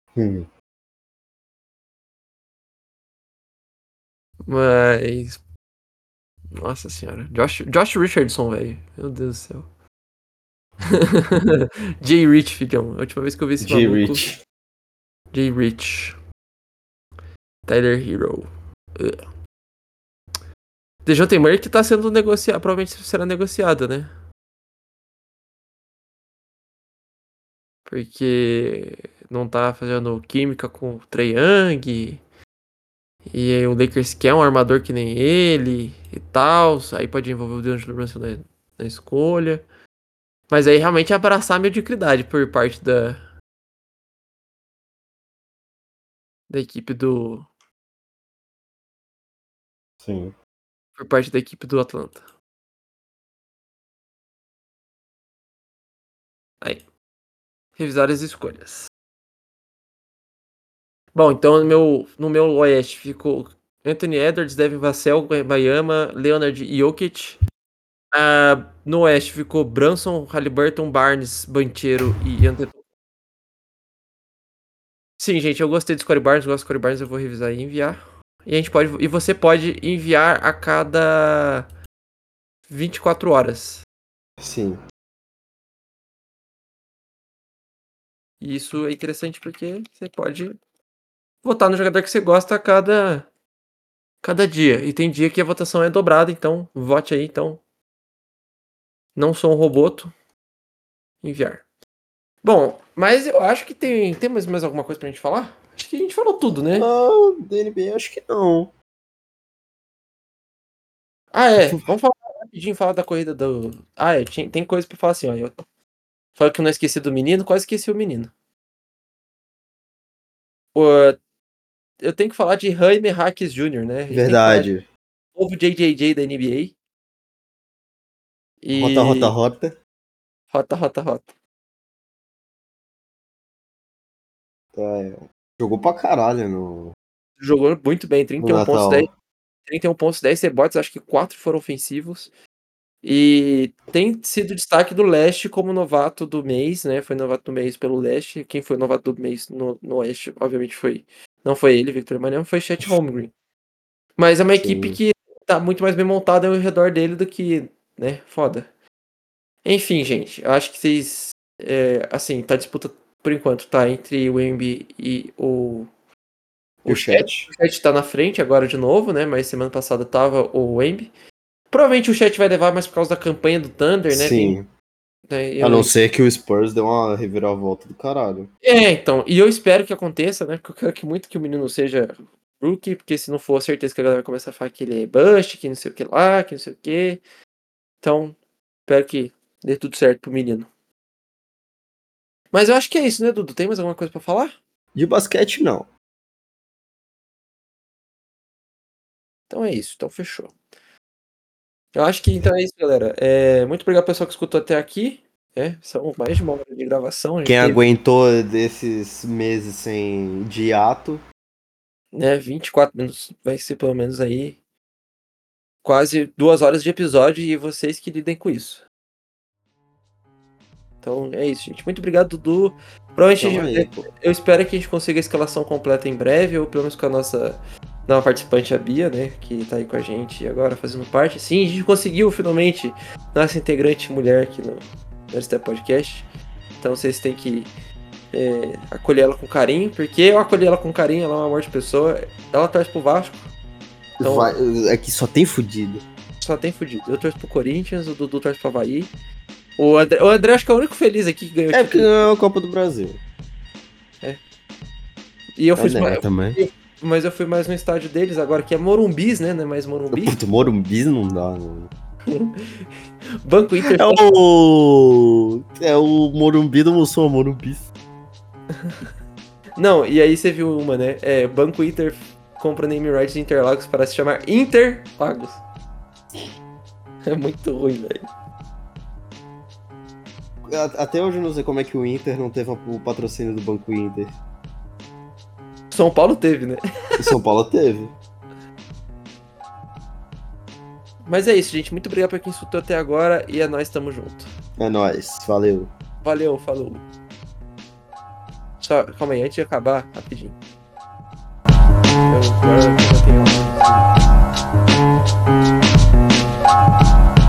Mas... Nossa senhora. Josh Richardson, velho. Meu Deus do céu. Jay Rich, filhão. A última vez que eu vi esse Jay maluco... Rich. Jay Rich. Tyler Hero. DeJounte Murray que tá sendo negociado. Provavelmente será negociado, né? Porque não tá fazendo química com o Trae Young. E aí o Lakers quer um armador que nem ele e tal. Aí pode envolver o DeAngelo Russell na escolha. Mas aí realmente é abraçar a mediocridade por parte da equipe do... Sim. Por parte da equipe do Atlanta. Aí. Revisar as escolhas. Bom, então no meu Oeste ficou Anthony Edwards, Devin Vassell, Bayama, Leonard Jokic. No Oeste ficou Brunson, Haliburton, Barnes, Banchero e Antetokounmpo. Sim, gente, eu gostei do Scottie Barnes, gosto do Scottie Barnes, eu vou revisar e enviar. E você pode enviar a cada 24 horas. Sim. E isso é interessante porque você pode votar no jogador que você gosta a cada dia. E tem dia que a votação é dobrada, então vote aí, então. Não sou um roboto. Enviar. Bom, mas eu acho que tem mais alguma coisa pra gente falar? Acho que a gente falou tudo, né? Da NBA, acho que não. Vamos falar rapidinho, falar da corrida do... tem coisa pra falar assim, ó. Eu falei que eu não esqueci do menino, quase esqueci o menino. Eu tenho que falar de Jaime Jaquez Jr., né? A gente Verdade. tem que falar do novo JJJ da NBA. E... Rota. Rota. Jogou pra caralho no Jogou muito bem, 31 pontos, Natal. 31 pontos, 10 rebotes, acho que 4 foram ofensivos. E tem sido destaque do Leste como novato do mês, né? Foi novato do mês pelo Leste. Quem foi novato do mês no Oeste, obviamente, não foi ele, Victor Wembanyama, foi Chet Holmgren. Mas é uma equipe que tá muito mais bem montada ao redor dele do que, né? Foda. Enfim, gente, eu acho que vocês... assim, tá disputa, por enquanto, tá entre o Wemby e o Chet. O Chet tá na frente agora de novo, né? Mas semana passada tava o Wemby. Provavelmente o Chet vai levar mais por causa da campanha do Thunder, né? Sim. A não ser que o Spurs dê uma reviravolta do caralho. Então, e eu espero que aconteça, né? Porque eu quero muito que o menino seja rookie, porque se não for, certeza que a galera vai começar a falar que ele é bust, que não sei o que lá, que não sei o que. Então, espero que dê tudo certo pro menino. Mas eu acho que é isso, né, Dudu? Tem mais alguma coisa pra falar? De basquete, não. Então é isso, então fechou. Eu acho que então é isso, galera. Muito obrigado ao pessoal que escutou até aqui. São mais de uma hora de gravação. Quem aguentou desses meses sem de hiato. 24 minutos vai ser pelo menos aí quase 2 horas de episódio e vocês que lidem com isso. Então é isso, gente. Muito obrigado, Dudu. Provavelmente eu espero que a gente consiga a escalação completa em breve, ou pelo menos com a nossa nova participante, a Bia, né? Que tá aí com a gente agora fazendo parte. Sim, a gente conseguiu finalmente nossa integrante mulher aqui no Step Podcast. Então vocês têm que acolher ela com carinho, porque eu acolhi ela com carinho, ela é uma amor de pessoa. Ela torce pro Vasco. Então, é que só tem fudido. Só tem fudido. Eu torço pro Corinthians, o Dudu torce pro Avaí. O André acho que é o único feliz aqui que ganhou. Porque ganhou a Copa do Brasil. E eu fui também. Mas eu fui mais no estádio deles, agora que é Morumbis, né? Não é mais Morumbi. Puta, Morumbi não dá, mano. Banco Inter. É o Morumbi do Mussum, Morumbi. Não, e aí você viu uma, né? Banco Inter compra name rights de Interlagos para se chamar Interlagos. É muito ruim, velho. Até hoje eu não sei como é que o Inter não teve o patrocínio do Banco Inter. São Paulo teve, né? E São Paulo teve. Mas é isso, gente. Muito obrigado por quem escutou até agora e nós estamos junto. É nóis, valeu. Valeu, falou. Só, calma aí, antes de acabar, rapidinho. Eu tenho